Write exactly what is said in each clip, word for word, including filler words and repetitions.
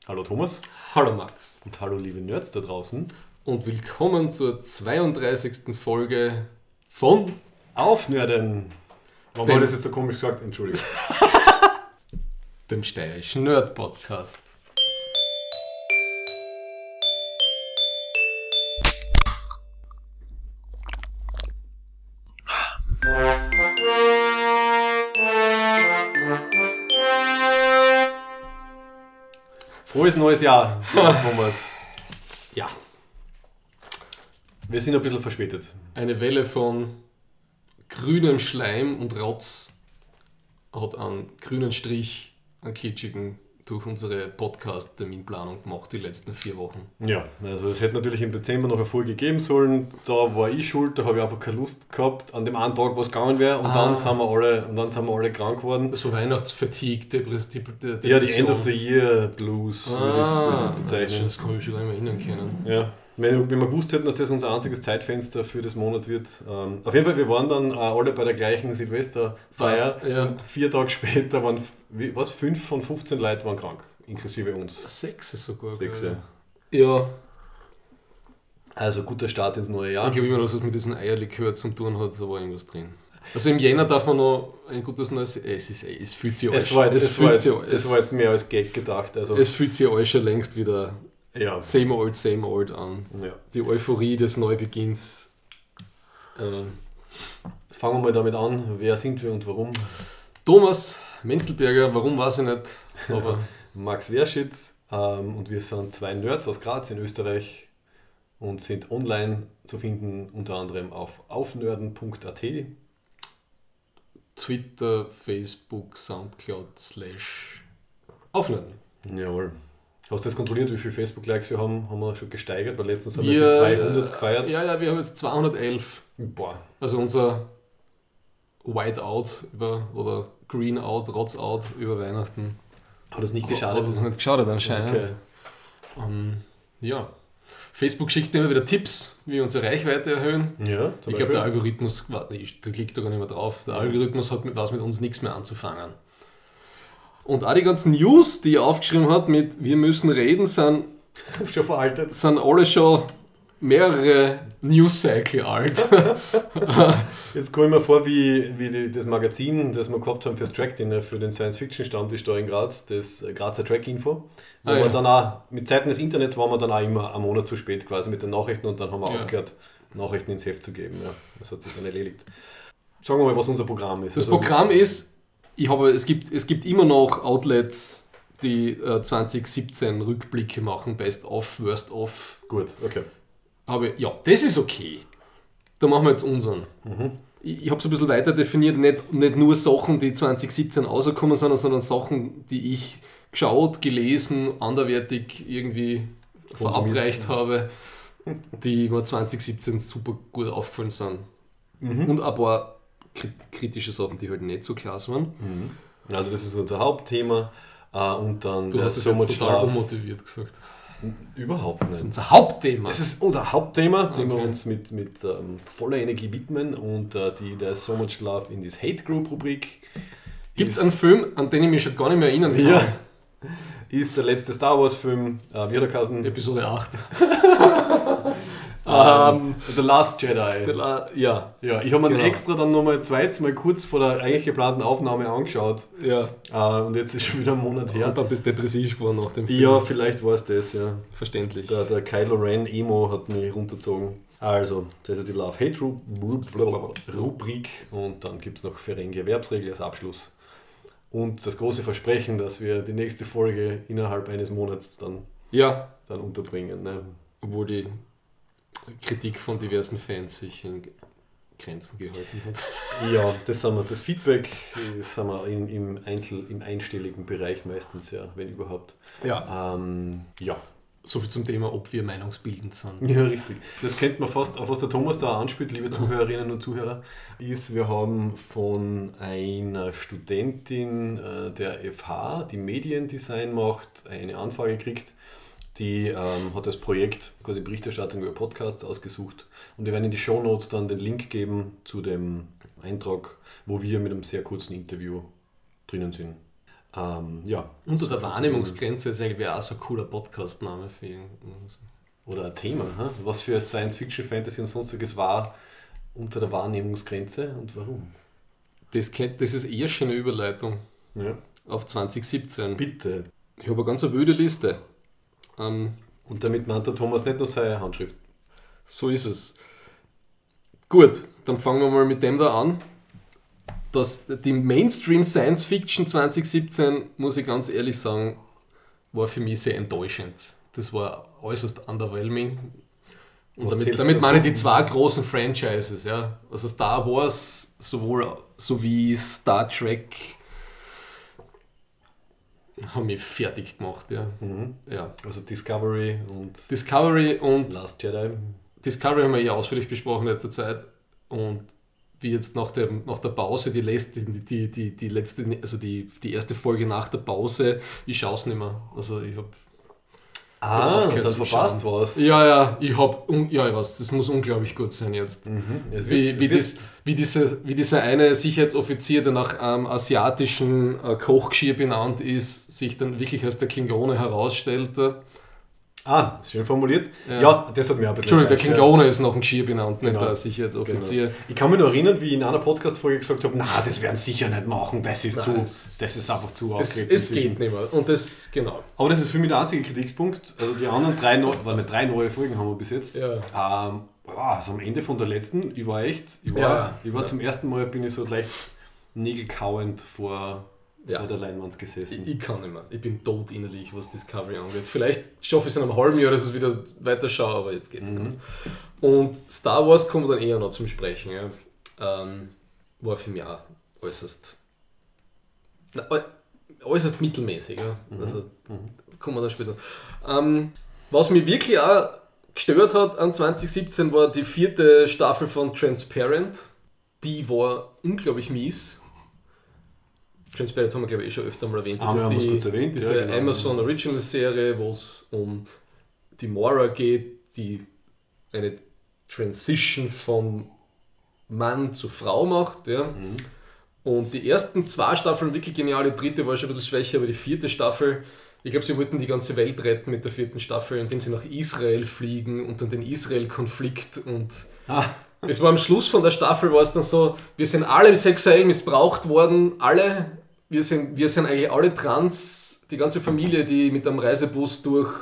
Hallo Thomas. Hallo Max. Und hallo liebe Nerds da draußen. Und willkommen zur zweiunddreißigsten Folge von Aufnörden. Warum Dem- habe ich das jetzt so komisch gesagt? Entschuldigung. dem steirischen Nerd-Podcast. Frohes neues Jahr, lieber Thomas. Ja, Wir sind ein bisschen verspätet. eine Welle von grünem Schleim und Rotz hat einen grünen Strich, einen klitschigen, durch unsere Podcast-Terminplanung gemacht die letzten vier Wochen. Ja, also es hätte natürlich im Dezember noch eine Folge geben sollen. Da war ich schuld, da habe ich einfach keine Lust gehabt an dem einen Tag, was gegangen wäre. Und, Ah. dann sind wir alle, und dann sind wir alle krank geworden. So Weihnachtsfatigue, Depres De De Ja, die End of the Year Blues, würde ich das- würde ich das Ah, bezeichnen. das kann ich schon gar nicht mehr erinnern können. Ja, wenn, wenn wir gewusst hätten, dass das unser einziges Zeitfenster für das Monat wird. Ähm, auf jeden Fall, wir waren dann äh, alle bei der gleichen Silvesterfeier Ja. und vier Tage später waren, f- wie, was, fünf von fünfzehn Leuten waren krank, inklusive uns. Sechs ist sogar. Sechs, glaub ja. ich. Ja, Also guter Start ins neue Jahr. ich glaube immer noch, dass es mit diesem Eierlikör zu tun hat, da war irgendwas drin. Also im Jänner darf man noch ein gutes neues... Es, ist, es fühlt sich Es alles- war, jetzt, es es, war fühlt jetzt, sich es war jetzt mehr als Gag gedacht. Also, es fühlt sich alles schon längst wieder ja, same old, same old an. ja. Die Euphorie des Neubeginns. Ähm, Fangen wir mal damit an, wer sind wir und warum. Thomas Menzelberger, warum weiß ich nicht, aber Max Werschitz ähm, und wir sind zwei Nerds aus Graz in Österreich und sind online zu finden, unter anderem auf aufnörden punkt at. Twitter, Facebook, Soundcloud, slash Aufnörden. Jawohl. Hast du das kontrolliert, wie viele Facebook-Likes wir haben? Haben wir schon gesteigert, weil letztens haben wir Wir, die zweihundert gefeiert. Ja, ja, wir haben jetzt zweihundertelf. Boah, Also unser Whiteout über, oder Greenout, Rotzout über Weihnachten. hat das nicht Hat geschadet? uns nicht geschadet anscheinend. Okay. Ähm, ja. Facebook schickt mir immer wieder Tipps, wie wir unsere Reichweite erhöhen. Ja, zum Ich glaube, der Beispiel. Algorithmus, warte, ich- da klickt da gar nicht mehr drauf. Der Algorithmus hat mit, was mit uns nichts mehr anzufangen. Und auch die ganzen News, die er aufgeschrieben hat mit wir müssen reden, sind, Schon veraltet. sind alle schon mehrere News-Cycle alt. Jetzt komme ich mir vor, wie, wie die, das Magazin, das wir gehabt haben fürs Track-Dinner, für den Science-Fiction-Stammtisch da in Graz, das äh, Grazer Track-Info. Wo Ah, wir ja. dann auch, mit Zeiten des Internets waren wir dann auch immer einen Monat zu spät quasi mit den Nachrichten und dann haben wir Ja. aufgehört, Nachrichten ins Heft zu geben. Ja, das hat sich dann erledigt. Sagen wir mal, was unser Programm ist. Das Also, Programm ist, ich habe, es, gibt, es gibt immer noch Outlets, die äh, zwanzig siebzehn Rückblicke machen, Best of, Worst of. Gut, okay. Aber ja, das ist okay. Da machen wir jetzt unseren. Mhm. Ich, ich habe es ein bisschen weiter definiert, nicht, nicht nur Sachen, die zwanzig siebzehn rausgekommen sind, sondern Sachen, die ich geschaut, gelesen, anderweitig irgendwie Konsumiert. verabreicht habe, die mir zwanzig siebzehn super gut aufgefallen sind. Mhm. Und ein paar krit- kritische Sachen, die halt nicht so klasse waren. Mhm. Also das ist unser Hauptthema. Äh, und dann Du der hast es So jetzt Much total Love. unmotiviert gesagt. Überhaupt Das ist nicht. unser Hauptthema. Das ist unser Hauptthema, dem wir Okay. uns mit, mit ähm, voller Energie widmen und äh, die der So Much Love in this Hate Group Rubrik. Gibt es ist- einen Film, an den ich mich schon gar nicht mehr erinnern kann? Ja. Ist der letzte Star Wars Film, äh, wie hat er geheißen? Episode acht. Ähm, The Last Jedi. Der La- ja, Ja, ich habe mir Genau. den extra dann nochmal zweites Mal kurz vor der eigentlich geplanten Aufnahme angeschaut ja. äh, und jetzt ist schon wieder ein Monat her. Und dann bist du depressiv geworden nach dem Film. Ja, vielleicht war es das, ja. Verständlich. Der, der Kylo Ren Emo hat mich runtergezogen. Also, das ist die Love-Hate-Rubrik und dann gibt es noch Ferengi Erwerbsregel als Abschluss. Und das große Versprechen, dass wir die nächste Folge innerhalb eines Monats dann, Ja, dann unterbringen. Ne? obwohl die Kritik von diversen Fans sich in Grenzen gehalten hat. Ja, das haben wir, das Feedback das haben wir im, im, Einzel-, im einstelligen Bereich meistens, ja, wenn überhaupt. Ja, Ähm, ja. so viel zum Thema, ob wir meinungsbildend sind. Ja, richtig. Das kennt man fast, auf was der Thomas da anspielt, liebe Zuhörerinnen und Zuhörer, ist, wir haben von einer Studentin äh, der F H, die Mediendesign macht, eine Anfrage gekriegt. Die ähm, hat das Projekt, quasi Berichterstattung über Podcasts ausgesucht. Und wir werden in die Shownotes dann den Link geben zu dem Eintrag, wo wir mit einem sehr kurzen Interview drinnen sind. Ähm, ja. Unter der Wahrnehmungsgrenze ist eigentlich auch so ein cooler Podcast-Name für irgendwas. Oder ein Thema, hm? Was für Science-Fiction, Fantasy und sonstiges war unter der Wahrnehmungsgrenze und warum? Das, kennt, das ist eher schon eine Überleitung Ja. auf zwanzig siebzehn. Bitte. Ich habe eine ganz wilde Liste. Ähm, Und damit meint der Thomas nicht nur seine Handschrift. so ist es. Gut, dann fangen wir mal mit dem da an. Das, die Mainstream Science Fiction zwanzig siebzehn, muss ich ganz ehrlich sagen, war für mich sehr enttäuschend. Das war äußerst underwhelming. Und Was damit, zählst damit du meine ich dazu? die zwei großen Franchises. Ja. Also Star Wars sowohl sowie Star Trek haben mich fertig gemacht. Ja. Mhm. Ja. Also Discovery und Discovery und Last Jedi. Discovery haben wir ja ausführlich besprochen in letzter Zeit. Und wie jetzt nach der, nach der Pause, die letzte, die, die, die letzte, also die, die erste Folge nach der Pause, ich schaue es nicht mehr. Also ich habe Ah, aufgehört dann zu verpasst schauen. was. Ja, ja, ich habe, ja, ich weiß, das muss unglaublich gut sein jetzt. Mhm. Es wird, Wie, es wie, wird, das, wie, diese, wie dieser eine Sicherheitsoffizier, der nach einem asiatischen äh, Kochgeschirr benannt ist, sich dann wirklich als der Klingone herausstellte. Ah, schön formuliert. Ja. Ja, das hat mir ein bisschen Entschuldigung, der enttäuscht, ja. Klingone ist nach dem Geschirr benannt, Genau. nicht der Sicherheitsoffizier. Genau. Ich kann mich noch erinnern, wie ich in einer Podcast-Folge gesagt habe, na, das werden sie sicher nicht machen, das ist, Nein, zu, es- das ist einfach zu Es, aufgeregt es inzwischen. geht nicht mehr. Und das, genau. Aber das ist für mich der einzige Kritikpunkt. Also die anderen drei, neu, weil wir drei neue Folgen haben wir bis jetzt. Ja. Ähm, boah, also am Ende von der letzten, ich war echt, ich war, Ja. ich war Ja. zum ersten Mal, bin ich so leicht nägelkauend vor, Ja. vor der Leinwand gesessen. Ich, ich kann nicht mehr. Ich bin tot innerlich, was Discovery angeht. Vielleicht schaffe ich es in einem halben Jahr, dass ich es wieder weiter schaue, aber jetzt geht's Mhm. nicht. Und Star Wars kommt dann eher noch zum Sprechen. Ja. Ähm, war für mich auch äußerst, na, äu- äußerst mittelmäßig. Ja. Also kommen wir dann später. Ähm, was mich wirklich auch gestört hat an zwanzig siebzehn war die vierte Staffel von Transparent. Die war unglaublich mies. Transparent haben wir, glaube ich, eh schon öfter mal erwähnt. Das Ah, wir ist haben es die, kurz erwähnt, diese ja, genau. Amazon Original Serie, wo es um die Mora geht, die eine Transition von Mann zu Frau macht. Ja. Mhm. Und die ersten zwei Staffeln wirklich genial, die dritte war schon ein bisschen schwächer, aber die vierte Staffel, ich glaube, sie wollten die ganze Welt retten mit der vierten Staffel, indem sie nach Israel fliegen und dann den Israel-Konflikt und Ah, es war am Schluss von der Staffel, war es dann so, wir sind alle sexuell missbraucht worden, alle, wir sind, wir sind eigentlich alle trans, die ganze Familie, die mit einem Reisebus durch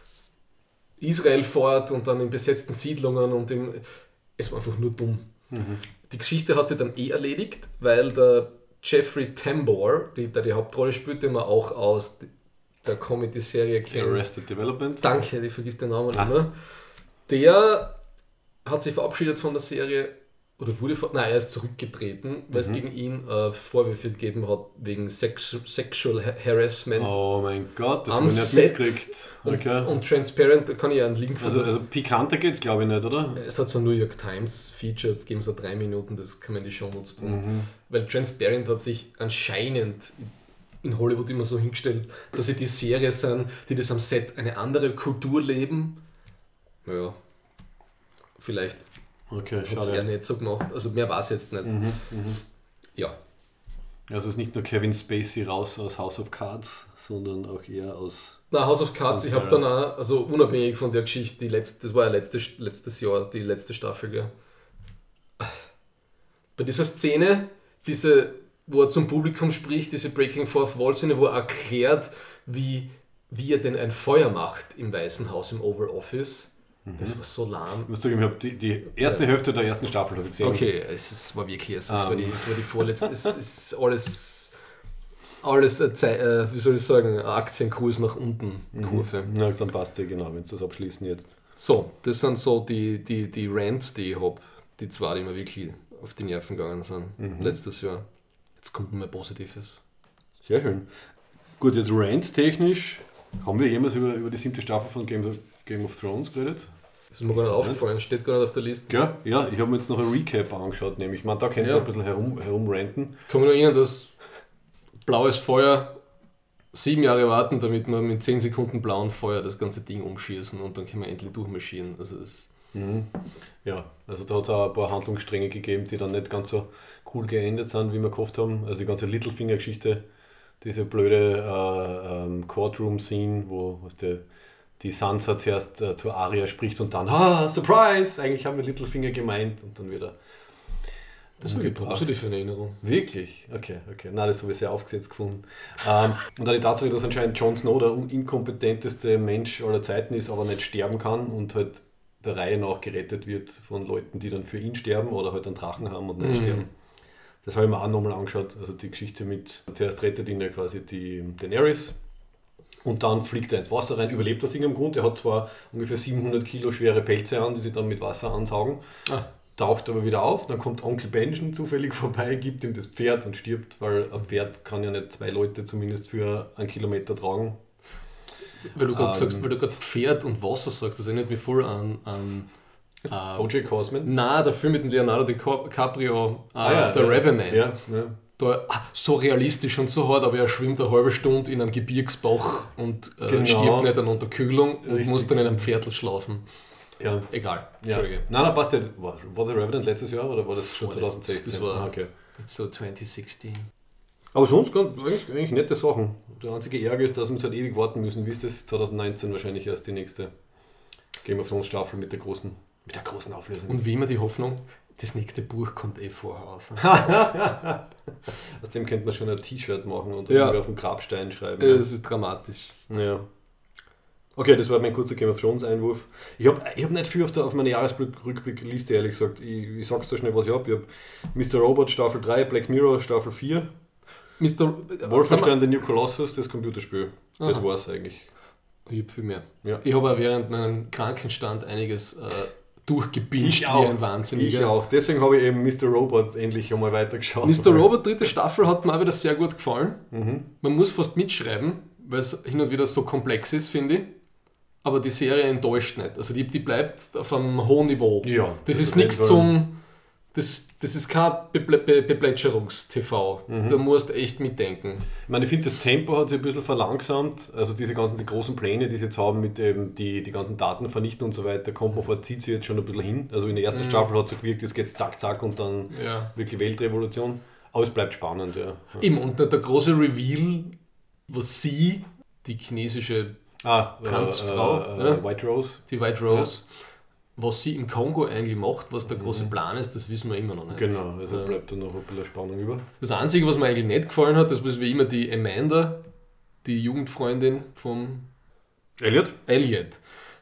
Israel fährt und dann in besetzten Siedlungen und im, es war einfach nur dumm. Die Geschichte hat sich dann eh erledigt, weil der Jeffrey Tambor, die, der die Hauptrolle spielt, den man auch aus der Comedy-Serie kennt, Arrested Development. danke, ich vergiss den Namen Ah. immer, der hat sich verabschiedet von der Serie oder wurde, ver- nein, er ist zurückgetreten, weil es gegen ihn äh, Vorwürfe gegeben hat wegen Sex Sexual Ha- Harassment. Oh mein Gott, das Am habe ich nicht Set. mitgekriegt. Und, Okay. und Transparent, da kann ich ja einen Link Also, von. also pikanter geht's glaube ich nicht, oder? Es hat so ein New York Times Feature, jetzt geben so drei Minuten, das kann man in die Show Notes tun. Mhm. Weil Transparent hat sich anscheinend in Hollywood immer so hingestellt, dass sie die Serie sind, die das am Set eine andere Kultur leben. Ja, vielleicht Okay, hat es eher schade. nicht so gemacht. Also mehr war es jetzt nicht. Mhm, mhm. Ja, Also es ist nicht nur Kevin Spacey raus aus House of Cards, sondern auch eher aus... na, House of Cards, ich habe dann auch, also unabhängig von der Geschichte, die letzte, das war ja letzte, letztes Jahr, die letzte Staffel, gell. Bei dieser Szene, diese, wo er zum Publikum spricht, diese Breaking Fourth Wall Szene, wo er erklärt, wie, wie er denn ein Feuer macht im Weißen Haus, im Oval Office, das war so lahm. Ich muss sagen, ich habe die, die erste Hälfte der ersten Staffel habe ich gesehen. Okay, es, es war wirklich, es, es, Ähm. war die, es war die vorletzte, es ist alles, alles äh, Zei- äh, wie soll ich sagen, Aktienkurs nach unten, Kurve. Ja, dann passt ja genau, wenn sie das abschließen jetzt. So, das sind so die, die, die Rants, die ich habe, die zwei, die mir wirklich auf die Nerven gegangen sind, letztes Jahr. Jetzt kommt noch mehr Positives. Sehr schön. Gut, jetzt Rant-technisch, haben wir jemals über, über die siebte Staffel von Game of, Game of Thrones geredet? Das ist mir gar nicht aufgefallen, steht gar nicht auf der Liste. Gell? Ja, ich habe mir jetzt noch ein Recap angeschaut, nämlich, man, da können Ja. wir ein bisschen herum, herumranten. Ich kann mich noch erinnern, dass blaues Feuer sieben Jahre warten, damit wir mit zehn Sekunden blauen Feuer das ganze Ding umschießen und dann können wir endlich durchmarschieren. Also das, Mhm. Ja, also da hat es auch ein paar Handlungsstränge gegeben, die dann nicht ganz so cool geendet sind, wie wir gehofft haben. Also die ganze Littlefinger-Geschichte, diese blöde äh, ähm, Courtroom-Scene, wo was der, die Sansa zuerst äh, zur Arya spricht und dann, ah, Surprise! Eigentlich haben wir Littlefinger gemeint und dann wieder. Das habe ich positiv in Erinnerung. Wirklich? Okay, okay. Nein, das habe ich sehr aufgesetzt gefunden. Ähm, und dann die Tatsache, dass anscheinend Jon Snow der inkompetenteste Mensch aller Zeiten ist, aber nicht sterben kann und halt der Reihe nach gerettet wird von Leuten, die dann für ihn sterben oder halt einen Drachen haben und nicht Mhm. sterben. Das habe ich mir auch nochmal angeschaut. Also die Geschichte mit, zuerst rettet ihn ja quasi die Daenerys und dann fliegt er ins Wasser rein, überlebt aus irgendeinem Grund. Er hat zwar ungefähr siebenhundert Kilo schwere Pelze an, die sich dann mit Wasser ansaugen. Ah. Taucht aber wieder auf, dann kommt Onkel Benjen zufällig vorbei, gibt ihm das Pferd und stirbt, weil ein Pferd kann ja nicht zwei Leute zumindest für einen Kilometer tragen. Weil du gerade Ähm. sagst, weil du gerade Pferd und Wasser sagst, das erinnert mich voll an, an äh, BoJack Horseman? nein, der Film mit dem Leonardo DiCaprio, äh, Ah ja, der ja, Revenant. Ja, ja. Da, ah, so realistisch und so hart, aber er schwimmt eine halbe Stunde in einem Gebirgsbach und äh, Genau. stirbt nicht an Unterkühlung und Richtig. muss dann in einem Pferdl schlafen. Ja. Egal. Ja. Nein, nein, passt nicht. War, war der Revenant letztes Jahr oder war das schon Vorletzt- zwanzig sechzehn? das war- Ah, okay. It's so twenty sixteen. Aber sonst ganz, eigentlich, eigentlich nette Sachen. Der einzige Ärger ist, dass wir halt ewig warten müssen. Wie ist das? zwanzig neunzehn wahrscheinlich erst die nächste Game of Thrones Staffel mit der großen, mit der großen Auflösung. Und wie immer die Hoffnung, das nächste Buch kommt eh vorher raus. Aus dem könnte man schon ein T-Shirt machen und Ja. irgendwie auf dem Grabstein schreiben. Es ist dramatisch. Ja. Okay, das war mein kurzer Game of Thrones Einwurf. Ich habe ich hab nicht viel auf, der, auf meiner Jahresrückblickliste, ehrlich gesagt. Ich, ich sag's dir schnell, was ich habe. Ich habe Mister Robot Staffel drei, Black Mirror Staffel vier, Mister Wolfenstein The New Colossus, das Computerspiel. Das Aha. war's eigentlich. Ich habe viel mehr. Ja. Ich habe auch während meinem Krankenstand einiges äh, durchgebinged Ich wie auch. ein Wahnsinniger. Ich auch. Deswegen habe ich eben Mister Robot endlich einmal weitergeschaut. Mister Robot, dritte Staffel, hat mir auch wieder sehr gut gefallen. Mhm. Man muss fast mitschreiben, weil es hin und wieder so komplex ist, finde ich. Aber die Serie enttäuscht nicht. Also die, die bleibt auf einem hohen Niveau. Ja. Das, ist auf nichts jeden Fall. zum... Das, das ist kein Beple- Be Beplätscherungs-T V. Mhm. Da musst echt mitdenken. Ich meine, ich finde, das Tempo hat sich ein bisschen verlangsamt. Also diese ganzen die großen Pläne, die sie jetzt haben, mit eben die, die ganzen Daten vernichten und so weiter, kommt man vor, zieht sie jetzt schon ein bisschen hin. Also in der ersten Mhm. Staffel hat es so gewirkt, jetzt geht es zack, zack und dann Ja. wirklich Weltrevolution. Aber es bleibt spannend, ja. Eben, und der, der große Reveal, was sie, die chinesische, Ah, Transfrau, äh, äh, ja. White Rose. die White Rose, was sie im Kongo eigentlich macht, was der große Plan ist, das wissen wir immer noch nicht. Genau, also Ja. bleibt da noch ein bisschen Spannung über. Das Einzige, was mir eigentlich nicht gefallen hat, das war wie immer die Amanda, die Jugendfreundin vom Elliot? Elliot.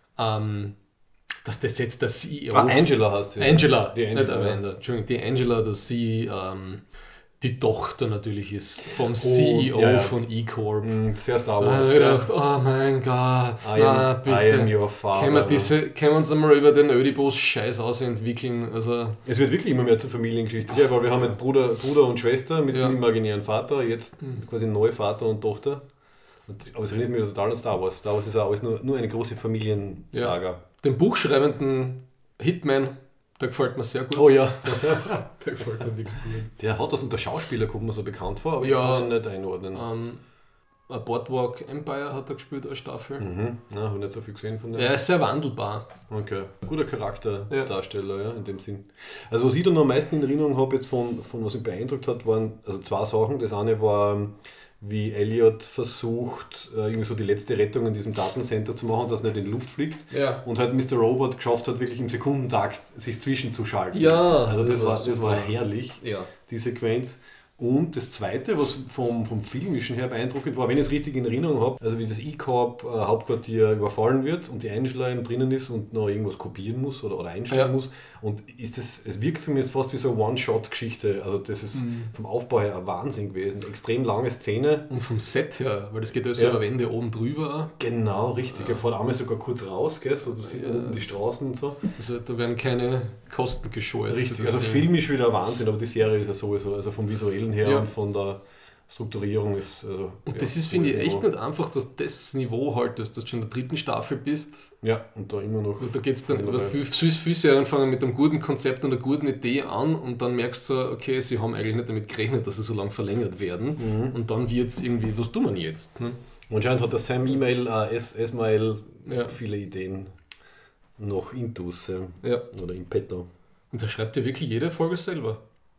Ähm, dass das jetzt der C E O... Ah, Angela heißt sie. Angela, Die Angela, nicht Amanda. Entschuldigung, die Angela, dass sie ähm, die Tochter natürlich ist vom C E O ja, ja. von E-Corp. Mm, Sehr Star Da habe Wars. ich gell? gedacht, oh mein Gott, I na am, I am bitte. your father. Können wir, diese, können wir uns einmal über den Ödipus-Scheiß ausentwickeln? Also, Es wird wirklich immer mehr zur Familiengeschichte, gell? Weil wir haben Ja. mit Bruder, Bruder und Schwester mit Ja. dem imaginären Vater, jetzt Mhm. quasi neu Vater und Tochter. Und, aber es erinnert mich total an Star Wars. Star Wars ist auch alles nur, nur eine große Familiensaga. den buchschreibenden Hitman, der gefällt mir sehr gut. Oh ja, Der gefällt mir wirklich gut. der hat das unter Schauspieler, kommt mir so bekannt vor, aber Ja. ich kann ihn nicht einordnen. Ähm, A Boardwalk Empire hat er gespielt als Staffel. Mhm. Nein, habe nicht so viel gesehen von dem. Er ist sehr wandelbar. Okay, guter Charakterdarsteller, ja. in dem Sinn. Also was ich da noch am meisten in Erinnerung habe jetzt von, von was mich beeindruckt hat, waren also zwei Sachen. Das eine war, wie Elliot versucht, äh, irgendwie so die letzte Rettung in diesem Datencenter zu machen, dass er nicht in die Luft fliegt. Ja. Und halt Mister Robot geschafft hat, wirklich im Sekundentakt sich zwischenzuschalten. Ja, Also das, das war war, das war super. herrlich, Ja. die Sequenz. Und das Zweite, was vom, vom Filmischen her beeindruckend war, wenn ich es richtig in Erinnerung habe, also wie das E-Corp äh, Hauptquartier überfallen wird und die Angela eben drinnen ist und noch irgendwas kopieren muss oder, oder einstellen Ja. muss. Und ist das, es wirkt zumindest fast wie so eine One-Shot-Geschichte. Also das ist Mhm. vom Aufbau her ein Wahnsinn gewesen. Extrem lange Szene. Und vom Set her, weil das geht ja so Ja. über Wände oben drüber. Genau, richtig. Ja. Er fährt einmal sogar kurz raus, gell? So, das sieht Ja. unten die Straßen und so. Also da werden keine Kosten gescheut. Richtig, für also das Ding. filmisch wieder ein Wahnsinn, aber die Serie ist ja sowieso, also vom Visuellen her Ja. und von der Strukturierung ist also. Und ja, das ist, finde ich, hohes echt Niveau. nicht einfach, dass du das Niveau haltest, dass du schon in der dritten Staffel bist. Ja, und da immer noch. Und da geht es dann Ja, über dabei. viele, viele viele Serien fangen mit einem guten Konzept und einer guten Idee an und dann merkst du, okay, sie haben eigentlich nicht damit gerechnet, dass sie so lange verlängert werden. Mhm. Und dann wird es irgendwie, was tun wir jetzt? Ne? Und anscheinend hat der Sam E-Mail, äh, S- Esmail Ja. viele Ideen noch intus äh, Ja. oder in petto. Und da schreibt ja wirklich jede Folge selber.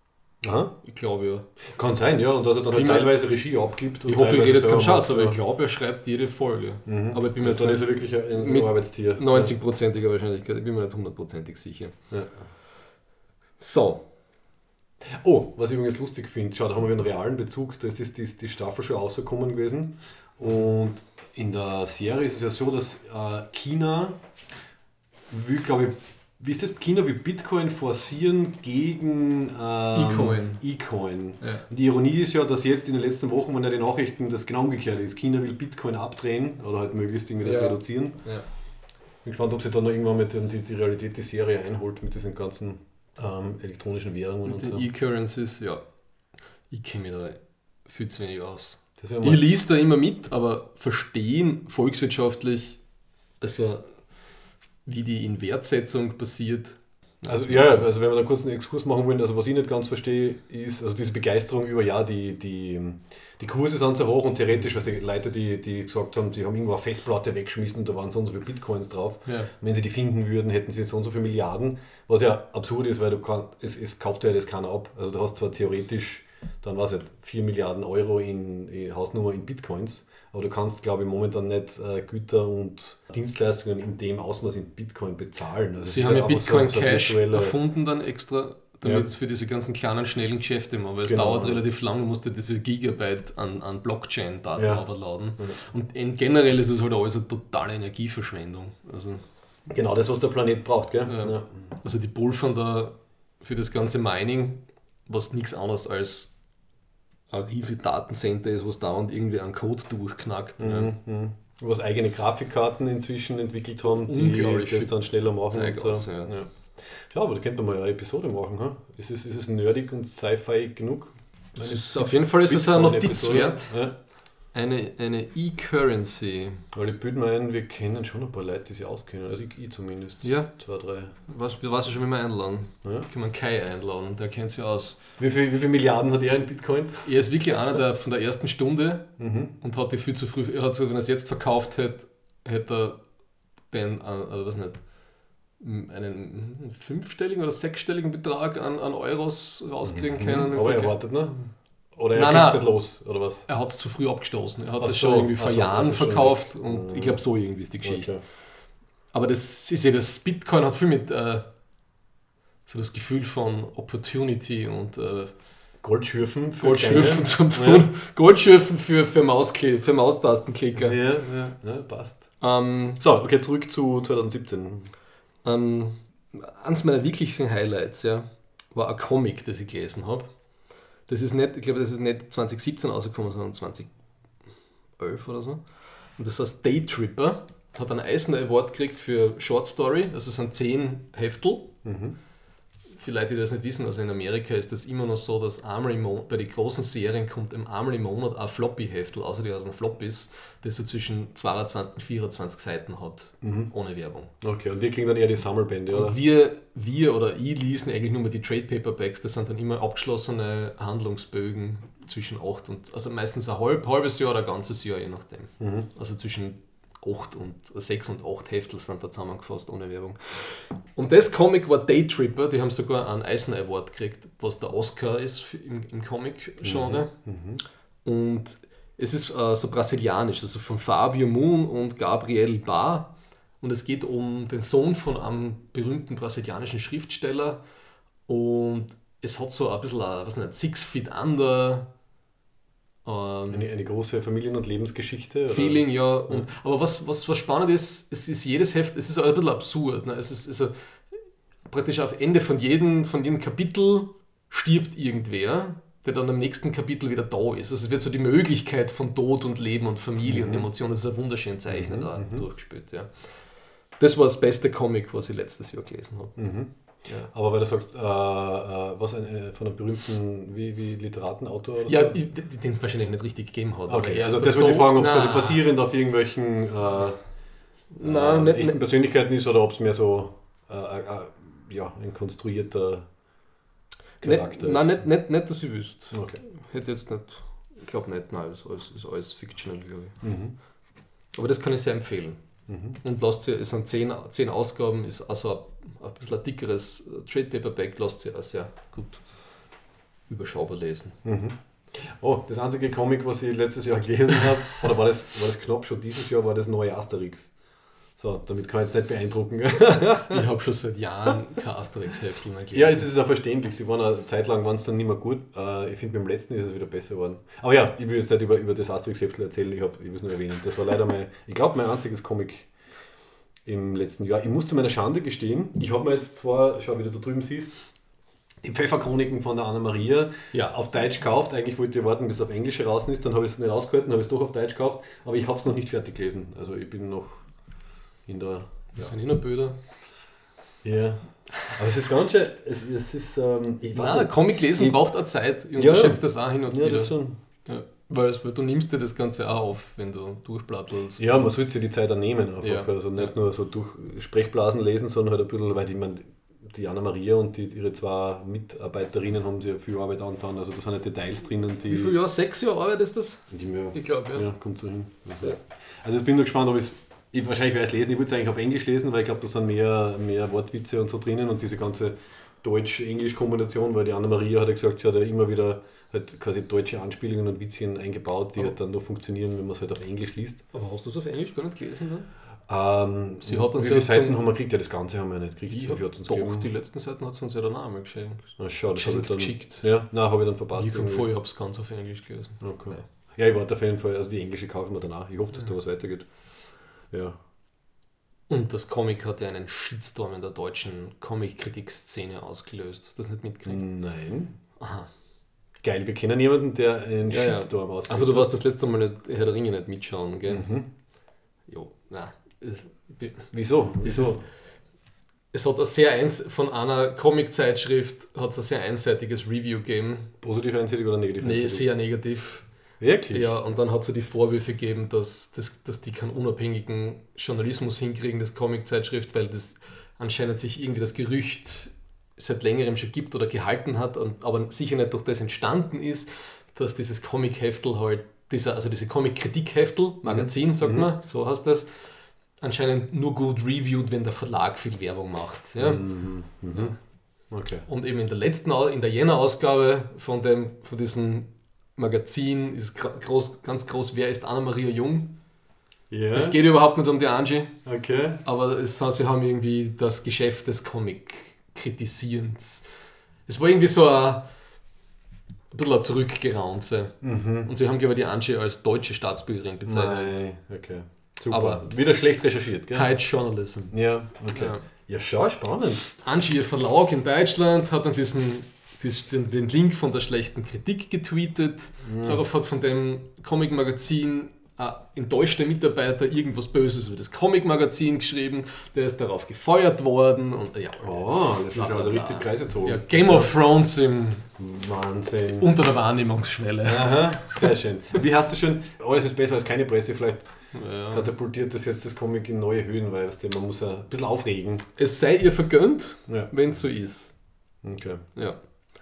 Aha. Ich glaube ja. Kann sein, ja, und dass er dann halt Bin mir- teilweise Regie abgibt. und Ich hoffe, ich teilweise rede jetzt keinen selber Schatz, macht, aber ja. ich glaube, er schreibt jede Folge. Mhm. Aber ich bin mir Jetzt jetzt dann ist er nicht wirklich ein mit Arbeitstier. neunzig-prozentiger Wahrscheinlichkeit, ich bin mir nicht hundertprozentig sicher. Ja. So, Oh, was ich übrigens lustig finde, schau, da haben wir einen realen Bezug, da ist die, die, die Staffel schon rausgekommen gewesen. Und in der Serie ist es ja so, dass äh, China will, glaube ich, wie ist das? China will Bitcoin forcieren gegen ähm, E-Coin. E-Coin. Ja. Und die Ironie ist ja, dass jetzt in den letzten Wochen, wenn ja die Nachrichten das genau umgekehrt ist. China will Bitcoin abdrehen oder halt möglichst irgendwie das Ja. reduzieren. ja. Bin gespannt, ob sie dann noch irgendwann mit dem, die, die Realität die Serie einholt mit diesen ganzen ähm, elektronischen Währungen Mit und den so. E-Currencies, ja. Ich kenne mich da viel zu wenig aus. Das wäre Ich mal lese da immer mit, aber verstehen volkswirtschaftlich, also wie die Inwertsetzung passiert. Also ja, also wenn wir da kurz einen Exkurs machen wollen, also was ich nicht ganz verstehe, ist also diese Begeisterung über, ja, die, die, die Kurse sind so hoch und theoretisch, was die Leute, die, die gesagt haben, die haben irgendwo eine Festplatte weggeschmissen und da waren so und so viele Bitcoins drauf. Ja. Wenn sie die finden würden, hätten sie so und so viele Milliarden, was ja absurd ist, weil du kann, es, es kauft ja das keiner ab. Also du hast zwar theoretisch, dann weiß ich nicht, vier Milliarden Euro in, in Hausnummer in Bitcoins, aber du kannst, glaube ich, momentan nicht äh, Güter und Dienstleistungen in dem Ausmaß in Bitcoin bezahlen. Also es Sie ist haben ja einfach so- Bitcoin so ein Cash virtueller- erfunden dann extra, damit Ja. es für diese ganzen kleinen, schnellen Geschäfte machen, weil es Genau. dauert relativ lang, du musst ja diese Gigabyte an, an Blockchain-Daten Ja. overladen. Ja. Und in, generell ist es halt alles eine totale Energieverschwendung. Also, Genau das, was der Planet braucht, gell? Ja. Ja. also die pulvern da für das ganze Mining, was nichts anderes als ein riesiges Datencenter ist, was dauernd irgendwie einen Code durchknackt. Ja. Mhm. Mhm. Was eigene Grafikkarten inzwischen entwickelt haben, die Unglaublich das viel dann schneller machen. Zeug Und so. aus, ja. Ja. Ja, aber da könnte man mal eine Episode machen. Ha? Ist, es, ist es nerdig und sci-fi genug? Das Eine ist, auf jeden Fall ist es ein Bitcoin-Episode? Notiz wert. Ja. Eine, eine E-Currency. Weil ich bilde mir ein, wir kennen schon ein paar Leute, die sich auskennen. Also ich, ich zumindest. Ja. Zwei, drei. Was, wir weiß schon, wie wir einladen. Ja. Kann man Kai einladen, der kennt sich aus. Wie viel, wie viel Milliarden hat er in Bitcoins? Er ist wirklich einer der von der ersten Stunde Mhm. und hat die viel zu früh. Er hat gesagt, wenn er es jetzt verkauft hätte, hätte er den, äh, also was nicht, einen fünfstelligen oder sechsstelligen Betrag an, an Euros rauskriegen können. im Aber er Vergleich- wartet, ne? Oder er Nein, kriegt es nein. nicht los, oder was? Er hat es zu früh abgestoßen. Er hat Ach es so, schon irgendwie ach vor so, Jahren also schon verkauft weg. und Mhm. ich glaube, so irgendwie ist die Geschichte. Okay. Aber das ist ja das Bitcoin hat viel mit äh, so das Gefühl von Opportunity und äh, Goldschürfen für Goldschürfen Kleine. zum Tun. Goldschürfen für, für, Mauskli für Maustastenklicker. Ja, ja, ja, passt. Ähm, So, okay, zurück zu zwanzig siebzehn. ähm, eines meiner wirklichen Highlights ja, war ein Comic, das ich gelesen habe. Das ist nicht, ich glaube, das ist nicht zwanzig siebzehn rausgekommen, sondern zwanzig elf oder so. Und das heißt Daytripper. Hat einen Eisner Award gekriegt für Short Story. Also es sind zehn Heftel. Mhm. Für Leute, die das nicht wissen, also in Amerika ist das immer noch so, dass einmal im Monat, bei den großen Serien kommt im einmal im Monat ein Floppy-Heftel, außer die aus einem Floppys, das so zwischen zweiundzwanzig und vierundzwanzig Seiten hat, Mhm. ohne Werbung. Okay, und wir kriegen dann eher die Sammelbände, oder? Und wir, wir oder ich lesen eigentlich nur mal die Trade Paperbacks, das sind dann immer abgeschlossene Handlungsbögen zwischen acht und, also meistens ein halb, halbes Jahr oder ein ganzes Jahr, je nachdem. Mhm. Also zwischen acht und sechs und acht Heftel sind da zusammengefasst, ohne Werbung. Und das Comic war Daytripper, die haben sogar einen Eisner Award gekriegt, was der Oscar ist für, im, im Comic-Genre. Mhm. Und es ist äh, so brasilianisch, also von Fabio Moon und Gabriel Bar. Und es geht um den Sohn von einem berühmten brasilianischen Schriftsteller. Und es hat so ein bisschen, ein, was nicht, Six Feet Under ähm, Eine, eine große Familien- und Lebensgeschichte? Oder? Feeling, ja. Und, aber was, was, was spannend ist, es ist jedes Heft, es ist auch ein bisschen absurd. Ne? Es ist, ist ein, praktisch auf Ende von jedem, von jedem Kapitel stirbt irgendwer, der dann im nächsten Kapitel wieder da ist. Also es wird so die Möglichkeit von Tod und Leben und Familie Mhm. und Emotionen, das ist ein wunderschön zeichnet, Mhm, auch mhm. durchgespielt. Ja. Das war das beste Comic, was ich letztes Jahr gelesen habe. Mhm. Ja. Aber weil du sagst, äh, äh, was ein, äh, von einem berühmten, wie, wie Literatenautor oder so? Ja, ich- den es wahrscheinlich nicht richtig gegeben hat. aber Okay, er also ist das da würde ich so- fragen, ob es Nein. quasi basierend auf irgendwelchen äh, Nein, äh, nicht- echten nicht- Persönlichkeiten ist oder ob es mehr so äh, äh, äh, ja, ein konstruierter Charakter Nicht, nein, ist. nicht, nicht, nicht, dass ich wüsste. Okay. Hätte jetzt nicht, ich glaube nicht, nein, ist alles, ist alles fictional, glaube ich. Mhm. Aber das kann ich sehr empfehlen. Mhm. Und lasst sie, es sind zehn, zehn Ausgaben, ist also ein, ein bisschen ein dickeres Trade Paperback, lasst sie auch sehr gut überschaubar lesen. Mhm. Oh, das einzige Comic, was ich letztes Jahr gelesen habe, oder war das, war das knapp schon dieses Jahr, war das neue Asterix. So, damit kann ich jetzt nicht beeindrucken. Ich habe schon seit Jahren kein Asterix-Heftel mehr gelesen. Ja, es ist auch verständlich. Sie waren eine Zeit lang waren es dann nicht mehr gut. Ich finde, beim letzten ist es wieder besser geworden. Aber ja, ich will jetzt nicht über, über das Asterix-Heftel erzählen, ich, hab, ich will es nur erwähnen. Das war leider mein, ich glaube, mein einziges Comic im letzten Jahr. Ich muss zu meiner Schande gestehen, ich habe mir jetzt zwar, schau, wie du da drüben siehst, die Pfefferchroniken von der Anna-Maria ja. auf Deutsch gekauft. Eigentlich wollte ich warten, bis es auf Englisch raus ist, dann habe ich es nicht ausgehalten, habe ich es doch auf Deutsch gekauft, aber ich habe es noch nicht fertig gelesen. Also ich bin noch in der... Das ja. sind eh noch Bilder. Ja, aber es ist ganz schön, es, es ist, ähm, ich weiß Nein, nicht. Comic lesen ich, braucht auch Zeit, ich ja, unterschätze das auch hin und ja, wieder. Das schon. Ja, weil, weil du nimmst dir das Ganze auch auf, wenn du durchplattelst. Ja, man sollte sich die Zeit auch nehmen einfach, ja. also nicht ja. nur so durch Sprechblasen lesen, sondern halt ein bisschen, weil ich meine, die Anna-Maria und die, ihre zwei Mitarbeiterinnen haben sich ja viel Arbeit angetan, also da sind ja Details drinnen, die... Wie viele Jahre? Sechs Jahre Arbeit ist das? Die mir, ich glaube, ja. Ja, kommt so hin. Also, ja. also ich bin nur gespannt, ob ich Ich, wahrscheinlich werde ich es lesen, ich würde es eigentlich auf Englisch lesen, weil ich glaube, da sind mehr, mehr Wortwitze und so drinnen und diese ganze Deutsch-Englisch-Kombination, weil die Anna-Maria hat ja gesagt, sie hat ja immer wieder halt quasi deutsche Anspielungen und Witzchen eingebaut, die aber halt dann nur funktionieren, wenn man es halt auf Englisch liest. Aber hast du es auf Englisch gar nicht gelesen dann? Ähm, sie hat uns wie viele ja Seiten zum, haben wir gekriegt? Ja, das Ganze haben wir ja nicht gekriegt. Ich Wie viel hat's uns doch, gegeben? die letzten Seiten hat sie uns ja dann auch einmal geschenkt. Ah, schau, das habe ich dann... geschickt. Ja, nein, habe ich dann verpasst. Ich komme vor, ich habe es ganz auf Englisch gelesen. Okay. Nein. Ja, ich warte auf jeden Fall, also die englische kaufen wir dann auch. Ich hoffe, dass da was weitergeht. Ja. Und das Comic hat ja einen Shitstorm in der deutschen Comic-Kritik-Szene ausgelöst. Hast du das nicht mitgekriegt? Nein. Aha. Geil, wir kennen jemanden, der einen ja, Shitstorm ja. ausgelöst hat. Also du warst das letzte Mal nicht, Herr der Ringe nicht mitschauen, gell? Mhm. Jo, nein. Es, Wieso? Wieso? Es, ist, es hat ein sehr eins, von einer Comic-Zeitschrift hat es ein sehr einseitiges Review gegeben. Positiv einseitig oder negativ Nee, einseitig? sehr negativ. Wirklich? Ja, und dann hat es ja die Vorwürfe gegeben, dass, dass, dass die keinen unabhängigen Journalismus hinkriegen, das Comic-Zeitschrift, weil das anscheinend sich irgendwie das Gerücht seit längerem schon gibt oder gehalten hat, und, aber sicher nicht durch das entstanden ist, dass dieses Comic-Heftel halt, dieser, also diese Comic-Kritik-Heftel, Magazin, mhm. sagt mhm. man, so heißt das, anscheinend nur gut reviewed, wenn der Verlag viel Werbung macht. Ja? Mhm. Mhm. Okay. Und eben in der letzten, in der Jänner-Ausgabe von, dem, von diesem Magazin ist groß, ganz groß, wer ist Anna-Maria Jung? Yeah. Es geht überhaupt nicht um die Angie, okay. aber es, sie haben irgendwie das Geschäft des Comic-Kritisierens. Es war irgendwie so ein, ein bisschen ein Zurückgeraunze. Mhm. Und sie haben, glaube ich, die Angie als deutsche Staatsbürgerin bezeichnet. Nein, okay. Super. Aber wieder schlecht recherchiert, gell? Tight Journalism. Ja, okay. Ja, ja schau, spannend. Angie, ihr Verlag in Deutschland, hat dann diesen Den, den Link von der schlechten Kritik getweetet. Mhm. Darauf hat von dem Comic-Magazin ein enttäuschter Mitarbeiter irgendwas Böses über das Comic-Magazin geschrieben. Der ist darauf gefeuert worden. Und, ja, oh, das ist also richtig Kreise gezogen. Ja, Game of Thrones im Wahnsinn. Unter der Wahrnehmungsschwelle. Aha, sehr schön. Wie hast du schon, alles ist besser als keine Presse, vielleicht ja. katapultiert das jetzt das Comic in neue Höhen, weil man muss ein bisschen aufregen. Es sei ihr vergönnt, ja. wenn es so ist. Okay. Ja.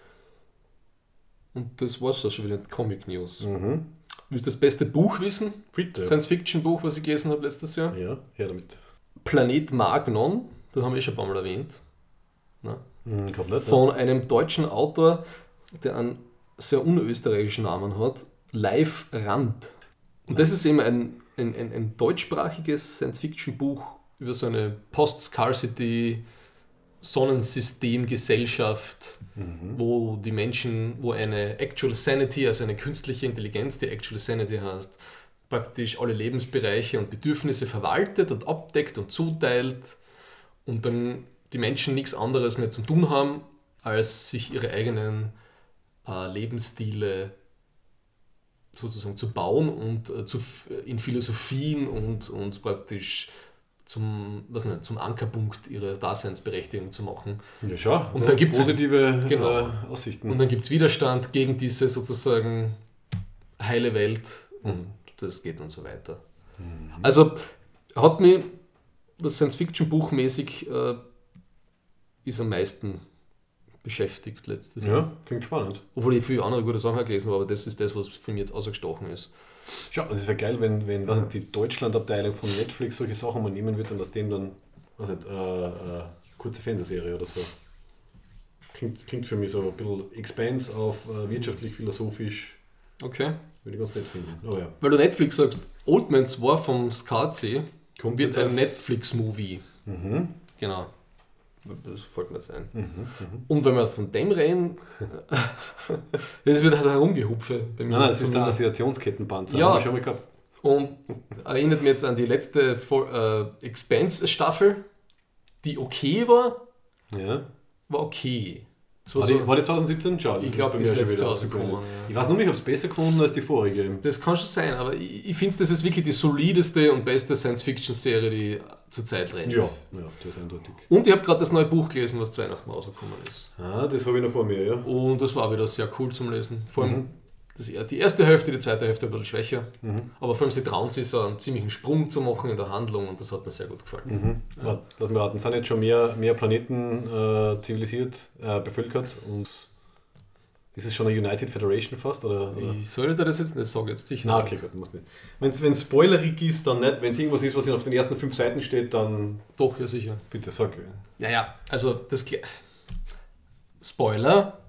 Und das war's auch schon wieder mit Comic News. Mhm. Willst du das beste Buch wissen? Bitte. Science-Fiction-Buch, was ich gelesen habe letztes Jahr? Ja, her damit. Planet Magnon, das haben wir eh schon ein paar Mal erwähnt. Na? Mhm, ich glaub nicht, Von ja. einem deutschen Autor, der einen sehr unösterreichischen Namen hat, Leif Rand. Und das ist eben ein, ein, ein, ein deutschsprachiges Science-Fiction-Buch über so eine Post-Scarcity Sonnensystemgesellschaft, mhm. wo die Menschen, wo eine Actual Sanity, also eine künstliche Intelligenz, die Actual Sanity heißt, praktisch alle Lebensbereiche und Bedürfnisse verwaltet und abdeckt und zuteilt und dann die Menschen nichts anderes mehr zu tun haben, als sich ihre eigenen äh, Lebensstile sozusagen zu bauen und äh, zu, in Philosophien und, und praktisch zum, was nicht, zum Ankerpunkt ihrer Daseinsberechtigung zu machen. Ja, schau. Und dann gibt's positive genau. äh, Aussichten. Und dann gibt es Widerstand gegen diese sozusagen heile Welt und das geht dann so weiter. Mhm. Also hat mich, was Science-Fiction-Buchmäßig äh, ist am meisten beschäftigt letztes Jahr. Ja, klingt spannend. Obwohl ich viele andere gute Sachen gelesen habe, aber das ist das, was für mich jetzt ausgestochen ist. Schau, also es wäre geil, wenn, wenn was nicht, die Deutschland-Abteilung von Netflix solche Sachen mal nehmen wird und aus dem dann was nicht, äh, äh, kurze Fernsehserie oder so. Klingt, klingt für mich so ein bisschen Expanse auf äh, wirtschaftlich, philosophisch. Okay. Würde ich ganz nett finden. Oh, ja. Weil du Netflix sagst, Old Man zwei vom Scorsese Kommt wird jetzt ein als- Netflix-Movie. Mhm. Genau. Das fällt mir jetzt ein. Mhm. Mhm. Und wenn wir von dem reden, das wird halt herumgehupfe bei mir. Nein, nein, es ist der Assoziationskettenpanzer. Ja. Haben wir schon mal gehabt. Und erinnert mich jetzt an die letzte Fol- äh, Expanse-Staffel, die okay war, Ja. war okay. So, War, so, die, war die zwanzig siebzehn? Schau, das Ich glaub, bei die mir ist schon letztes wieder Jahr rausgekommen. rausgekommen, ja. Ich weiß nur nicht, ich habe es besser gefunden als die vorige. das kann schon sein, aber ich, ich finde, das ist wirklich die solideste und beste Science-Fiction-Serie, die zurzeit rennt. Ja, ja, das ist eindeutig. Und ich habe gerade das neue Buch gelesen, was zu Weihnachten rausgekommen ist. Ah, das habe ich noch vor mir, ja. Und das war wieder sehr cool zum Lesen. Vor allem Mhm. das, die erste Hälfte, die zweite Hälfte ein bisschen schwächer. Mhm. Aber vor allem sie trauen sich so einen ziemlichen Sprung zu machen in der Handlung und das hat mir sehr gut gefallen. Mhm. Ja. Lass mich raten, sind jetzt schon mehr, mehr Planeten äh, zivilisiert, äh, bevölkert und ist es schon eine United Federation fast? Oder, oder? Ich soll dir das jetzt nicht sagen, jetzt sicher. Na, okay, gut, muss nicht. Wenn es spoilerig ist, dann nicht. Wenn es irgendwas ist, was auf den ersten fünf Seiten steht, dann Doch, ja sicher. bitte sag. Ja, ja, also das Kle- Spoiler.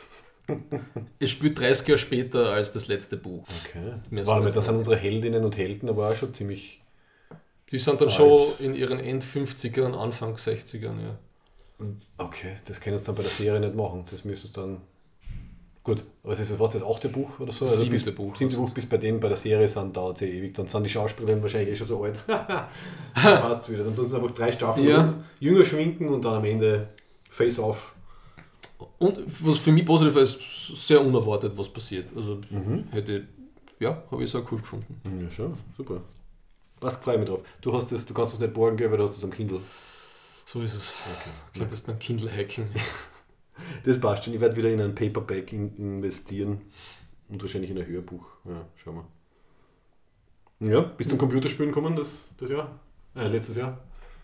Es spielt dreißig Jahre später als das letzte Buch. Okay. Mehr Warte so mal, jetzt das sind nicht. unsere Heldinnen und Helden, aber auch schon ziemlich. Die sind dann Alt. schon in ihren End fünfzigern, Anfang sechzigern, ja. Okay, das können sie dann bei der Serie nicht machen. Das müsstest du dann. Gut, aber es ist was, das achte Buch oder so? Das Also siebte bis, Buch. Siebte Buch, bis bei dem bei der Serie sind, dauert es eh ewig. Dann sind die Schauspielerinnen wahrscheinlich eh schon so alt. Dann passt wieder. Dann tun sie einfach drei Staffeln Ja. jünger schminken und dann am Ende Face-Off. Und was für mich positiv ist, sehr unerwartet, was passiert. Also Mhm. hätte, ja, habe ich sehr cool gefunden. Ja, schon, super. Was freue ich mich drauf. Du, hast das, du kannst das nicht borgen, gell, weil du hast das am Kindle. So ist es. Okay. Könntest mein Kindle hacken. Das passt schon. Ich werde wieder in ein Paperback in, investieren und wahrscheinlich in ein Hörbuch. Ja, schauen wir. Ja, bist du zum Computerspielen gekommen das, das Jahr? Äh, letztes Jahr?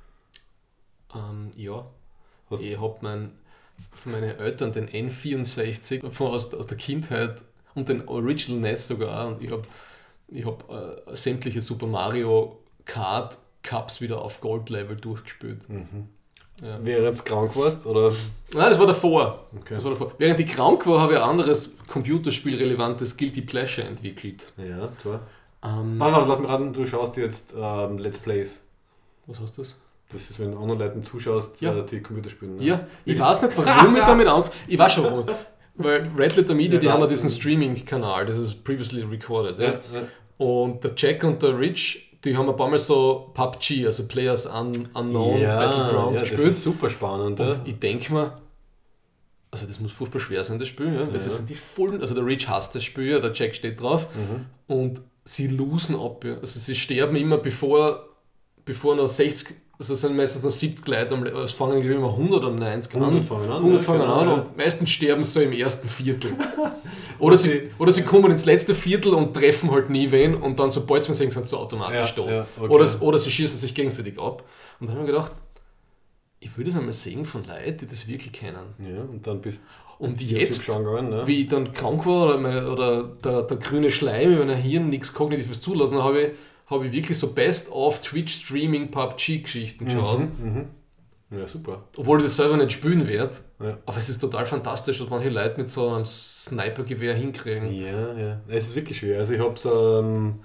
Ähm, ja, Hast- ich habe mein, von meinen Eltern den N vierundsechzig von aus, aus der Kindheit und den Original N E S sogar auch. Und ich habe ich hab, äh, sämtliche Super Mario Kart Cups wieder auf Gold-Level durchgespielt. Mhm. Ja. Während du krank warst? Oder? Nein, das war davor. Okay. Das war davor. Während ich krank war, habe ich ein anderes computerspielrelevantes Guilty Pleasure entwickelt. Ja, zwar. Ähm, Warte, warte, lass mich raten, du schaust dir jetzt ähm, Let's Plays. was heißt das? Das ist, wenn du anderen Leuten zuschaust, Ja. äh, die Computerspielen. Ja, ich weiß nicht, warum ich damit angefangen habe. Ich weiß schon warum. Weil Red Letter Media, Ja, die da- haben ja diesen Streaming-Kanal, das ist previously recorded. Ja, Ja. ja. Und der Jack und der Rich, die haben ein paar Mal so P U B G, also Players Un Unknown ja, Battleground ja, das gespielt. ist super spannend. Ja. Und ich denke mir, also das muss furchtbar schwer sein, das Spiel, ja? Weil Ja. sie sind die vollen, also der Rich hasst das Spiel, ja, der Jack steht drauf Mhm. und sie losen ab. Ja. Also sie sterben immer bevor, bevor noch sechzig, also es sind meistens noch siebzig Leute, am Le- es fangen irgendwie immer hundert oder neunzig an. hundert fangen an. hundert ja, fangen genau, an ja. und meistens sterben sie so im ersten Viertel. Oder Was sie, sie- oder sie kommen ins letzte Viertel und treffen halt nie wen und dann sobald sie sehen, sind sie automatisch Ja, tot. ja, okay. oder, oder sie schießen sich gegenseitig ab. Und dann habe ich mir gedacht, ich würde das einmal sehen von Leuten, die das wirklich kennen. Ja, und dann bist Und du jetzt, schauen gegangen, ne? wie ich dann krank war oder, meine, oder der, der grüne Schleim in meiner Hirn nichts Kognitives zulassen, habe ich, habe ich wirklich so Best-of Twitch-Streaming P U B G-Geschichten geschaut. Mhm, mhm. Ja, super. Obwohl ich das selber nicht spielen werde. Ja. Aber es ist total fantastisch, was manche Leute mit so einem Snipergewehr hinkriegen. Ja, ja. Es ist wirklich schwer. Also ich habe es ähm,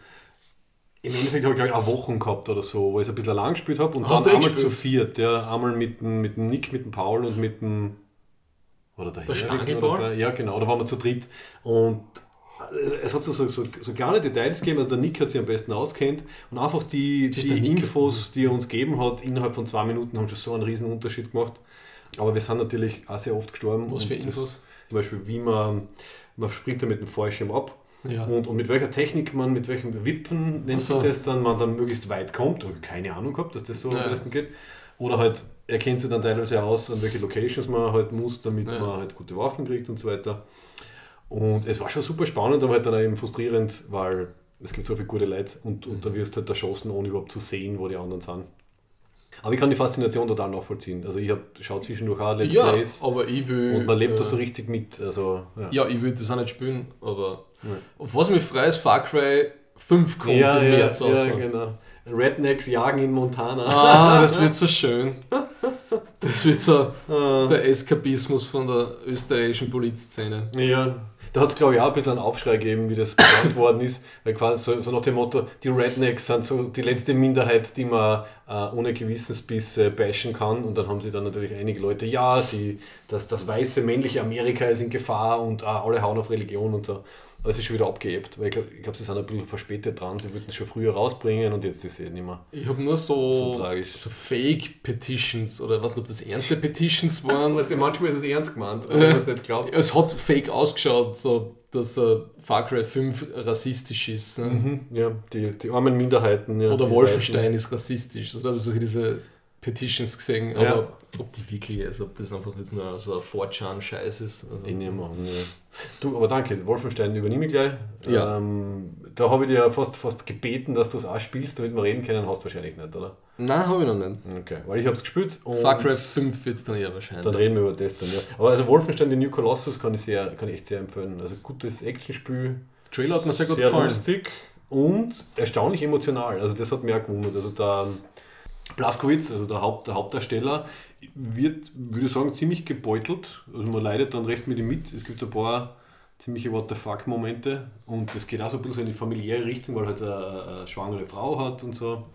im Endeffekt habe ich glaube ich eine Woche gehabt oder so, wo ich es ein bisschen lang gespielt habe und Hast dann du eh einmal gespielt? zu viert. Ja, einmal mit dem, mit dem Nick, mit dem Paul und mit dem oder der, Der Henrik Stangelball? oder der, ja genau, da waren wir zu dritt und es hat so, so, so, so kleine Details gegeben, also der Nick hat sich am besten auskennt und einfach die, Das ist die der Nick. Infos, die er uns gegeben hat, innerhalb von zwei Minuten haben schon so einen riesen Unterschied gemacht. Aber wir sind natürlich auch sehr oft gestorben. Was für und das- Infos? Zum Beispiel, wie man, man springt da mit dem Fallschirm ab Ja. und, und mit welcher Technik man, mit welchem Wippen nennt Ach so. sich das dann, man dann möglichst weit kommt. Ich habe keine Ahnung gehabt, dass das so Ja. am besten geht. Oder halt, er kennt sich dann teilweise aus, an welche Locations man halt muss, damit Ja. man halt gute Waffen kriegt und so weiter. Und es war schon super spannend, aber halt dann auch eben frustrierend, weil es gibt so viele gute Leute und, und da wirst du halt erschossen, ohne überhaupt zu sehen, wo die anderen sind. Aber ich kann die Faszination total nachvollziehen. Also ich habe schaue zwischendurch auch Let's Ja, Plays aber ich will. und man lebt äh, da so richtig mit. Also, ja. Ja, ich will das auch nicht spielen, aber. Ja. Auf was mich freut, ist Far Cry fünf kommt ja, im ja, März raus. ja, genau. Rednecks jagen in Montana. Ah, das wird so schön. Das Das wird so uh. der Eskapismus von der österreichischen Polizszene. Ja, da hat es glaube ich auch ein bisschen einen Aufschrei gegeben, wie das bekannt worden ist. Weil quasi so, so nach dem Motto, die Rednecks sind so die letzte Minderheit, die man äh, ohne Gewissensbiss äh, bashen kann. Und dann haben sie dann natürlich einige Leute, ja, die, das, das weiße männliche Amerika ist in Gefahr und äh, alle hauen auf Religion und so. Aber es ist schon wieder abgehebt, weil ich glaube, glaub, sie sind ein bisschen verspätet dran, sie wollten es schon früher rausbringen und jetzt ist es nicht mehr Ich habe nur so, so, tragisch. so Fake-Petitions oder was ob das ernste Petitions waren. Weißt du, manchmal ist es ernst gemeint, aber man es nicht glaubt. Es hat fake ausgeschaut, so, dass uh, Far Cry fünf rassistisch ist. Ne? Mhm, ja, die, die armen Minderheiten. Ja, oder Wolfenstein Weißen. Ist rassistisch. Also da habe ich so diese Petitions gesehen, aber ja. ob die wirklich ist, ob das einfach jetzt nur so ein four chan Scheiß ist. Also ich nehme an, ja. Du, aber danke, Wolfenstein übernehme ich gleich. Ja. Ähm, da habe ich dir fast, fast gebeten, dass du es auch spielst, damit wir reden können, hast du wahrscheinlich nicht, oder? Nein, habe ich noch nicht. Okay, weil ich habe es gespielt. Far Cry fünf wird es dann eher wahrscheinlich. Dann reden wir über das dann, ja. Aber also Wolfenstein, The New Colossus kann ich, sehr, kann ich echt sehr empfehlen. Also gutes Actionspiel. Trailer hat mir sehr gut sehr gefallen. Lustig und erstaunlich emotional. Also das hat mich auch gewundert. Also der Blazkowicz, also der, Haupt, der Hauptdarsteller, wird, würde ich sagen, ziemlich gebeutelt. Also man leidet dann recht mit ihm mit. Es gibt ein paar ziemliche What the fuck Momente und es geht auch so ein bisschen in die familiäre Richtung, weil er halt eine, eine schwangere Frau hat und so.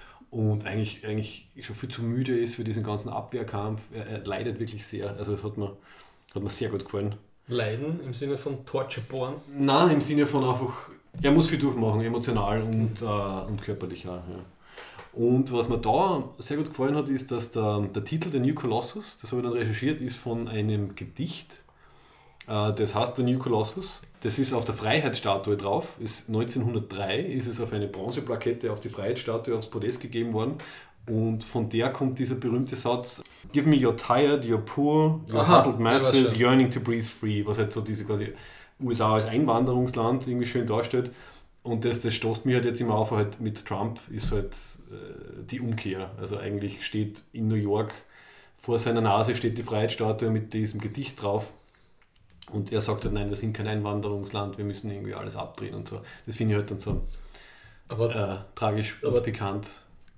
Und eigentlich, eigentlich schon viel zu müde ist für diesen ganzen Abwehrkampf. Er, er leidet wirklich sehr. Also das hat mir, hat mir sehr gut gefallen. Leiden im Sinne von Torture Porn? Nein, im Sinne von einfach, er muss viel durchmachen, emotional und, mhm. äh, und körperlich auch. Ja. Und was mir da sehr gut gefallen hat, ist, dass der, der Titel, The New Colossus, das habe ich dann recherchiert, ist von einem Gedicht. Äh, das heißt The New Colossus. Das ist auf der Freiheitsstatue drauf. Ist neunzehnhundertdrei ist es auf eine Bronzeplakette auf die Freiheitsstatue aufs Podest gegeben worden. Und von der kommt dieser berühmte Satz: Give me you're tired, you're poor, you're Aha, huddled masses, yearning to breathe free. Was halt so diese quasi U S A als Einwanderungsland irgendwie schön darstellt. Und das, das stoßt mir halt jetzt immer auf, halt mit Trump ist halt äh, die Umkehr. Also eigentlich steht in New York vor seiner Nase steht die Freiheitsstatue mit diesem Gedicht drauf. Und er sagt halt, nein, wir sind kein Einwanderungsland, wir müssen irgendwie alles abdrehen und so. Das finde ich halt dann so aber, äh, tragisch aber bekannt.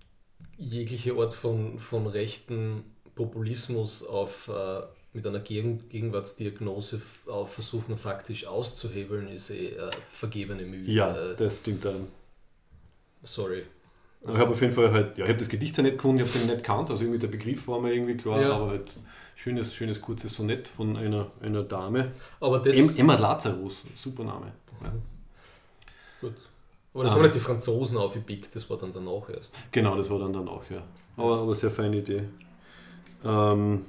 Jegliche Art von, von rechten Populismus auf, äh, mit einer Gegen- Gegenwartsdiagnose auf versuchen faktisch auszuhebeln, ist eh äh, vergebene Mühe. Ja, das stimmt dann. Sorry. Ich habe auf jeden Fall halt, ja, ich habe das Gedicht ja nicht gefunden, ich habe den nicht gekannt, also irgendwie der Begriff war mir irgendwie klar, ja. Aber halt schönes, schönes kurzes Sonett von einer, einer Dame. Aber das em, Emma Lazarus, super Name. Ja. Gut. Aber das um, haben nicht die Franzosen aufgepickt, das war dann danach erst. Genau, das war dann danach, ja. Aber, aber sehr feine Idee. Ähm,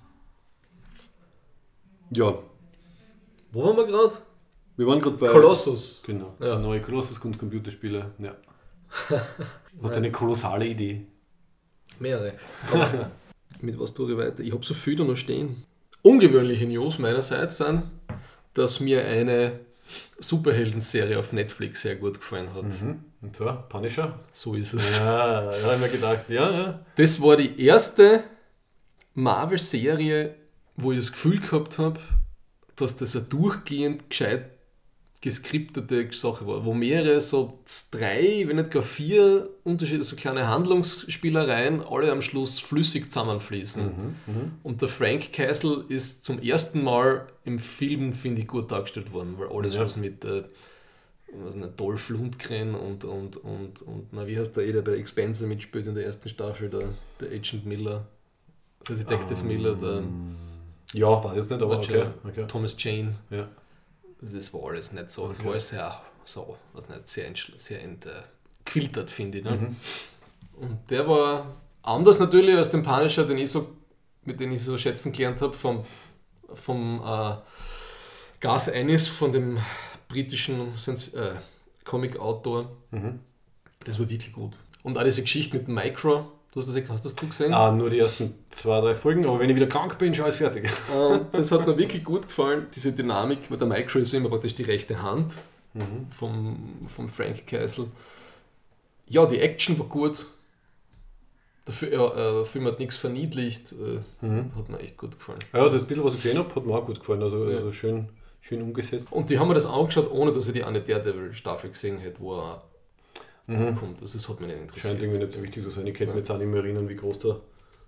ja. Wo waren wir gerade? Wir waren gerade bei Colossus. Genau, ja. Der neue Colossus und Computerspiele, ja. Hast du eine kolossale Idee? Mehrere. Aber mit was tue ich weiter? Ich habe so viel da noch stehen. Ungewöhnliche News meinerseits sind, dass mir eine Superhelden-Serie auf Netflix sehr gut gefallen hat. Mhm. Und zwar Punisher? So ist es. Ja, da habe ich mir gedacht, ja, ja. Das war die erste Marvel-Serie, wo ich das Gefühl gehabt habe, dass das eine durchgehend gescheit geskriptete Sache war, wo mehrere, so drei, wenn nicht gar vier Unterschiede, so kleine Handlungsspielereien alle am Schluss flüssig zusammenfließen. Mhm, mh. Und der Frank Castle ist zum ersten Mal im Film, finde ich, gut dargestellt worden, weil alles, ja. was mit äh, was nicht, Dolph Lundgren und, und, und, und na, wie heißt der, eh, der bei Expense mitspielt in der ersten Staffel, der, der Agent Miller, der Detective um, Miller, der ja, weiß jetzt nicht, aber okay, okay. Thomas Jane. Ja. Das war alles nicht so. Das okay. war alles sehr, so, was nicht, sehr, sehr entquiltert, finde ich. Ne? Mhm. Und der war anders natürlich als den Punisher, den ich so, mit dem ich so schätzen gelernt habe, vom, vom äh, Garth Ennis, von dem britischen äh, Comic-Autor. Mhm. Das war wirklich gut. Und auch diese Geschichte mit Micro. Du hast das, hast das du gesehen? Ah, nur die ersten zwei, drei Folgen, aber wenn ich wieder krank bin, schau ich fertig. Und das hat mir wirklich gut gefallen, diese Dynamik, weil der Micro ist immer praktisch die rechte Hand mhm. vom, vom Frank Castle. Ja, die Action war gut. Der Film, ja, der Film hat nichts verniedlicht, mhm. hat mir echt gut gefallen. Ja, das bisschen, was ich gesehen habe, hat mir auch gut gefallen, also, ja. also schön, schön umgesetzt. Und die haben mir das angeschaut, ohne dass ich die eine Daredevil-Staffel gesehen hätte, wo er Mhm. kommt. Also das hat mich nicht interessiert. Scheint irgendwie nicht so wichtig zu sein. Ich könnte mich jetzt auch nicht mehr erinnern, wie groß der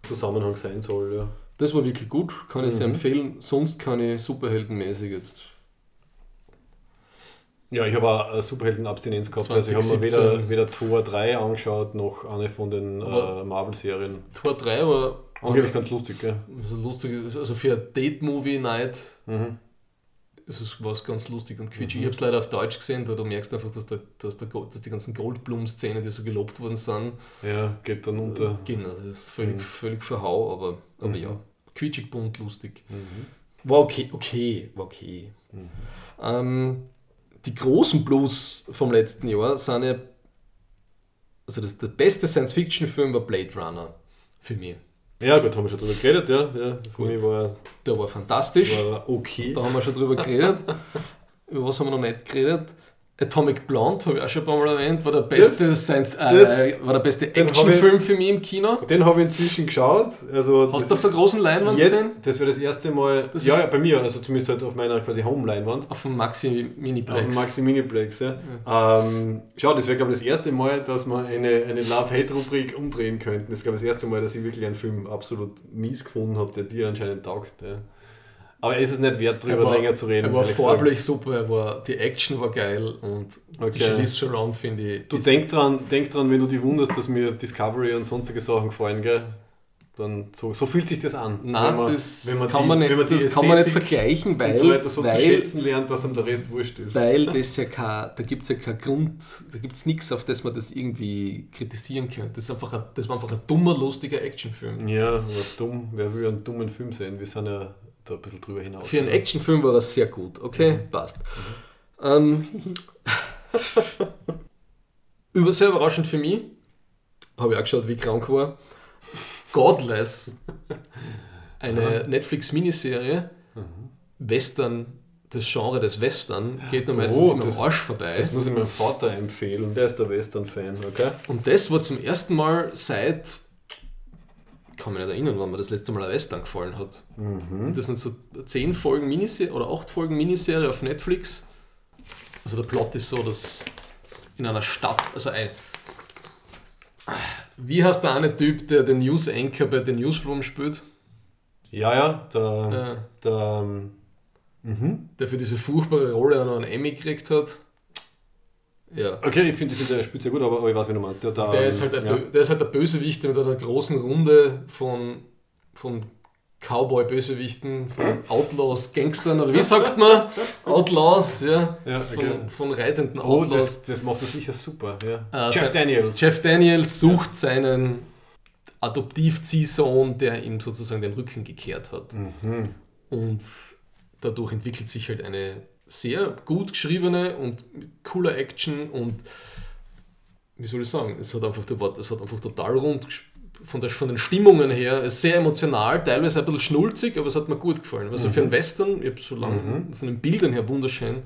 Zusammenhang sein soll. Ja. Das war wirklich gut, kann ich Mhm. sehr empfehlen. Sonst keine superheldenmäßig jetzt. Ja, ich habe auch eine Superhelden-Abstinenz gehabt. Also ich habe mir zwanzig siebzehn weder, weder Tor drei angeschaut, noch eine von den Aber- äh, Marvel-Serien. Tor drei war Angeblich ganz lustig, gell? also lustig, also für eine Date-Movie-Night Mhm. ist es was ganz lustig und quietschig. Mhm. Ich habe es leider auf Deutsch gesehen, da du merkst einfach, dass, der, dass, der, Go- dass die ganzen Goldblum-Szenen, die so gelobt worden sind, Ja, geht dann unter. gehen. Also das ist völlig, Mhm. völlig verhau, aber, aber Mhm. ja, quietschig, bunt, lustig. Mhm. War okay, okay, war okay. Mhm. Ähm, die großen Blues vom letzten Jahr sind ja, also das, der beste Science-Fiction-Film war Blade Runner für mich. Ja, gut, haben wir schon drüber geredet, ja. ja für Gut. mich war Der war fantastisch, war okay. da haben wir schon drüber geredet. Über was haben wir noch nicht geredet? Atomic Blonde, habe ich auch schon ein paar Mal erwähnt, war der beste, Science, äh, das- war der beste den hab Actionfilm für mich im Kino. Den habe ich inzwischen geschaut. Also Hast das du auf der großen Leinwand jetzt, gesehen? das wäre das erste Mal, Das ja, ist- ja, bei mir, also zumindest halt auf meiner quasi Home-Leinwand. Auf dem Maxi Auf dem Miniplex. Maxi Miniplex, ja. Ähm, schau, das wäre, glaube ich, das erste Mal, dass wir eine, eine Love-Hate-Rubrik umdrehen könnten. Das ist, glaube ich, das erste Mal, dass ich wirklich einen Film absolut mies gefunden habe, der dir anscheinend taugt. Ja. Aber es ist nicht wert, Er darüber war- länger zu reden. Er war ehrlich farblich super, er war, die Action war geil und die Okay. Charlize Theron finde ich. Du ist- denk dran, denk dran, wenn du dich wunderst, dass mir Discovery und sonstige Sachen gefallen, gell? Dann so, so fühlt sich das an. Nein, wenn man, das, wenn man kann, die, man nicht, wenn man die das kann man nicht Ästhetik vergleichen, weil, und so weiter so zu weil, schätzen lernt, dass ihm der Rest wurscht ist. weil das ja kein, da gibt es ja keinen Grund, da gibt es nichts, auf das man das irgendwie kritisieren könnte. Das, ist einfach ein, das war einfach ein dummer, lustiger Actionfilm. Ja, aber dumm, wer will einen dummen Film sehen? Wir sind ja da ein bisschen drüber hinaus. Für einen Actionfilm war das sehr gut, okay, Mhm. passt. Ähm, über sehr überraschend für mich, habe ich auch geschaut, wie ich krank war, Godless, eine Netflix-Miniserie, Western, das Genre des Western, geht nur meistens Oh, immer am das- Arsch vorbei. Das muss ich meinem Vater empfehlen, der ist der Western-Fan, okay? Und das war zum ersten Mal seit, ich kann mich nicht erinnern, wann mir das letzte Mal ein Western gefallen hat. Und das sind so zehn Folgen Miniserie oder acht Folgen Miniserie auf Netflix. Also der Plot ist so, dass in einer Stadt, also ein, wie heißt der eine Typ, der den News Anchor bei The Newsroom spielt? Ja, ja, der, Äh, der ähm, mhm. der für diese furchtbare Rolle auch noch einen Emmy gekriegt hat. Ja. Okay, ich finde, ich find, der spielt sehr gut, aber, aber ich weiß, wie du meinst. Der, der, Der ist, halt der, ja. Bö- der ist halt der Bösewicht mit einer großen Runde von, von Cowboy-Bösewichten, von Outlaws, Gangstern, oder wie sagt man? Outlaws, ja. Ja, okay. Von, von reitenden Oh, Outlaws. das, das macht er sicher super. Ja. Ah, Jeff sein- Daniels. Jeff Daniels sucht seinen Adoptivziehsohn, der ihm sozusagen den Rücken gekehrt hat. Mhm. Und dadurch entwickelt sich halt eine sehr gut geschriebene und mit cooler Action und wie soll ich sagen, es hat einfach, der Wort, es hat einfach total rund ges- von, der, von den Stimmungen her, es ist sehr emotional, teilweise ein bisschen schnulzig, aber es hat mir gut gefallen. Also für einen Western, ich habe so lange Mhm. von den Bildern her wunderschön.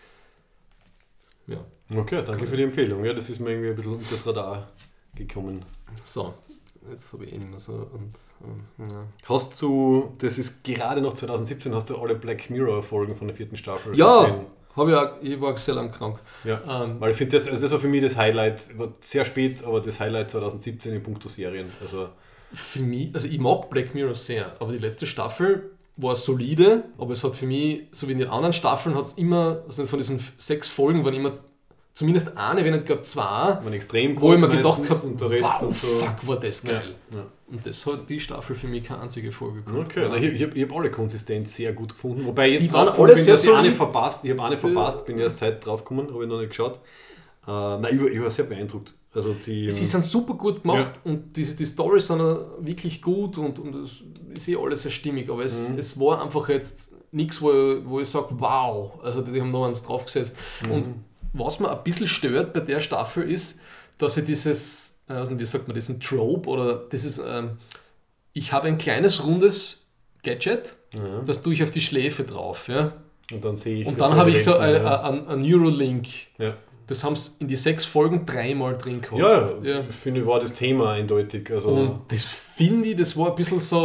Ja, Okay, danke für die Empfehlung. Ja, das ist mir irgendwie ein bisschen unter das Radar gekommen. so, jetzt habe ich eh nicht mehr so. Und, ähm, ja. Hast du, das ist gerade noch zwanzig siebzehn, hast du alle Black Mirror-Folgen von der vierten Staffel schon Ja, gesehen? habe ich auch, ich war sehr lang krank. Ja. Ähm, Weil ich finde, das, also das war für mich das Highlight, war sehr spät, aber das Highlight zwanzig siebzehn in puncto Serien. Also, Für mich, also ich mag Black Mirror sehr, aber die letzte Staffel war solide, aber es hat für mich, so wie in den anderen Staffeln, hat es immer, also von diesen f- sechs Folgen waren immer zumindest eine, wenn nicht gar zwei, man extrem wo ich mir gut gedacht meistens habe, und der Rest wow, und so. fuck, war das Ja, geil. ja. Und das hat die Staffel für mich keine einzige Folge gehabt. Okay, na, ich, ich habe hab alle konsistent sehr gut gefunden. Wobei ich Die jetzt waren draufgekommen alle bin, sehr dass ich eine solid. verpasst. Ich habe eine verpasst, bin erst heute draufgekommen, habe ich noch nicht geschaut. Äh, nein, ich war, ich war sehr beeindruckt. Also die, Sie sind super gut gemacht und die, die Storys sind auch wirklich gut und, und es ist eh alles sehr stimmig, aber es, Mhm. es war einfach jetzt nichts, wo, ich- wo ich sage, wow, also die haben noch eins draufgesetzt. Mhm. Und was mir ein bisschen stört bei der Staffel ist, dass sie dieses, äh, also wie sagt man, diesen Trope oder dieses, ähm, ich habe ein kleines rundes Gadget, ja. das tue ich auf die Schläfe drauf, ja. Und dann sehe ich. Und dann habe ich so ein, ja. ein, ein Neuralink. Ja. Das haben sie in die sechs Folgen dreimal drin gehabt. Ja, ja, Ja. ich finde, war das Thema eindeutig. Also, Und das finde ich, das war ein bisschen so,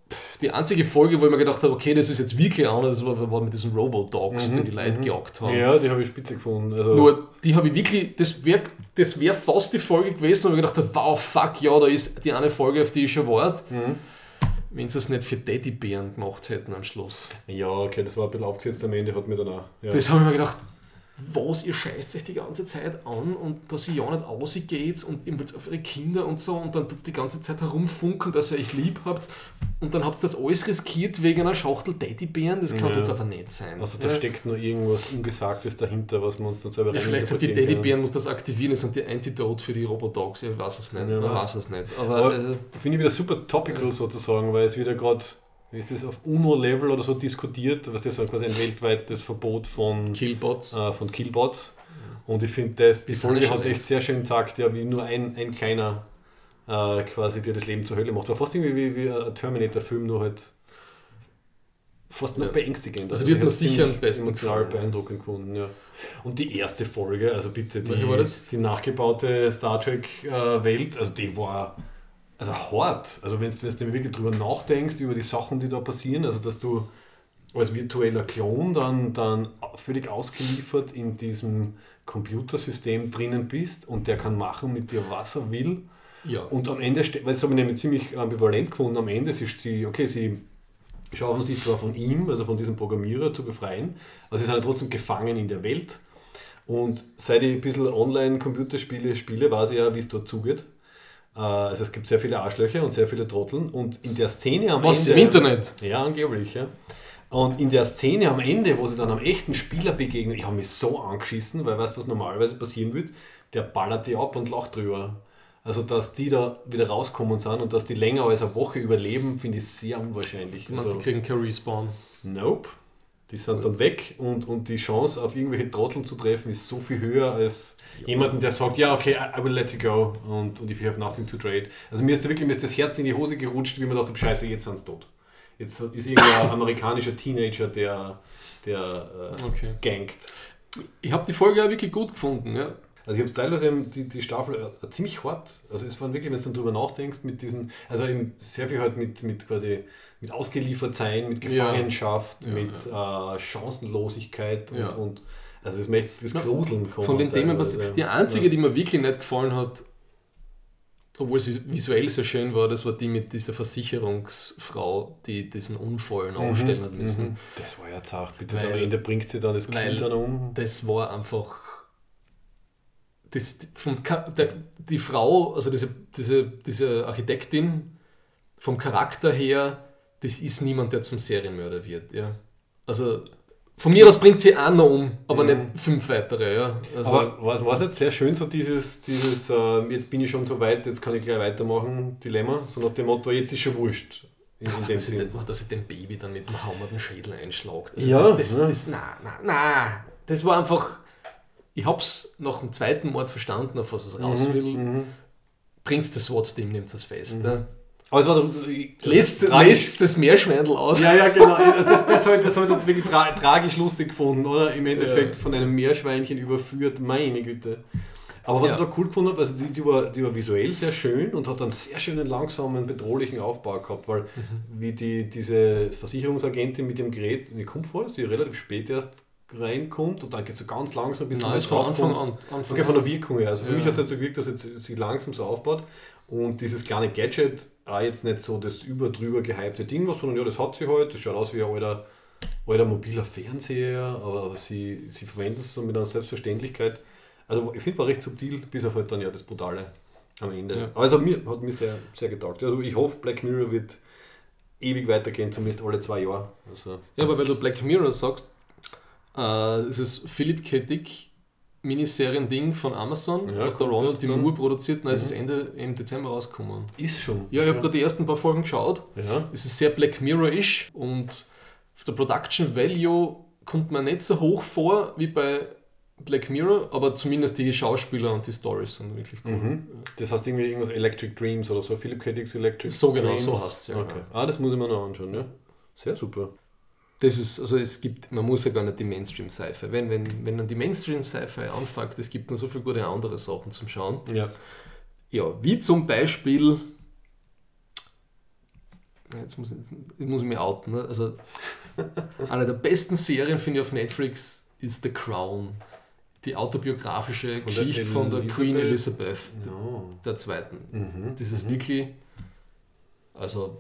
die einzige Folge, wo ich mir gedacht habe, okay, das ist jetzt wirklich anders, war, war mit diesen Robo-Dogs, Mhm, die die Leute mhm. gejagt haben. Ja, die habe ich spitze gefunden. Also, Nur, die habe ich wirklich, das wäre das wär fast die Folge gewesen, wo ich gedacht habe, wow, fuck, ja, da ist die eine Folge, auf die ich schon warte. mhm. Wenn sie es nicht für Teddybären gemacht hätten am Schluss. Ja, okay, das war ein bisschen aufgesetzt am Ende, hat mir dann auch. Ja. Das habe ich mir gedacht, was, ihr scheißt euch die ganze Zeit an und dass ihr ja nicht rausgeht und ihr wollt auf eure Kinder und so und dann tut die ganze Zeit herumfunken, dass ihr euch lieb habt und dann habt ihr das alles riskiert wegen einer Schachtel Teddybären, das kann Ja. jetzt einfach nicht sein. Also da ja. steckt nur irgendwas Ungesagtes dahinter, was wir uns dann selber Ja, vielleicht sind die reininterpretieren Teddybären, muss das aktivieren, das sind die Antidote für die Robodogs, ich weiß es nicht, Ja, man was? weiß es nicht. Aber, Aber äh, finde ich wieder super topical Ja. sozusagen, weil es wieder gerade, wie ist das, auf UNO-Level oder so diskutiert, was das so quasi ein weltweites Verbot von, Killbots. äh, von Killbots. Und ich finde, das, die Die sind Folge ja schon hat echt echt. sehr schön gesagt, ja, wie nur ein, ein kleiner äh, quasi dir das Leben zur Hölle macht. War fast irgendwie wie, wie ein Terminator-Film, nur halt fast noch Ja. beängstigend. Also die hat ich mir hab's sicher ziemlich am besten emotional gefallen. beeindruckend gefunden. Ja. Und die erste Folge, also bitte, Welche war die, das? die nachgebaute Star Trek-Welt, also die war also hart. Also wenn du wirklich drüber nachdenkst, über die Sachen, die da passieren, also dass du als virtueller Klon dann, dann völlig ausgeliefert in diesem Computersystem drinnen bist und der kann machen mit dir, was er will. Ja. Und am Ende, ste- weil das habe ich nämlich ziemlich ambivalent gefunden, am Ende ist sie, okay, sie schaffen sich zwar von ihm, also von diesem Programmierer zu befreien, aber sie sind ja trotzdem gefangen in der Welt. Und seit ich ein bisschen Online-Computerspiele spiele, weiß ich ja, wie es dort zugeht. Äh, Also es gibt sehr viele Arschlöcher und sehr viele Trotteln und in der Szene am Was, Ende... im Internet? Ja, angeblich, ja. Und in der Szene am Ende, wo sie dann am echten Spieler begegnen, ich habe mich so angeschissen, weil weißt du, was normalerweise passieren wird? Der ballert die ab und lacht drüber. Also, dass die da wieder rauskommen sind und dass die länger als eine Woche überleben, finde ich sehr unwahrscheinlich. Du meinst, Also, die kriegen kein Respawn. nope. Die sind dann weg und, und die Chance, auf irgendwelche Trotteln zu treffen, ist so viel höher als Ja. jemanden, der sagt, ja, okay, I, I will let you go und, und if you have nothing to trade. Also, mir ist da wirklich mir ist das Herz in die Hose gerutscht, wie man dachte, scheiße, jetzt sind sie tot. Jetzt ist irgendein amerikanischer Teenager, der, der äh, Okay. gankt. Ich habe die Folge auch wirklich gut gefunden, ja. Also ich habe teilweise eben die, die Staffel äh, ziemlich hart. Also es waren wirklich, wenn du dann drüber nachdenkst, mit diesen, also eben sehr viel halt mit, mit quasi mit ausgeliefert sein, mit Gefangenschaft, Ja. Ja, mit Äh, Chancenlosigkeit und, Ja. und also es möchte das Ja, Gruseln kommen. Von den Themen, was, teilweise. die einzige, ja. die mir wirklich nicht gefallen hat, obwohl sie visuell sehr schön war, das war die mit dieser Versicherungsfrau, die diesen Unfall Mhm, aufstellen hat müssen. mhm. Das war ja zart. Bitte, Weil- am Ende bringt sie dann das weil- Kind dann um. Das war einfach. Das, vom, Ka- der, die Frau, also diese, diese, diese Architektin, vom Charakter her, das ist niemand, der zum Serienmörder wird. Ja. Also von mir aus bringt sie einen noch um, aber Mhm. nicht fünf weitere. Ja. Also, Aber war es nicht sehr schön, so dieses, dieses äh, jetzt bin ich schon so weit, jetzt kann ich gleich weitermachen, Dilemma? So nach dem Motto, jetzt ist schon wurscht. In, in dem dass, sie, Sinn. den- dass sie dem Baby dann mit dem Hammer den Schädel einschlagt. Also Ja, das, das, ja. das, na, na, na, das war einfach. Ich hab's nach dem zweiten Mord verstanden, auf was es raus will. Mhm. Bringt's das SWAT-Team, nimmt es fest. Mhm. Ja. Aber es war doch, Lässt, tragisch. lässt das Meerschweindel aus. Ja, ja, genau. Also Das, das habe ich, das hab ich wirklich tra tragisch lustig gefunden, oder? Im Endeffekt Ja. von einem Meerschweinchen überführt, meine Güte. Aber was Ja. ich da cool gefunden habe, also die, die, war, die war visuell sehr schön und hat einen sehr schönen, langsamen, bedrohlichen Aufbau gehabt, weil Mhm. wie die, diese Versicherungsagentin mit dem Gerät, mir kommt vor, dass die relativ spät erst reinkommt und dann geht es so ganz langsam bis Nein, du ist von Anfang draufkommst. an. Anfang Okay, von an. der Wirkung her. Also für Ja. mich hat es halt so gewirkt, dass jetzt sie langsam so aufbaut und dieses kleine Gadget auch jetzt nicht so das über-drüber gehypte Ding war, sondern ja, das hat sie halt, das schaut aus wie ein alter, alter mobiler Fernseher, aber sie, sie verwenden es so mit einer Selbstverständlichkeit. Also ich finde, war recht subtil, bis auf halt dann ja das Brutale am Ende. Ja. Also mir hat mir sehr, sehr getaugt. Also ich hoffe, Black Mirror wird ewig weitergehen, zumindest alle zwei Jahre. Also, Ja, aber weil du Black Mirror sagst, äh, es ist Philip K. Dick Miniseriending von Amazon, Ja, was der kommt Ronald jetzt D. dann. Moore produziert, und es Mhm. ist Ende im Dezember rausgekommen. ist schon. Ja, ich habe gerade die ersten paar Folgen geschaut. Ja. Es ist sehr Black Mirror-ish und auf der Production Value kommt man nicht so hoch vor wie bei Black Mirror, aber zumindest die Schauspieler und die Storys sind wirklich cool. Mhm. Das heißt irgendwie irgendwas Electric Dreams oder so, Philip K. Dick's Electric So genau, Dreams. so heißt's ja, Okay. genau. Ah, das muss ich mir noch anschauen, ja. Sehr super. Das ist, also es gibt, man muss ja gar nicht die Mainstream-Sci-Fi. Wenn, wenn, wenn man die Mainstream-Sci-Fi anfängt, es gibt noch so viele gute andere Sachen zum Schauen. Ja. Ja, wie zum Beispiel, jetzt muss ich, ich muss mich outen, ne? Also eine der besten Serien, finde ich, auf Netflix ist The Crown. Die autobiografische von Geschichte der von der Elizabeth? Queen Elizabeth, no. der Zweiten. Mhm. Das ist mhm. wirklich, also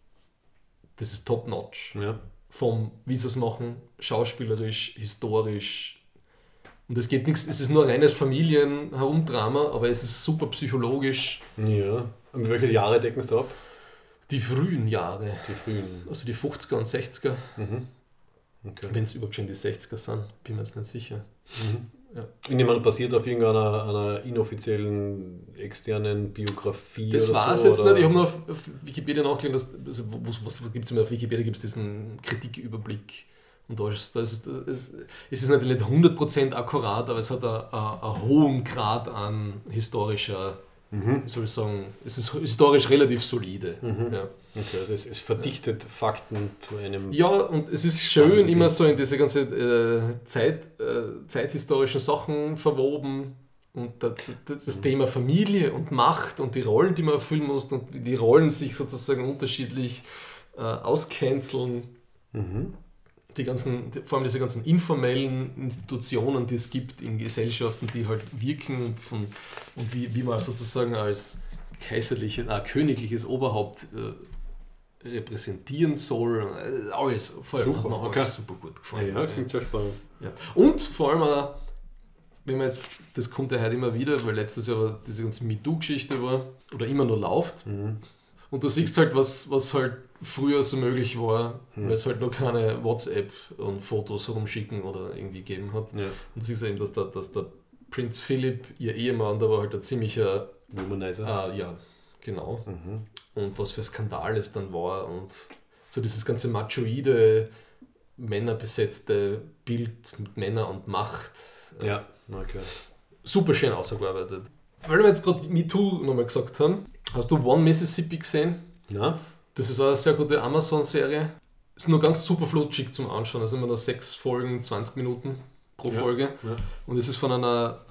das ist top-notch. Ja. Vom, wie sie es machen, schauspielerisch, historisch. Und es geht nichts, es ist nur reines Familien-Herumdrama, aber es ist super psychologisch. Ja. Und welche Jahre decken es da ab? Die frühen Jahre. Die frühen. Also die fünfziger und sechziger. Mhm. Okay. Wenn es überhaupt schon die sechziger sind, bin mir jetzt nicht sicher. Mhm. Ja. Ich nehme an, basiert auf irgendeiner einer inoffiziellen externen Biografie das oder so? Das war es jetzt oder? Nicht. Ich habe nur auf, auf Wikipedia nachgelesen, dass, also, was, was, was gibt es auf Wikipedia? Gibt es diesen Kritiküberblick. Und da ist, da ist, da ist, es ist natürlich nicht hundert Prozent akkurat, aber es hat einen hohen Grad an historischer, mhm. wie soll ich sagen, es ist historisch relativ solide. Mhm. Ja. Okay, also es, es verdichtet ja. Fakten zu einem... Ja, und es ist schön, immer so in diese ganze äh, Zeit, äh, zeithistorischen Sachen verwoben und da, das, das mhm. Thema Familie und Macht und die Rollen, die man erfüllen muss und wie die Rollen sich sozusagen unterschiedlich äh, auscanceln. Mhm. Die ganzen, vor allem diese ganzen informellen Institutionen, die es gibt in Gesellschaften, die halt wirken und, von, und wie, wie man sozusagen als kaiserliches, äh, königliches Oberhaupt äh, repräsentieren soll. Alles, vor allem super, hat mir okay. alles super gut gefallen. Ja, klingt sehr spannend. Ja. Und vor allem auch, wenn man jetzt, das kommt ja heute immer wieder, weil letztes Jahr diese ganze MeToo-Geschichte war oder immer noch läuft. Mhm. Und du siehst halt, was, was halt früher so möglich war, mhm. weil es halt noch keine WhatsApp und Fotos herumschicken oder irgendwie gegeben hat. Ja. Und du siehst eben, dass der, dass der Prinz Philipp, ihr Ehemann, da war halt ein ziemlicher Womanizer. Äh, ja, genau. Mhm. Und was für ein Skandal es dann war und so dieses ganze machoide, männerbesetzte Bild mit Männer und Macht. Ja, okay. Super schön ausgearbeitet. Weil wir jetzt gerade MeToo nochmal gesagt haben, hast du One Mississippi gesehen? Ja. Das ist eine sehr gute Amazon-Serie. Ist nur ganz super flutschig zum Anschauen. Also immer nur sechs Folgen, zwanzig Minuten pro ja, Folge. Ja. Und es ist von einer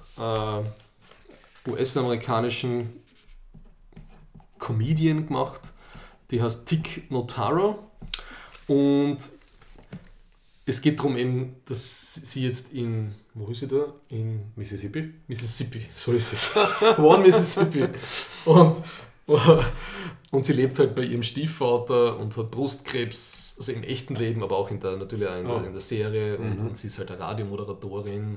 äh, U S-amerikanischen Comedian gemacht. Die heißt Tig Notaro. Und es geht darum eben, dass sie jetzt in, wo ist sie da? In Mississippi? Mississippi, so ist es. One Mississippi. Und, und sie lebt halt bei ihrem Stiefvater und hat Brustkrebs, also im echten Leben, aber auch in der, natürlich auch in, der, oh. in der Serie. Und, mhm. und sie ist halt eine Radiomoderatorin.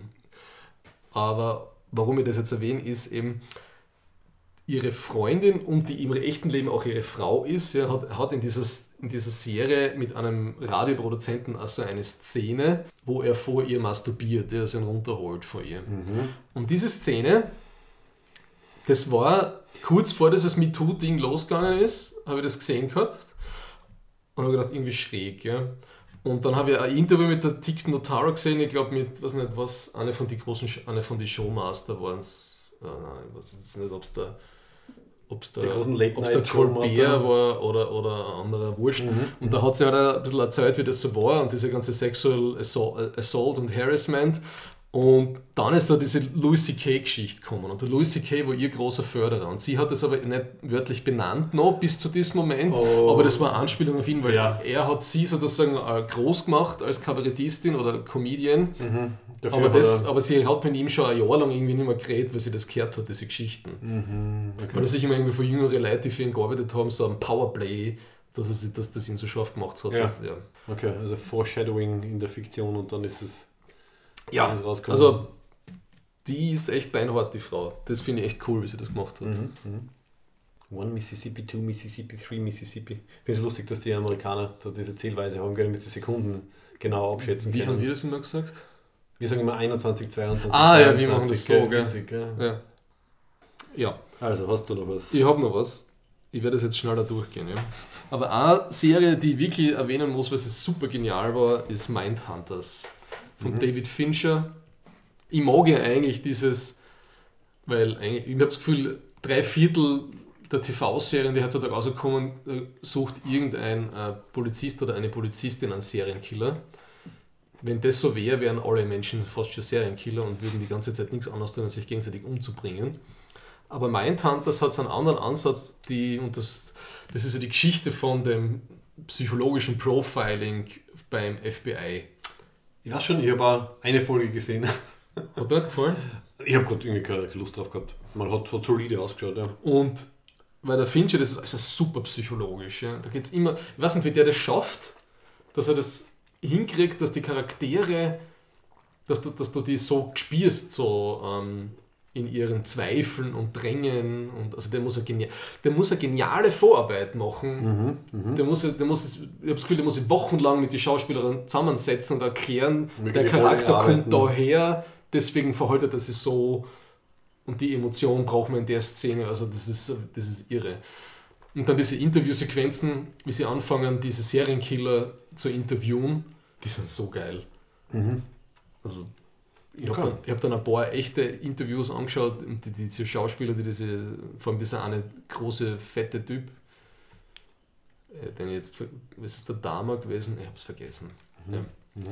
Aber warum ich das jetzt erwähne, ist eben, ihre Freundin und die im echten Leben auch ihre Frau ist, ja, hat, hat in, dieser, in dieser Serie mit einem Radioproduzenten also eine Szene, wo er vor ihr masturbiert, der sie runterholt vor ihr. Mhm. Und diese Szene, das war kurz vor dieses MeToo-Ding losgegangen ist, habe ich das gesehen gehabt und habe gedacht, irgendwie schräg. Ja. Und dann habe ich ein Interview mit der Tig Notaro gesehen, ich glaube mit, weiß nicht was, eine von den großen, eine von den Showmaster waren es, ich weiß nicht, ob es da ob es der, der Colbert war oder, oder ein anderer Wurscht. Mhm. Und da hat sie halt ein bisschen erzählt, wie das so war und diese ganze Sexual Assault und Harassment. Und dann ist so diese Louis C K Geschichte gekommen. Und der Louis C K war ihr großer Förderer. Und sie hat das aber nicht wörtlich benannt noch bis zu diesem Moment. Oh. Aber das war eine Anspielung auf ihn, weil ja. er hat sie sozusagen groß gemacht als Kabarettistin oder Comedian. Mhm. Aber, das, aber sie hat mit ihm schon ein Jahr lang irgendwie nicht mehr geredet, weil sie das gehört hat, diese Geschichten. Mhm. Okay. Weil er sich immer irgendwie von jüngeren Leuten, die für ihn gearbeitet haben, so ein Powerplay, dass, er sich, dass das ihn so scharf gemacht hat. Ja. Das, ja. Okay, also Foreshadowing in der Fiktion und dann ist es ja, also die ist echt beinhart, die Frau. Das finde ich echt cool, wie sie das gemacht hat. Mhm. Mhm. One Mississippi, two Mississippi, three Mississippi. Ich finde es lustig, dass die Amerikaner da diese Zählweise haben, damit sie Sekunden genau abschätzen wie können. Wie haben wir das immer gesagt? Wir sagen immer einundzwanzig, zweiundzwanzig, ah, dreiundzwanzig. Ja, wir machen das so, gell? Witzig, gell? Ja. Ja. Also, hast du noch was? Ich habe noch was. Ich werde das jetzt schneller durchgehen. Ja. Aber eine Serie, die ich wirklich erwähnen muss, weil sie super genial war, ist Mindhunters von mhm. David Fincher. Ich mag ja eigentlich dieses, weil eigentlich, ich habe das Gefühl, drei Viertel der T V-Serien, die heutzutage rauskommen, sucht irgendein äh, Polizist oder eine Polizistin einen Serienkiller. Wenn das so wäre, wären alle Menschen fast schon Serienkiller und würden die ganze Zeit nichts anderes tun, als sich gegenseitig umzubringen. Aber Mindhunters hat so einen anderen Ansatz, die, und das, das ist ja die Geschichte von dem psychologischen Profiling beim F B I. Ich weiß schon, ich habe auch eine Folge gesehen. Hat dir nicht gefallen? Ich habe gerade irgendwie keine Lust drauf gehabt. Man hat, hat solide ausgeschaut, ja. Und weil der Fincher, das ist also super psychologisch. Ja. Da geht's immer, ich weiß nicht, wie der das schafft, dass er das hinkriegt, dass die Charaktere, dass du, dass du die so spürst, so ähm, in ihren Zweifeln und Drängen. Und, also der muss, eine genia- der muss eine geniale Vorarbeit machen. Mhm, mh. Der muss, der muss, ich habe das Gefühl, der muss sich wochenlang mit den Schauspielern zusammensetzen und erklären, Wirklich der die Charakter Rolle kommt daher, deswegen verhält er das so und die Emotion braucht man in der Szene, also das ist, das ist irre. Und dann diese Interviewsequenzen, wie sie anfangen, diese Serienkiller zu interviewen, die sind so geil. Mhm. Also ich habe Okay. dann, ich hab dann ein paar echte Interviews angeschaut und die, diese Schauspieler, die diese, vor allem dieser eine große, fette Typ, äh, den ich jetzt, was ist der Dama gewesen? Ich habe es vergessen. Mhm. Ja. Mhm.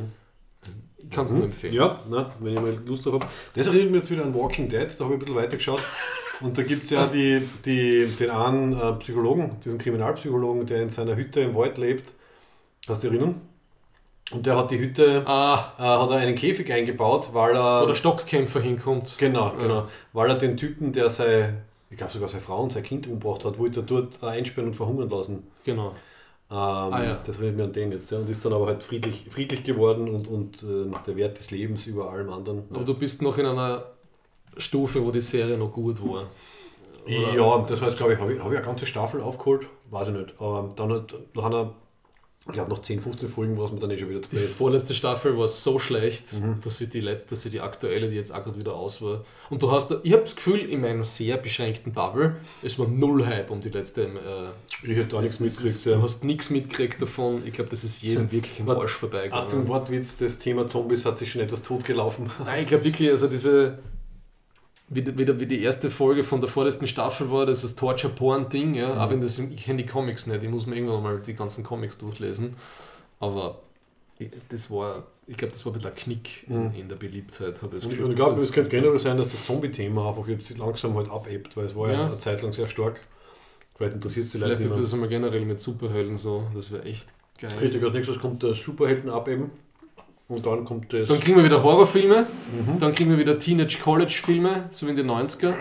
Ich kann es nur empfehlen. Ja, na, wenn ich mal Lust drauf habe. Das erinnert mich jetzt wieder an Walking Dead, da habe ich ein bisschen weiter geschaut. Und da gibt es ja die, die, den einen äh, Psychologen, diesen Kriminalpsychologen, der in seiner Hütte im Wald lebt. Kannst du dich erinnern? Und der hat die Hütte, Ah, äh, hat er einen Käfig eingebaut, weil er... wo der Stockkämpfer hinkommt. Genau, Ja. genau. Weil er den Typen, der sein, ich glaube sogar seine Frau und sein Kind umgebracht hat, wollte er dort äh, einsperren und verhungern lassen. Genau. Ähm, ja. Das erinnert mich an den jetzt. Ja. Und ist dann aber halt friedlich, friedlich geworden und, und äh, der Wert des Lebens über allem anderen. Aber du bist noch in einer Stufe, wo die Serie noch gut war. Oder? Ja, das heißt, glaube ich, habe ich, hab ich eine ganze Staffel aufgeholt, weiß ich nicht. Aber dann hat, da haben wir, ich glaube, noch zehn, fünfzehn Folgen, was man dann eh schon wieder zu Die spät. vorletzte Staffel war so schlecht, Mhm. dass sie die, let- dass sie die aktuelle, die jetzt auch gerade wieder aus war. Und du hast, da- ich habe das Gefühl, in meiner sehr beschränkten Bubble, es war null Hype um die letzte. Äh, Ich hätte da nichts es- es- mitgekriegt. Du Ja. hast nichts mitgekriegt davon. Ich glaube, das ist jedem wirklich im Warte, Arsch Achtung, vorbeigegangen. Wortwitz, das Thema Zombies hat sich schon etwas totgelaufen. Nein, ich glaube wirklich, also diese, wie, die- wie, die- wie die erste Folge von der vorletzten Staffel war, das ist das Torture-Porn-Ding, ja, Mhm. auch wenn das, ich kenne die Comics nicht, ich muss mir irgendwann mal die ganzen Comics durchlesen, aber ich- das war, ich glaube, das war ein bisschen ein Knick in, Mhm. in der Beliebtheit, habe ich das Und ich, Gefühl. und ich glaube, Das- es könnte generell sein, dass das Zombie-Thema einfach jetzt langsam halt abebbt, weil es war ja, Ja. eine Zeit lang sehr stark. Vielleicht interessiert es die Leute Vielleicht nicht ist mehr. das einmal generell mit Superhelden so, das wäre echt geil. Richtig, als nächstes kommt der Superhelden abeben und dann kommt das... Dann kriegen wir wieder Horrorfilme, Mhm. dann kriegen wir wieder Teenage-College-Filme, so wie in den neunziger.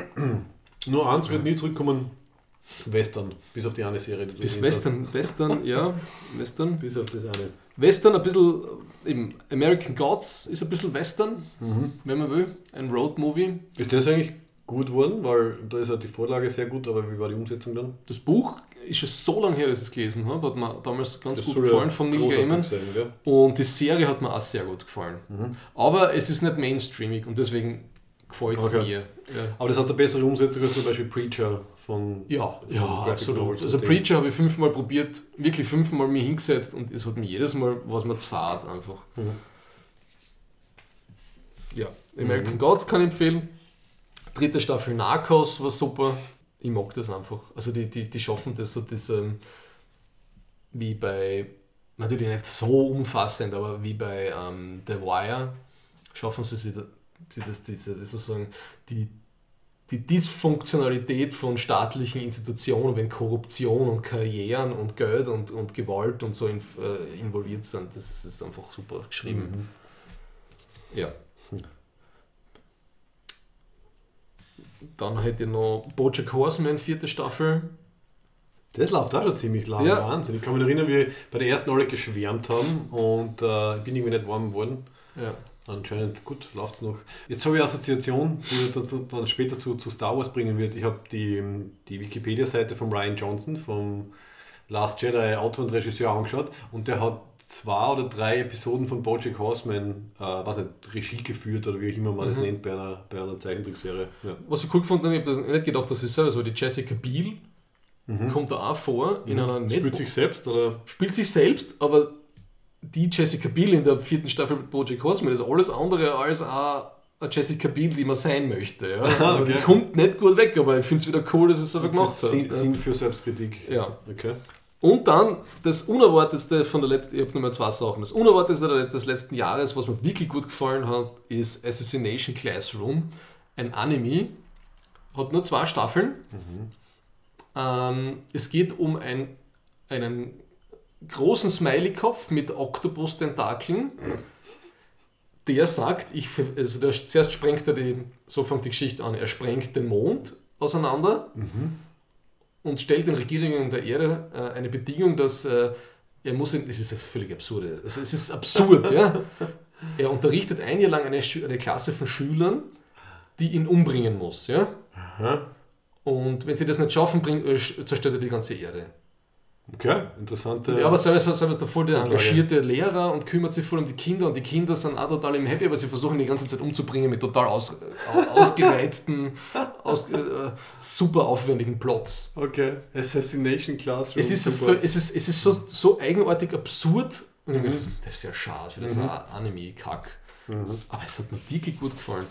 Nur eins wird nie zurückkommen, Western, bis auf die eine Serie. Die du Das erwähnt Western, Western, ja, Western. hast. Bis auf das eine. Western ein bisschen, eben American Gods ist ein bisschen Western, Mhm. wenn man will, ein Road-Movie. Ist das eigentlich gut geworden, weil da ist ja die Vorlage sehr gut, aber wie war die Umsetzung dann? Das Buch ist schon so lange her, dass ich es gelesen habe, hat mir damals ganz Das gut soll ja gefallen von Neil großartig Gaiman. sein, gell? Und die Serie hat mir auch sehr gut gefallen. Mhm. Aber es ist nicht mainstreamig und deswegen gefällt es Okay. mir. Ja. Aber das heißt eine bessere Umsetzung als zum Beispiel Preacher von... Ja, von ja, Graphic absolut. Novels Also und dem. Preacher habe ich fünfmal probiert, wirklich fünfmal mich hingesetzt und es hat mir jedes Mal, was mir zu fad einfach. Mhm. Ja, American Mhm. Gods kann ich empfehlen. Dritte Staffel Narcos war super. Ich mag das einfach. Also die, die, die schaffen das so, das, ähm, wie bei, natürlich nicht so umfassend, aber wie bei ähm, The Wire, schaffen sie sich da- sie das, diese, sozusagen die, die Dysfunktionalität von staatlichen Institutionen, wenn Korruption und Karrieren und Geld und, und Gewalt und so in, äh, involviert sind. Das ist einfach super geschrieben. Mhm. Ja. Dann hätte ich noch BoJack Horseman, vierte Staffel. Das läuft auch schon ziemlich lang, Ja. Wahnsinn. Ich kann mich erinnern, wie wir bei der ersten alle geschwärmt haben und äh, ich bin irgendwie nicht warm geworden. Ja. Anscheinend, gut, läuft es noch. Jetzt habe ich eine Assoziation, die dann, dann später zu, zu Star Wars bringen wird. Ich habe die, die Wikipedia-Seite von Rian Johnson, vom Last Jedi Autor und Regisseur angeschaut und der hat zwei oder drei Episoden von BoJack Horseman, äh, weiß nicht, Regie geführt oder wie auch immer man das Mhm. nennt bei einer, bei einer Zeichentrickserie. Ja. Was ich cool gefunden habe, ich habe nicht gedacht, dass es so ist, aber die Jessica Biel Mhm. kommt da auch vor in einer Spielt nicht- sich selbst oder? spielt sich selbst, aber die Jessica Biel in der vierten Staffel mit BoJack Horseman ist alles andere als auch eine Jessica Biel, die man sein möchte. Ja? Also Okay. die kommt nicht gut weg, aber ich finde es wieder cool, dass es so Das gemacht ist hat. Sinn, Ja. Sinn für Selbstkritik. Ja. Okay. Und dann das Unerwartetste von der letzten, ich habe nur mal zwei Sachen. Das Unerwartetste des letzten Jahres, was mir wirklich gut gefallen hat, ist Assassination Classroom, ein Anime. hat nur zwei Staffeln. Mhm. Ähm, es geht um ein, einen großen Smiley-Kopf mit Oktopus-Tentakeln, der sagt, ich, also der, zuerst sprengt er die, so fängt die Geschichte an, er sprengt den Mond auseinander Mhm. und stellt den Regierungen der Erde äh, eine Bedingung, dass äh, er muss, in, das ist jetzt völlig absurd, also es ist absurd, ja. Er unterrichtet ein Jahr lang eine, eine Klasse von Schülern, die ihn umbringen muss, ja. Aha. Und wenn sie das nicht schaffen, bringt, äh, zerstört er die ganze Erde. Okay, interessante... Ja, aber selber, selber ist der voll der engagierte Lehrer und kümmert sich voll um die Kinder und die Kinder sind auch total im Happy, aber sie versuchen die ganze Zeit umzubringen mit total aus, ausgereizten, aus, äh, super aufwendigen Plots. Okay, Assassination Classroom. Es ist, super. es ist, es ist so, so eigenartig absurd und ich Mhm. mir, das wäre schade, für das Mhm. ein Anime-Kack. Mhm. Aber es hat mir wirklich gut gefallen.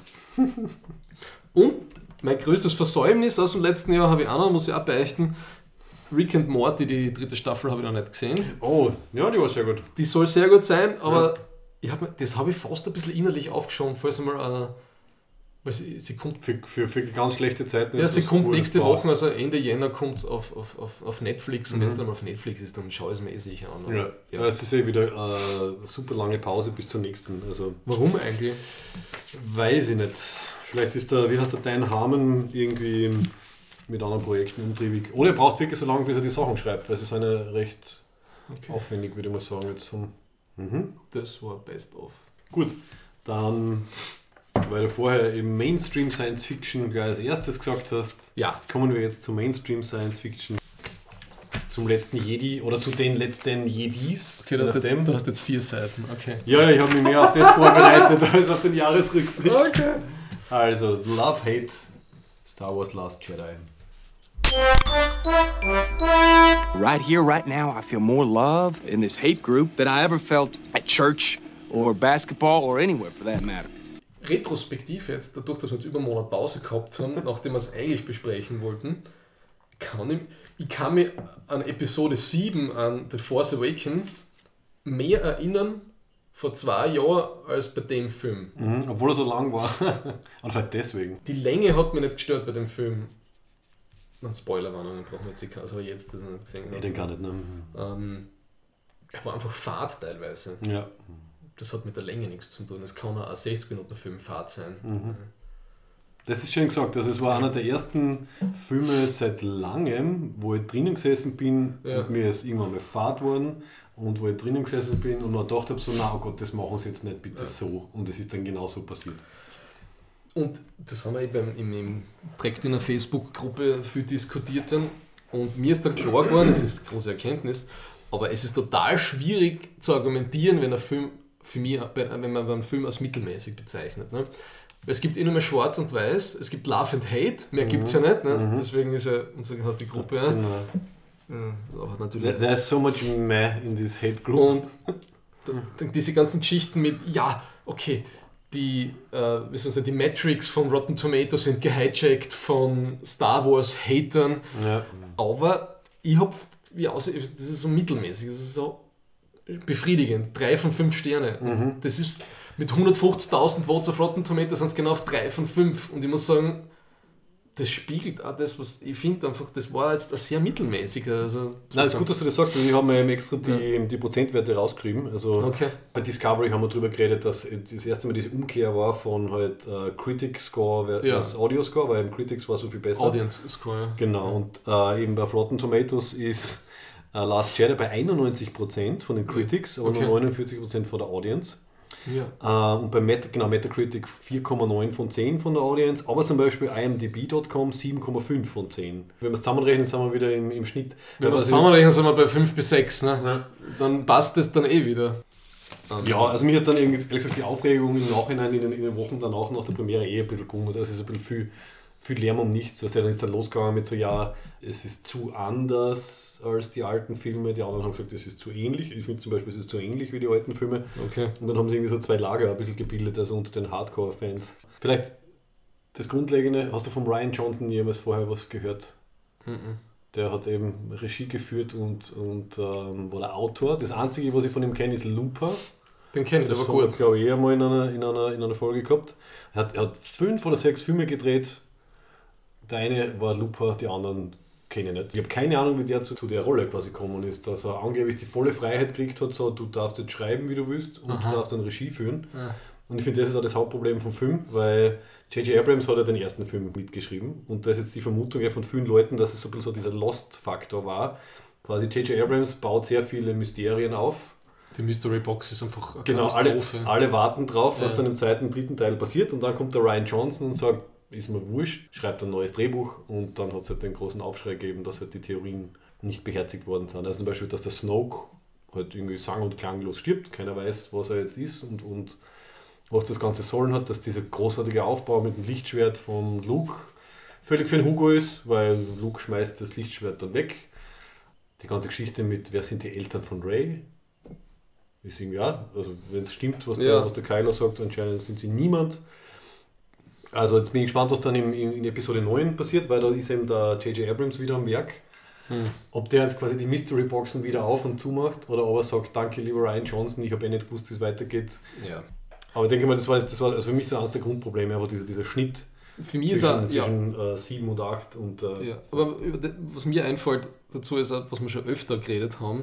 Und mein größtes Versäumnis aus dem letzten Jahr habe ich auch noch, muss ich auch beichten, Rick and Morty, die dritte Staffel, habe ich noch nicht gesehen. Oh, ja, die war sehr gut. Die soll sehr gut sein, aber ja. ich hab, das habe ich fast ein bisschen innerlich aufgeschoben, falls einmal äh, weil sie, sie kommt. Für, für, für ganz schlechte Zeiten Ja, ist sie das kommt cool, nächste das Woche, passt. also Ende Jänner kommt auf, auf, auf, auf Netflix und Mhm. wenn es dann mal auf Netflix ist, dann schaue ich es mir eh sicher an. Ja, Ja. ja. Es ist eh wieder eine super lange Pause bis zur nächsten. Also, Warum eigentlich? weiß ich nicht. Vielleicht ist der, wie heißt der Dan Harmon irgendwie mit anderen Projekten umtriebig. Oder er braucht wirklich so lange, bis er die Sachen schreibt, weil es ist eine recht Okay. aufwendig, würde ich mal sagen. Jetzt vom, mhm. Das war best of. Gut, dann, weil du vorher im Mainstream Science Fiction gleich als erstes gesagt hast, Ja. kommen wir jetzt zu Mainstream Science Fiction. Zum letzten Jedi oder zu den letzten Jedis. Okay, du hast, nachdem. jetzt, du hast jetzt vier Seiten. Okay. Ja, ja, ich habe mich mehr auf das vorbereitet als auf den Jahresrückblick. Okay. Also, Love, Hate, Star Wars Last Jedi. Right here, right now, I feel more love in this hate group than I ever felt at church or basketball or anywhere for that matter. Retrospektiv jetzt, dadurch, dass wir jetzt über einen Monat Pause gehabt haben, nachdem wir es eigentlich besprechen wollten, kann ich, ich kann mich an Episode sieben, an The Force Awakens, mehr erinnern vor zwei Jahren als bei dem Film. Mhm, obwohl er so lang war. Und vielleicht deswegen. Die Länge hat mich nicht gestört bei dem Film. Ein Spoiler war noch, den brauchen wir jetzt nicht, aber jetzt das noch nicht gesehen. Nee, den gar nicht. Ne? Ähm, er war einfach Fahrt teilweise. Ja. Das hat mit der Länge nichts zu tun. Es kann auch ein sechzig Minuten Film Fahrt sein. Mhm. Das ist schön gesagt. Also es war einer der ersten Filme seit langem, wo ich drinnen gesessen bin Ja. und mir ist irgendwann mal Fahrt worden und wo ich drinnen gesessen bin und mir gedacht habe, so, na oh Gott, das machen sie jetzt nicht bitte Ja. so. Und es ist dann genau so passiert. Und das haben wir eben im, im direkt in einer Facebook-Gruppe viel diskutiert dann. Und mir ist dann klar geworden, das ist eine große Erkenntnis, aber es ist total schwierig zu argumentieren, wenn ein Film für mich, wenn man einen Film als mittelmäßig bezeichnet. Ne? Weil es gibt eh nur mehr Schwarz und Weiß, es gibt Love and Hate, mehr Mhm. gibt es ja nicht. Ne? Mhm. Deswegen ist ja unsere heißt die Gruppe. Ja. Genau. Ja, aber natürlich. There's so much meh in this hate group. Und da- diese ganzen Geschichten mit, ja, okay, die, äh, wie soll ich sagen, die Metrics von Rotten Tomatoes sind gehijackt von Star Wars Hatern, Ja. aber ich habe, wie aus, das ist so mittelmäßig, das ist so befriedigend, drei von fünf Sterne. Mhm. Das ist mit hundertfünfzigtausend Votes auf Rotten Tomatoes sind es genau auf drei von fünf und ich muss sagen, das spiegelt auch das, was ich finde einfach, das war jetzt ein sehr mittelmäßiger. Also, Nein, es ist gut, dass du das sagst. Also ich habe mir eben extra die, die Prozentwerte rausgeschrieben. Also Okay. bei Discovery haben wir darüber geredet, dass das erste Mal diese Umkehr war von halt äh, Critic Score versus Ja. Audio Score, weil im Critics war so viel besser. Audience Score. Ja. Genau, und äh, eben bei Rotten Tomatoes ist äh, Last Jedi bei einundneunzig Prozent von den Critics, aber Okay. nur neunundvierzig Prozent von der Audience. Ja. Äh, und bei Meta, genau, Metacritic vier Komma neun von zehn von der Audience, aber zum Beispiel I M D B Punkt com sieben Komma fünf von zehn. Wenn wir es zusammenrechnen, sind wir wieder im, im Schnitt. Wenn wir was es zusammenrechnen, sind wir bei fünf bis sechs. Ne? Ja. Dann passt das dann eh wieder. Ja, also mich hat dann irgendwie, ehrlich gesagt, die Aufregung im Nachhinein, in den, in den Wochen danach nach der Premiere eh ein bisschen gewundert. Das ist ein bisschen viel, viel Lärm um nichts. Weißt du, dann ist dann losgegangen mit so, ja, es ist zu anders als die alten Filme. Die anderen haben gesagt, es ist zu ähnlich. Ich finde zum Beispiel, es ist zu ähnlich wie die alten Filme. Okay. Und dann haben sie irgendwie so zwei Lager ein bisschen gebildet, also unter den Hardcore-Fans. Vielleicht das Grundlegende, hast du von Rian Johnson jemals vorher was gehört? Mhm. Der hat eben Regie geführt und, und ähm, war der Autor. Das Einzige, was ich von ihm kenne, ist Looper. Den kenne ich, der Das war haben wir, gut. glaube ich, eh einmal in einer, in, einer, in einer Folge gehabt. Er hat, er hat fünf oder sechs Filme gedreht. Der eine war Looper, die anderen kenne ich nicht. Ich habe keine Ahnung, wie der zu, zu der Rolle quasi gekommen ist, dass er angeblich die volle Freiheit gekriegt hat, so du darfst jetzt schreiben, wie du willst und Aha. du darfst dann Regie führen. Ja. Und ich finde, das ist auch das Hauptproblem vom Film, weil J J Abrams hat ja den ersten Film mitgeschrieben und da ist jetzt die Vermutung ja von vielen Leuten, dass es so ein bisschen so dieser Lost-Faktor war. Quasi J J Abrams baut sehr viele Mysterien auf. Die Mystery Box ist einfach eine genau, Katastrophe. Alle, alle warten drauf, was ja. dann im zweiten, dritten Teil passiert und dann kommt der Rian Johnson und sagt, ist mir wurscht, schreibt ein neues Drehbuch und dann hat es halt den großen Aufschrei gegeben, dass halt die Theorien nicht beherzigt worden sind. Also zum Beispiel, dass der Snoke halt irgendwie sang- und klanglos stirbt, keiner weiß, was er jetzt ist und, und was das Ganze sollen hat, dass dieser großartige Aufbau mit dem Lichtschwert von Luke völlig für den Hugo ist, weil Luke schmeißt das Lichtschwert dann weg. Die ganze Geschichte mit, wer sind die Eltern von Rey, ist irgendwie ja, also wenn es stimmt, was der, ja. was der Kylo sagt, anscheinend sind sie niemand. Also jetzt bin ich gespannt, was dann in, in Episode neun passiert, weil da ist eben der J J Abrams wieder am Werk. Hm. Ob der jetzt quasi die Mystery-Boxen wieder auf und zumacht oder ob er sagt, danke lieber Rian Johnson, ich habe eh nicht gewusst, wie es weitergeht. Ja. Aber ich denke mal, das war, das war also für mich so eines der Grundprobleme, aber dieser, dieser Schnitt für mich zwischen, ist er, zwischen ja. äh, sieben und acht. Und, äh, ja. Aber was mir einfällt dazu ist, was wir schon öfter geredet haben,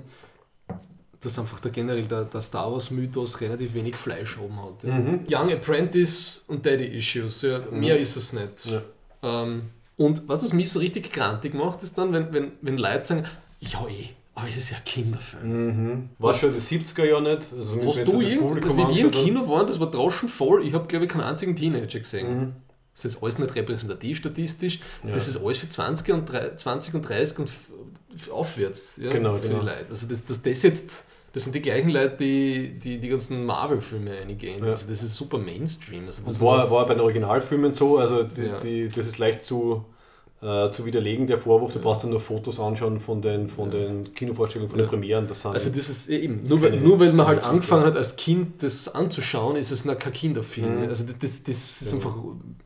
dass einfach der generell der, der Star Wars Mythos relativ wenig Fleisch oben hat. Ja. Mhm. Young Apprentice und Daddy Issues, ja, mhm. mehr ist es nicht. Ja. Ähm, und was mich so richtig grantig macht, ist dann, wenn, wenn, wenn Leute sagen, ja eh, aber es ist ja ein Kinderfilm. Mhm. War schon die siebziger Jahre nicht? Also hast du irgendwas, wie wir im Kino waren, das war draußen voll, ich habe glaube ich keinen einzigen Teenager gesehen. Mhm. Das ist alles nicht repräsentativ statistisch, ja. Das ist alles für zwanzig und dreißig und aufwärts, ja, genau, für genau. die Leute. Also das, das, das jetzt das sind die gleichen Leute, die die, die ganzen Marvel-Filme reingehen. Ja. Also das ist super Mainstream. Also das war, war bei den Originalfilmen so, also die, ja. die, das ist leicht zu, äh, zu widerlegen, der Vorwurf, du ja. brauchst dann nur Fotos anschauen von den, von ja. den Kinovorstellungen, von ja. den Premieren. Das sind also das ist eben, nur weil, nur weil man halt angefangen hat, als Kind das anzuschauen, ist es noch kein Kinderfilm. Mhm. Also das, das, das ist ja. einfach,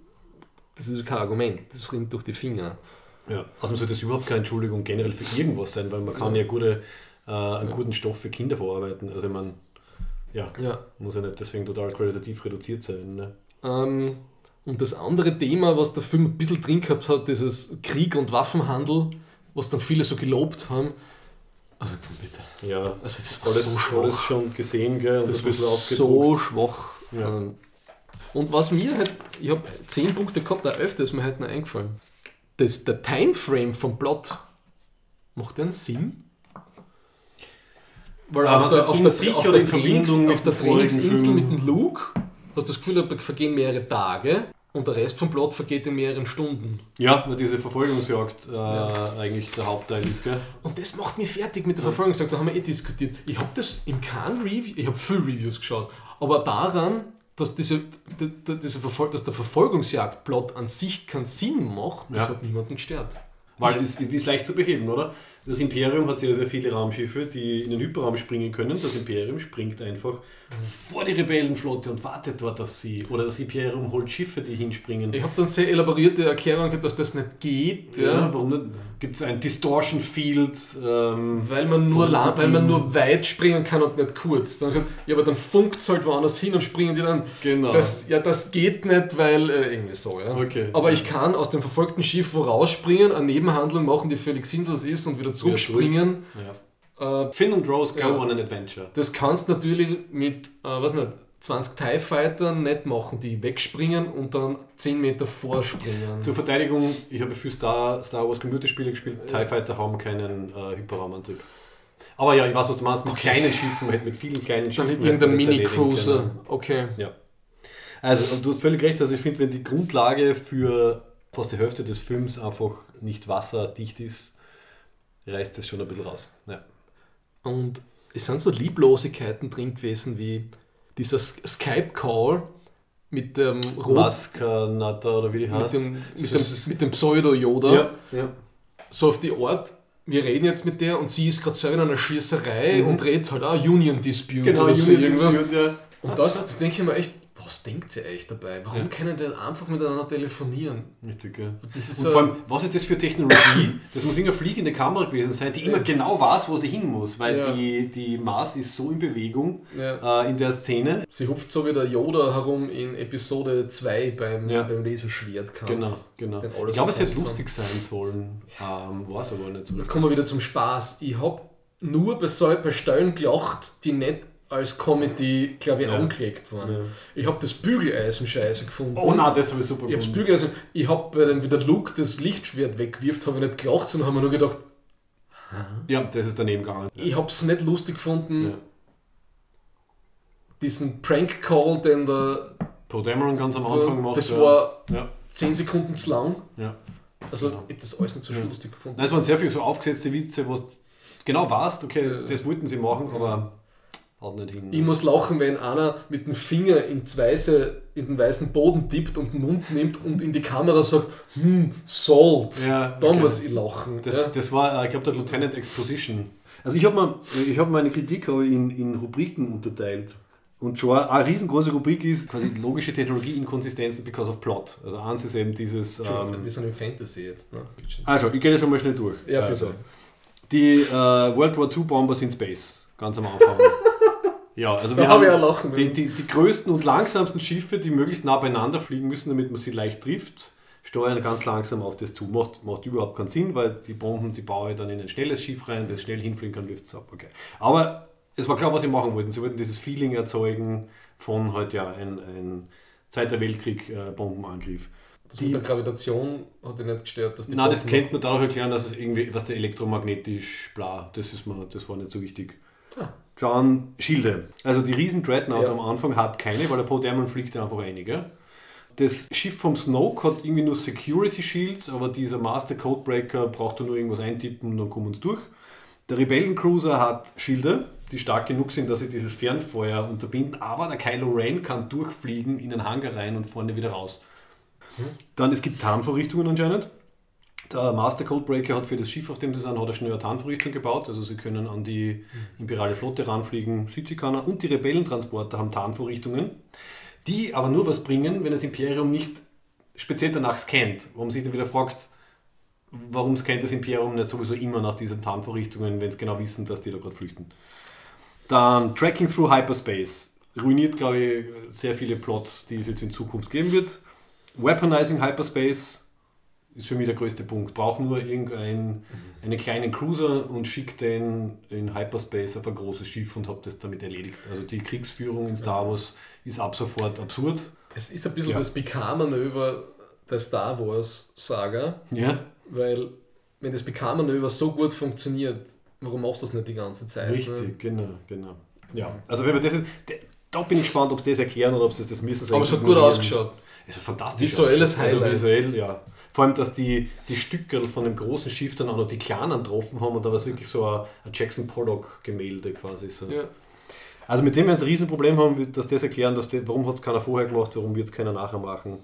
das ist kein Argument, das rinnt durch die Finger. Ja, also sollte das überhaupt keine Entschuldigung generell für irgendwas sein, weil man kann ja, ja gute äh, einen ja. guten Stoff für Kinder verarbeiten. Also man ja, ja. muss ja nicht deswegen total qualitativ reduziert sein. Ne? Ähm, und das andere Thema, was der Film ein bisschen drin gehabt hat, dieses Krieg und Waffenhandel, was dann viele so gelobt haben. Also komm bitte. Ja, also das war alles, so schwach. Alles schon gesehen, gell? Und das war so schwach. Ja. Ähm, und was mir halt, ich habe zehn Punkte gehabt, der elfte ist mir halt noch eingefallen. Das, der Timeframe vom Plot, macht der einen Sinn? Weil ja, auf, der, auf, der, auf, der Trainings, auf der Trainingsinsel mit dem Luke hast du das Gefühl, da vergehen mehrere Tage und der Rest vom Plot vergeht in mehreren Stunden. Ja, weil diese Verfolgungsjagd äh, ja. eigentlich der Hauptteil ist, gell? Und das macht mich fertig mit der Verfolgungsjagd, da haben wir eh diskutiert. Ich habe das in keinem Review, ich habe viele Reviews geschaut, aber daran, dass, diese, diese Verfol- dass der Verfolgungsjagd-Plot an sich keinen Sinn macht, das ja. hat niemanden gestört. Weil es ist leicht zu beheben, oder? Das Imperium hat sehr, sehr viele Raumschiffe, die in den Hyperraum springen können. Das Imperium springt einfach mhm. vor die Rebellenflotte und wartet dort auf sie. Oder das Imperium holt Schiffe, die hinspringen. Ich habe dann sehr elaborierte Erklärungen gehabt, dass das nicht geht. Ja, ja warum nicht? Gibt es ein Distortion Field? Ähm, weil, man nur la- weil man nur weit springen kann und nicht kurz. Dann gesagt, ja, aber dann funkt es halt woanders hin und springen die dann. Genau. Das, ja, das geht nicht, weil äh, irgendwie so. Ja. Okay. Aber ich kann aus dem verfolgten Schiff wo rausspringen, eine Nebenhandlung machen, die völlig sinnlos ist und wieder zurückspringen. Ja. Äh, Finn und Rose go ja. on an adventure. Das kannst du natürlich mit, äh, was nicht, zwanzig TIE Fighter nicht machen, die wegspringen und dann zehn Meter vorspringen. Zur Verteidigung, ich habe viel Star, Star Wars Computerspiele gespielt, ja. TIE Fighter haben keinen äh, Hyperraumantrieb. Aber ja, ich weiß, was du meinst, mit okay. kleinen Schiffen, mit vielen kleinen Schiffen. Dann irgendein Mini-Cruiser, okay. Ja. Also, du hast völlig recht, also ich finde, wenn die Grundlage für fast die Hälfte des Films einfach nicht wasserdicht ist, reißt das schon ein bisschen raus. Ja. Und es sind so Lieblosigkeiten drin gewesen, wie dieser Skype-Call mit dem Maskanata oder wie die heißt. Mit dem, mit dem, mit dem Pseudo-Yoda. Ja, ja. So auf die Art, wir reden jetzt mit der und sie ist gerade selber in einer Schießerei mhm. und redet halt auch Union Dispute genau, oder so Union irgendwas. Dispute, ja. Und das denke ich mir echt, was was denkt ihr eigentlich dabei? Warum Ja. können die einfach miteinander telefonieren? Richtig, ja. Das ist Und so, vor allem, was ist das für Technologie? Das muss irgendeine fliegende Kamera gewesen sein, die immer genau weiß, wo sie hin muss, weil Ja. die, die Mars ist so in Bewegung ja. äh, in der Szene. Sie hupft so wie der Yoda herum in Episode zwei beim, Ja. beim Laserschwertkampf. Genau, genau. Den alles Ich glaube, es hätte verpasst lustig sein sollen, ähm, war es aber nicht so. Da kommen wir wieder zum Spaß. Ich habe nur bei, so, bei Stellen gelacht, die nicht als Comedy, glaube ich, Ja. angelegt waren. Ja. Ich habe das Bügeleisen scheiße gefunden. Oh nein, das habe ich super Ich habe das gefunden. Bügeleisen, ich habe bei dem, wie der Luke das Lichtschwert wegwirft, habe ich nicht gelacht, sondern habe mir nur gedacht, Ja, das ist daneben gegangen. ich habe es nicht lustig gefunden, Ja. diesen Prank-Call, den der, Poe Dameron ganz am Anfang gemacht. das ja. war Ja, zehn Sekunden zu lang. ja. Also Genau. ich habe das alles nicht so Ja. lustig gefunden. Nein, es waren sehr viele so aufgesetzte Witze, wo du genau weißt, okay, Ja. das wollten sie machen, aber haut nicht hin. Ich muss lachen, wenn einer mit dem Finger ins weiße, in den weißen Boden tippt und den Mund nimmt und in die Kamera sagt, hm, Salt. Ja, Da okay. muss ich lachen. Das, ja. das war, äh, ich glaube, der Lieutenant Exposition. Also ich habe mal, ich habe meine Kritik aber in, in Rubriken unterteilt. Und schon eine riesengroße Rubrik ist quasi logische Technologie, Inkonsistenzen because of plot. Also eins ist eben dieses... Entschuldigung, Ähm, wir sind im Fantasy jetzt. Ne? also, ich gehe das einmal schnell durch. Ja, bitte. Also, die äh, World War Two Bombers in Space, ganz am Anfang. Ja, also wir Da habe haben ich auch lachen die, müssen. die, die größten und langsamsten Schiffe, die möglichst nah beieinander fliegen müssen, damit man sie leicht trifft, steuern ganz langsam auf das zu. Macht, macht überhaupt keinen Sinn, weil die Bomben, die baue ich dann in ein schnelles Schiff rein, das schnell hinfliegen kann, wirft es ab. Okay. Aber es war klar, was sie machen wollten. Sie wollten dieses Feeling erzeugen von halt ja ein, ein Zweiter Weltkrieg äh, Bombenangriff. Das Die- mit der Gravitation hat dich nicht gestört, dass die Na, das Bomben- könnte man dadurch erklären, dass es irgendwie, was der elektromagnetisch, bla, das ist mir, das war nicht so wichtig. Ah. Dann Schilde. Also die riesen Dreadnought Ja. am Anfang hat keine, weil der Poe Dameron fliegt ja einfach einige. Das Schiff vom Snoke hat irgendwie nur Security Shields, aber dieser Master Codebreaker braucht nur irgendwas eintippen und dann kommen sie durch. Der Rebellencruiser hat Schilde, die stark genug sind, dass sie dieses Fernfeuer unterbinden, aber der Kylo Ren kann durchfliegen in den Hangar rein und vorne wieder raus. Dann, es gibt Tarnvorrichtungen anscheinend. Der Master Codebreaker hat für das Schiff, auf dem sie sind, hat er schnell eine Tarnvorrichtung gebaut. Also sie können an die imperiale Flotte ranfliegen, sieht sie keiner. Und die Rebellentransporter haben Tarnvorrichtungen, die aber nur was bringen, wenn das Imperium nicht speziell danach scannt. Wo man sich dann wieder fragt, warum scannt das Imperium nicht sowieso immer nach diesen Tarnvorrichtungen, wenn sie genau wissen, dass die da gerade flüchten. Dann Tracking through Hyperspace. Ruiniert, glaube ich, sehr viele Plots, die es jetzt in Zukunft geben wird. Weaponizing Hyperspace ist für mich der größte Punkt. Braucht nur irgendeinen einen kleinen Cruiser und schickt den in Hyperspace auf ein großes Schiff und habt das damit erledigt. Also die Kriegsführung in Star Wars ist ab sofort absurd. Es ist ein bisschen Ja. das Picard-Manöver der Star Wars-Saga, Ja, weil wenn das Picard-Manöver so gut funktioniert, warum machst du das nicht die ganze Zeit? richtig, Ne? genau, genau. Ja, also wenn wir das, da bin ich gespannt, ob sie das erklären oder ob sie das müssen. sie Aber es hat ignorieren. gut ausgeschaut. Es ist fantastisch. Visuelles ausgeschaut. Highlight. Also visuell, ja. Vor allem, dass die, die Stückerl von dem großen Schiff dann auch noch die kleinen getroffen haben und da war es wirklich so ein, ein Jackson Pollock-Gemälde quasi. So. Ja. Also mit dem wir jetzt ein Riesenproblem haben, wird das das erklären, dass die, warum hat es keiner vorher gemacht, warum wird es keiner nachher machen.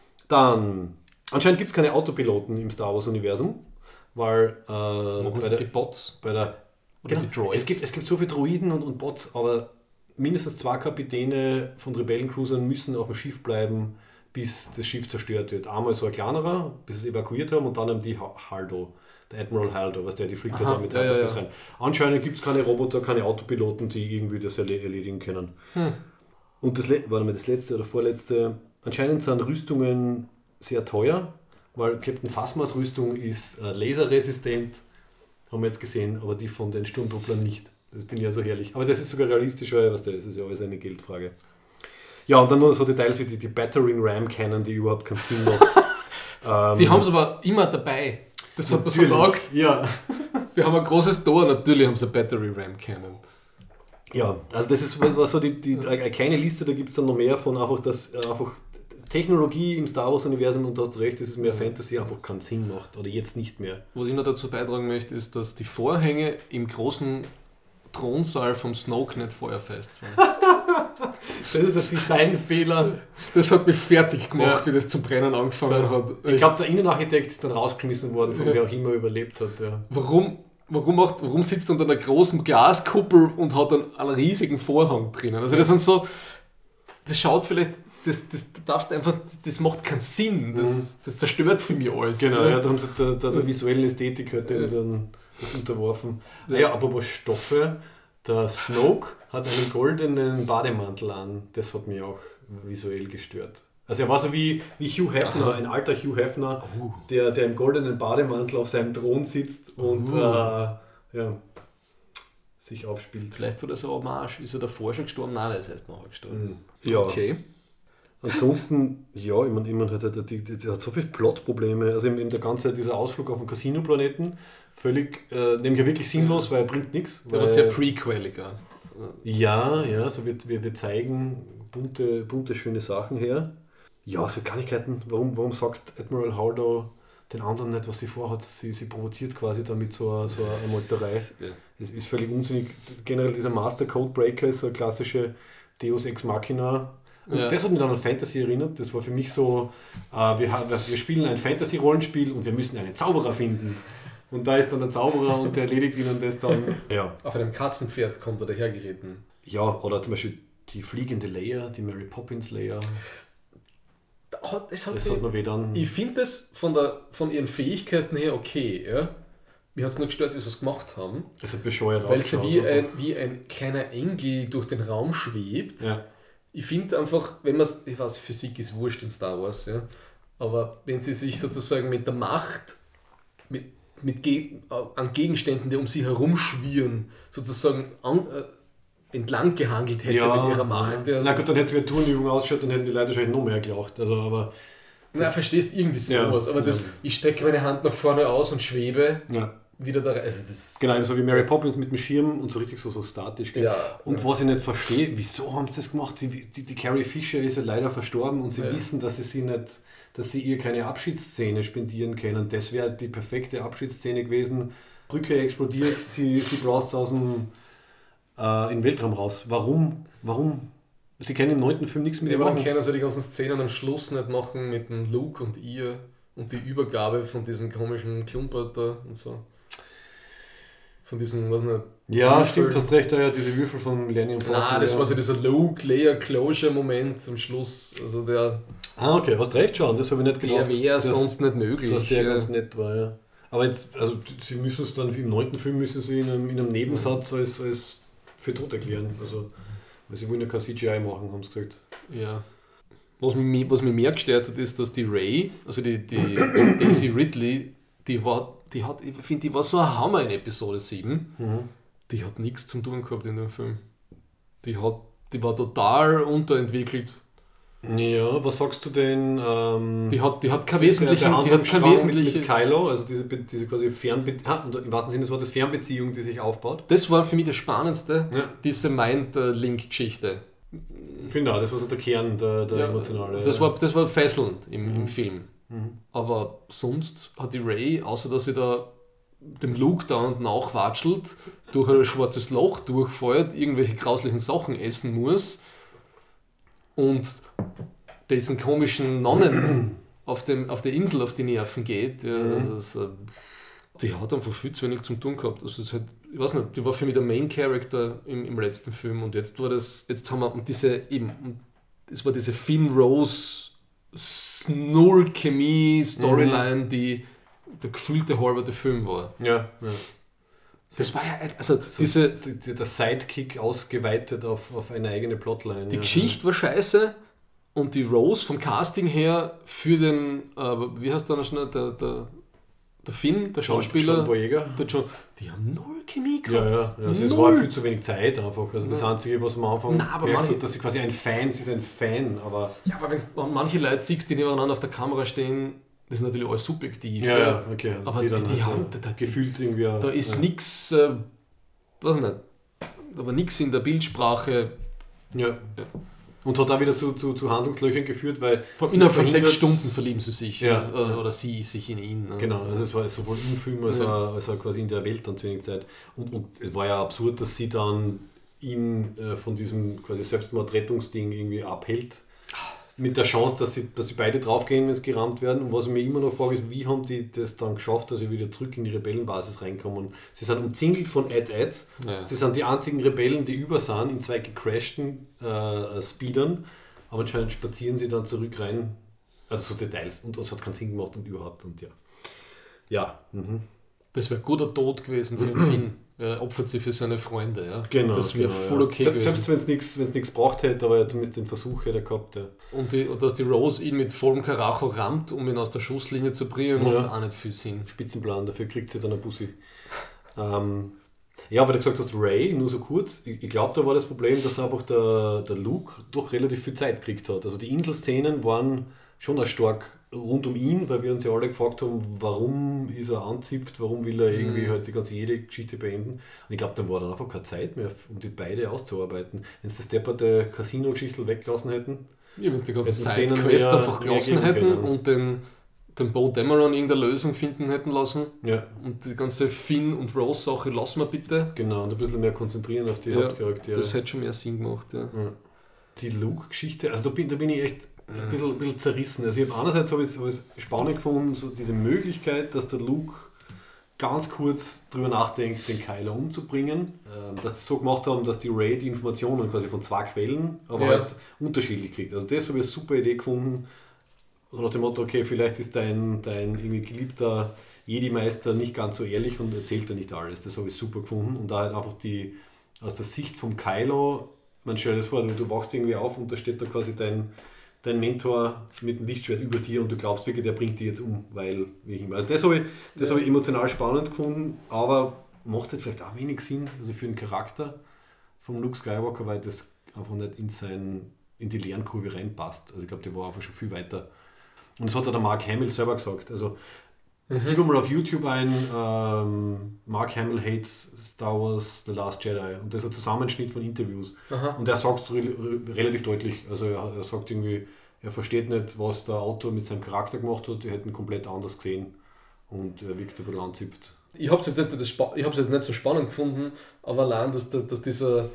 Dann, anscheinend gibt es keine Autopiloten im Star Wars-Universum, weil äh, Machen bei, sie der, die Bots bei der oder die Droids? es gibt, es gibt so viele Droiden und, und Bots, aber mindestens zwei Kapitäne von Rebellencruisern müssen auf dem Schiff bleiben, bis das Schiff zerstört wird. Einmal so ein kleinerer, bis sie es evakuiert haben, und dann eben die Ha- Haldo, der Admiral Haldo, was der, die fliegt Aha, da mit ja, Hyperspace ja, ja. rein. Anscheinend gibt es keine Roboter, keine Autopiloten, die irgendwie das erle- erledigen können. Hm. Und das, Le- warte mal, das letzte oder vorletzte, anscheinend sind Rüstungen sehr teuer, weil Captain Phasmas Rüstung ist äh, laserresistent, haben wir jetzt gesehen, aber die von den Sturmtrupplern nicht. Das finde ich ja so herrlich. Aber das ist sogar realistisch, weil was der ist, ist ja alles eine Geldfrage. Ja, und dann nur so Details wie die, die Battering Ram Cannon, die überhaupt keinen Sinn macht. ähm, Die haben es aber immer dabei. Das hat man so natürlich. gesagt. Ja. Wir haben ein großes Tor, natürlich haben sie eine Battery Ram Cannon. Ja, also das ist war so die, die, eine kleine Liste, da gibt es dann noch mehr von einfach, dass äh, einfach Technologie im Star Wars Universum, und du hast recht, das ist mehr Fantasy, einfach keinen Sinn macht oder jetzt nicht mehr. Was ich noch dazu beitragen möchte, ist, dass die Vorhänge im großen Thronsaal vom Snoke nicht feuerfest sind. Das ist ein Designfehler. Das hat mich fertig gemacht, Ja. wie das zum Brennen angefangen hat. Ich glaube, der Innenarchitekt ist dann rausgeschmissen worden, von wer auch immer überlebt hat. Ja. Warum, warum, macht, warum sitzt er unter einer großen Glaskuppel und hat dann einen riesigen Vorhang drinnen? Also das sind so, das schaut vielleicht das, das, das darfst einfach, das macht keinen Sinn. Das, mhm. das zerstört für mich alles. Genau, ja, da haben sie der, der, der visuellen Ästhetik halt ja. dann das unterworfen. Ja, ja, aber was Stoffe, der Snoke hat einen goldenen Bademantel an, das hat mich auch visuell gestört. Also er war so wie, wie Hugh Hefner, Aha. ein alter Hugh Hefner, uh. der, der im goldenen Bademantel auf seinem Thron sitzt und uh. äh, ja, sich aufspielt. Vielleicht war das eine Hommage. Ist er davor schon gestorben? Nein, er ist erst nachher gestorben. Mhm. Ja. Okay. Ansonsten, ja, ich meine, ich mein, hat, hat, hat, hat so viele Plotprobleme. Also eben der ganze dieser Ausflug auf den Casino-Planeten, völlig, äh, nämlich ja wirklich sinnlos, weil er bringt nichts. Der war sehr prequeliger. Ja, ja, so wir, wir, wir zeigen bunte, bunte, schöne Sachen her. Ja, so Kleinigkeiten. Warum, warum sagt Admiral Holdo den anderen nicht, was sie vorhat? Sie, sie provoziert quasi damit so eine, so eine Meuterei. Ja. Es ist völlig unsinnig. Generell dieser Master Code Breaker ist so eine klassische Deus Ex Machina. Und ja. das hat mich dann an Fantasy erinnert. Das war für mich so, äh, wir, wir spielen ein Fantasy-Rollenspiel und wir müssen einen Zauberer finden. Und da ist dann der Zauberer und der erledigt ihnen das dann. Ja. Auf einem Katzenpferd kommt er dahergeritten. Ja, oder zum Beispiel die fliegende Leia, die Mary Poppins Leia. Das hat, das hat man wieder an. Ich finde das von, der, von ihren Fähigkeiten her okay. Ja? Mir hat es nur gestört, wie sie es gemacht haben. Es hat bescheuert weil sie wie ein, wie ein kleiner Engel durch den Raum schwebt. Ja. Ich finde einfach, wenn man es, ich weiß, Physik ist wurscht in Star Wars, ja, aber wenn sie sich sozusagen mit der Macht, mit, mit Ge- an Gegenständen, die um sie herumschwirren, sozusagen an, äh, entlang gehangelt hätte ja, mit ihrer Macht. Ja. Na gut, dann hätte es wie eine Turnübung ausgeschaut, dann hätten die Leute wahrscheinlich noch mehr gelacht. Also, aber na, verstehst irgendwie sowas, ja, aber das, ja. ich strecke meine Hand nach vorne aus und schwebe. Ja. Wieder da, also das genau, so wie Mary Poppins mit dem Schirm und so richtig so, so statisch. Ja, und ja. was ich nicht verstehe, wieso haben sie das gemacht? Die, die, die Carrie Fisher ist ja leider verstorben und sie ja. wissen, dass sie, sie nicht, dass sie ihr keine Abschiedsszene spendieren können. Das wäre die perfekte Abschiedsszene gewesen. Brücke explodiert, sie, sie brast aus dem äh, in den Weltraum raus. Warum? Warum? Sie können im neunten Film nichts mit ihr ihr machen. Dann können sie die ganzen Szenen am Schluss nicht machen mit dem Luke und ihr und die Übergabe von diesem komischen Klumpert da und so. Von diesen, was nicht. Ja, Würfel. Stimmt, hast recht, ja, diese Würfel von Millennium Falcon. Nein, das ja. war so dieser Luke-Leia-Closure-Moment am Schluss. Also der. Ah, okay, hast recht schon, das habe ich nicht gedacht. Der wäre sonst nicht möglich. Dass der ja. ganz nett war, ja. Aber jetzt, also sie müssen es dann im neunten Film müssen sie in einem, in einem Nebensatz mhm. als, als für tot erklären. Also, weil sie wollen ja kein C G I machen, haben sie gesagt. Ja. Was mich, was mich mehr gestört hat, ist, dass die Rey, also die, die Daisy Ridley, die war, die hat, ich finde, die war so ein Hammer in Episode sieben. Mhm. Die hat nichts zum tun gehabt in dem Film. Die hat, die war total unterentwickelt. Ja, was sagst du denn? Ähm, die hat, die hat keine wesentlichen, die hat keine wesentliche mit, mit Kylo, also diese, diese quasi Fernbeziehung, ah, im wahrsten Sinne des Wortes Fernbeziehung, die sich aufbaut. Das war für mich das Spannendste, ja. diese Mind-Link-Geschichte. Ich finde auch, das war so der Kern, der, der ja, emotionale. Das war, das war fesselnd im, mhm. im Film. Mhm. Aber sonst hat die Rey, außer dass sie da dem Luke da und nachwatschelt, durch ein schwarzes Loch durchfällt, irgendwelche grauslichen Sachen essen muss und diesen komischen Nonnen auf, dem, auf der Insel auf die Nerven geht. Ja, mhm. das ist, die hat einfach viel zu wenig zum tun gehabt. Also das halt, ich weiß nicht, die war für mich der Main Character im, im letzten Film und jetzt war das, jetzt haben wir diese eben, das war diese Finn Rose Snurr-Chemie-Storyline, mhm. die der gefühlte halbe Film war. Ja, ja. Das war ja, also so diese... Der Sidekick ausgeweitet auf, auf eine eigene Plotline. Die ja. Geschichte war scheiße und die Rose vom Casting her für den, äh, wie heißt der noch schnell, der, der, der Finn, der Schauspieler, John Boyega. Der John, die haben null Chemie gehabt. Ja, ja, ja. Also es war viel zu wenig Zeit einfach. Also das Einzige, was man am Anfang Nein, aber merkt, manche, hat, dass sie quasi ein Fan, sie ist ein Fan, aber... Ja, aber wenn du manche Leute siehst, die nebeneinander auf der Kamera stehen, das ist natürlich alles subjektiv. Ja, ja, okay. Aber die, die, die halt haben... Da, da, gefühlt irgendwie... Da ist ja. nichts, äh, weiß nicht, aber nichts in der Bildsprache. Ja. ja. Und hat auch wieder zu, zu, zu Handlungslöchern geführt, weil... Innerhalb von sechs Stunden verlieben sie sich, ja. oder, oder sie sich in ihn. Genau, also es war sowohl im Film als, ja. auch, als auch quasi in der Welt dann zu wenig Zeit. Und, und es war ja absurd, dass sie dann ihn äh, von diesem quasi Selbstmordrettungsding irgendwie abhält. Mit der Chance, dass sie, dass sie beide draufgehen, wenn sie gerammt werden. Und was ich mir immer noch frage, ist, wie haben die das dann geschafft, dass sie wieder zurück in die Rebellenbasis reinkommen? Sie sind umzingelt von Ad-Ads. Ja. Sie sind die einzigen Rebellen, die über sind, in zwei gecrashten äh, Speedern. aber anscheinend spazieren sie dann zurück rein, also so Details, und es hat keinen Sinn gemacht und überhaupt, und ja. Ja, mhm. Das wäre guter Tod gewesen für den Finn. Er opfert sich für seine Freunde. Ja. Genau. Das wäre genau, voll ja. okay Se- gewesen. Selbst wenn es nichts wenn es nichts gebraucht hätte, aber er zumindest den Versuch hätte er gehabt. Ja. Und, die, und dass die Rose ihn mit vollem Karacho rammt, um ihn aus der Schusslinie zu bringen, Ja. macht auch nicht viel Sinn. Spitzenplan, dafür kriegt sie dann eine Bussi. ähm, ja, weil du gesagt hast, Ray, nur so kurz, ich, ich glaube, da war das Problem, dass einfach der, der Luke doch relativ viel Zeit gekriegt hat. Also die Inselszenen waren schon auch stark rund um ihn, weil wir uns ja alle gefragt haben, warum ist er anzipft, warum will er irgendwie Mhm. halt die ganze jede Geschichte beenden. Und ich glaube, dann war dann einfach keine Zeit mehr, um die beide auszuarbeiten. Wenn sie das depperte Casino-Geschichte weglassen hätten. Ja, wenn sie die ganze Hätten sie Zeit denen Quest mehr- einfach mehr gelassen geben hätten können. und den, den Bo Dameron irgendeine Lösung finden hätten lassen. Ja, Und die ganze Finn- und Rose-Sache lassen wir bitte. genau, und ein bisschen mehr konzentrieren auf die Ja, Hauptcharaktere. Das hätte schon mehr Sinn gemacht. Ja. Ja. Die Luke-Geschichte, also da bin, da bin ich echt ein bisschen, ein bisschen zerrissen. Also ich hab, einerseits habe ich es habe ich es spannend gefunden, so diese Möglichkeit, dass der Luke ganz kurz drüber nachdenkt, den Kylo umzubringen. Ähm, dass sie so gemacht haben, dass die Rey die Informationen quasi von zwei Quellen, aber Ja. halt unterschiedlich kriegt. Also das habe ich eine super Idee gefunden. So nach dem Motto, okay, vielleicht ist dein, dein irgendwie geliebter Jedi-Meister nicht ganz so ehrlich und erzählt dir nicht alles. Das habe ich super gefunden. Und da halt einfach die, aus der Sicht vom Kylo, man stellt das vor, du, du wachst irgendwie auf und da steht da quasi dein, dein Mentor mit dem Lichtschwert über dir und du glaubst wirklich, der bringt dich jetzt um, weil, wie ich immer. Also das habe ich, das Ja. habe ich emotional spannend gefunden, aber macht halt vielleicht auch wenig Sinn, also für den Charakter vom Luke Skywalker, weil das einfach nicht in, sein, in die Lernkurve reinpasst. Also ich glaube, der war einfach schon viel weiter. Und das hat auch der Mark Hamill selber gesagt. Also gib mal auf YouTube ein, ähm, Mark Hamill hates Star Wars The Last Jedi, und das ist ein Zusammenschnitt von Interviews. Aha. Und er sagt es re re relativ deutlich. Also er, er sagt irgendwie, er versteht nicht, was der Autor mit seinem Charakter gemacht hat, die hätten komplett anders gesehen und er wirkt ein bisschen anzipft. Ich habe es jetzt, nicht- das Spa- ich hab's jetzt nicht so spannend gefunden, aber allein, dass, der, dass dieser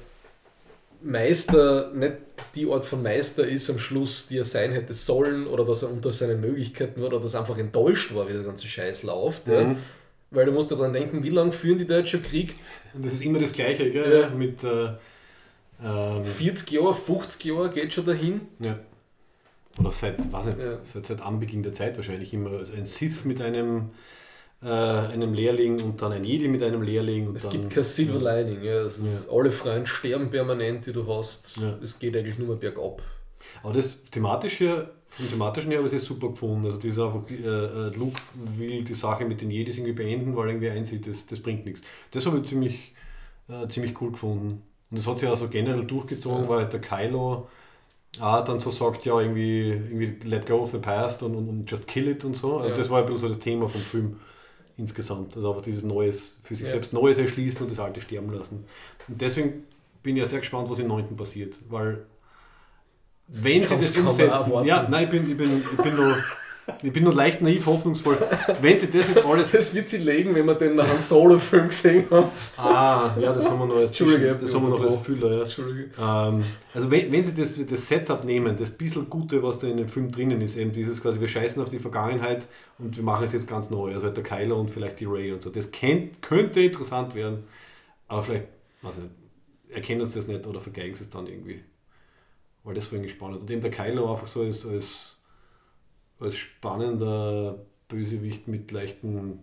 Meister nicht die Art von Meister ist am Schluss, die er sein hätte sollen, oder dass er unter seinen Möglichkeiten war, oder dass er einfach enttäuscht war, wie der ganze Scheiß läuft. Ja. Mhm. Weil du musst daran denken, wie lange führen die da jetzt schon Krieg? Und das ist immer das Gleiche, gell? Ja. Mit äh, ähm, vierzig Jahre, fünfzig Jahre geht schon dahin. ja. Oder seit, weiß nicht, Ja. seit, seit Anbeginn der Zeit wahrscheinlich immer. Also ein Sith mit einem, äh, einem Lehrling und dann ein Jedi mit einem Lehrling. Und Es dann, gibt kein Silver Lining. Ja. Also Ja. alle Freunde sterben permanent, die du hast. Ja. Es geht eigentlich nur mehr bergab. Aber das thematisch hier, vom thematischen her habe ich es super gefunden. Also dieser einfach, äh, äh, Luke will die Sache mit den Jedis irgendwie beenden, weil er irgendwie einsieht, das, das bringt nichts. Das habe ich ziemlich, äh, ziemlich cool gefunden. Und das hat sich also generell durchgezogen, Ja. weil der Kylo auch dann so sagt, ja, irgendwie, irgendwie let go of the past und, und, und just kill it und so. Also Ja. das war ein bisschen so das Thema vom Film insgesamt. Also einfach dieses Neues, für sich Ja. selbst Neues erschließen und das Alte sterben lassen. Und deswegen bin ich ja sehr gespannt, was im neunten passiert, weil wenn sie glaub, das das kann man auch umsetzen, warten. ja, nein, ich bin, ich bin, ich bin nur, ich bin nur leicht naiv, hoffnungsvoll. Wenn sie das jetzt alles, Das wird sie legen, wenn wir den Han Solo-Film gesehen haben. ah, ja, das haben wir noch als Entschuldige, Zwischen- das haben wir noch als Füller, ja. Entschuldige. Ähm, also wenn, wenn sie das, das Setup nehmen, das bisschen Gute, was da in dem Film drinnen ist, eben dieses quasi, wir scheißen auf die Vergangenheit und wir machen es jetzt ganz neu, also halt der Kylo und vielleicht die Rey und so, das kennt, könnte interessant werden, aber vielleicht, also erkennen sie das nicht oder vergeigen sie es dann irgendwie, weil das war irgendwie spannend. Und eben der Kylo einfach so als, als, als spannender Bösewicht mit leichten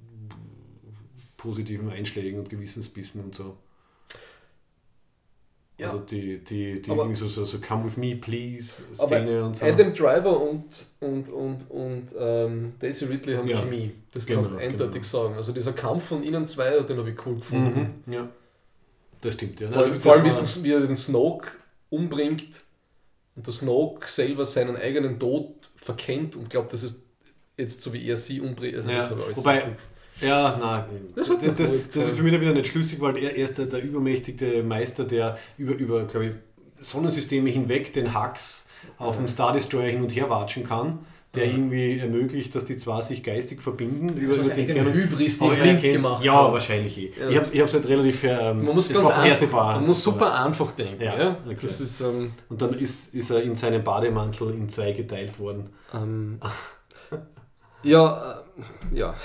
positiven Einschlägen und Gewissensbissen und so. Ja. Also die, die, die Aber- irgendwie so, so, so Come with me, please Aber Szene und so. Adam Driver und, und, und, und ähm, Daisy Ridley haben Ja. Chemie. Das Genau, kannst du eindeutig genau. sagen. Also dieser Kampf von ihnen zwei, den habe ich cool gefunden. Mhm, ja. Das stimmt, ja. Vor, Also, vor allem, wie, das war- es- wie er den Snoke umbringt und der Snoke selber seinen eigenen Tod verkennt und glaubt, das ist jetzt so, wie er sie umbringt. Also Ja, das habe ich alles wobei- sehr gut. Ja, nein, Das das, hat mir das, das, gut das ist gefallen. für mich wieder nicht schlüssig, weil er, er ist der, der übermächtige Meister, der über, über glaube ich, Sonnensysteme hinweg den Hux auf dem Star Destroyer hin und her watschen kann, der Ja. irgendwie ermöglicht, dass die zwei sich geistig verbinden. Das war seine eigene Entfernung. Hybris, die Aber ihn er blind erkennt- gemacht Ja, haben. wahrscheinlich eh. Ja. Ich habe es halt relativ ähm, Man muss es ganz war vorhersehbar. einfach, man muss super einfach denken. Ja, Ja, okay. Das ist, ähm, Und dann ist, ist er in seinem Bademantel in zwei geteilt worden. ähm, ja, äh, ja.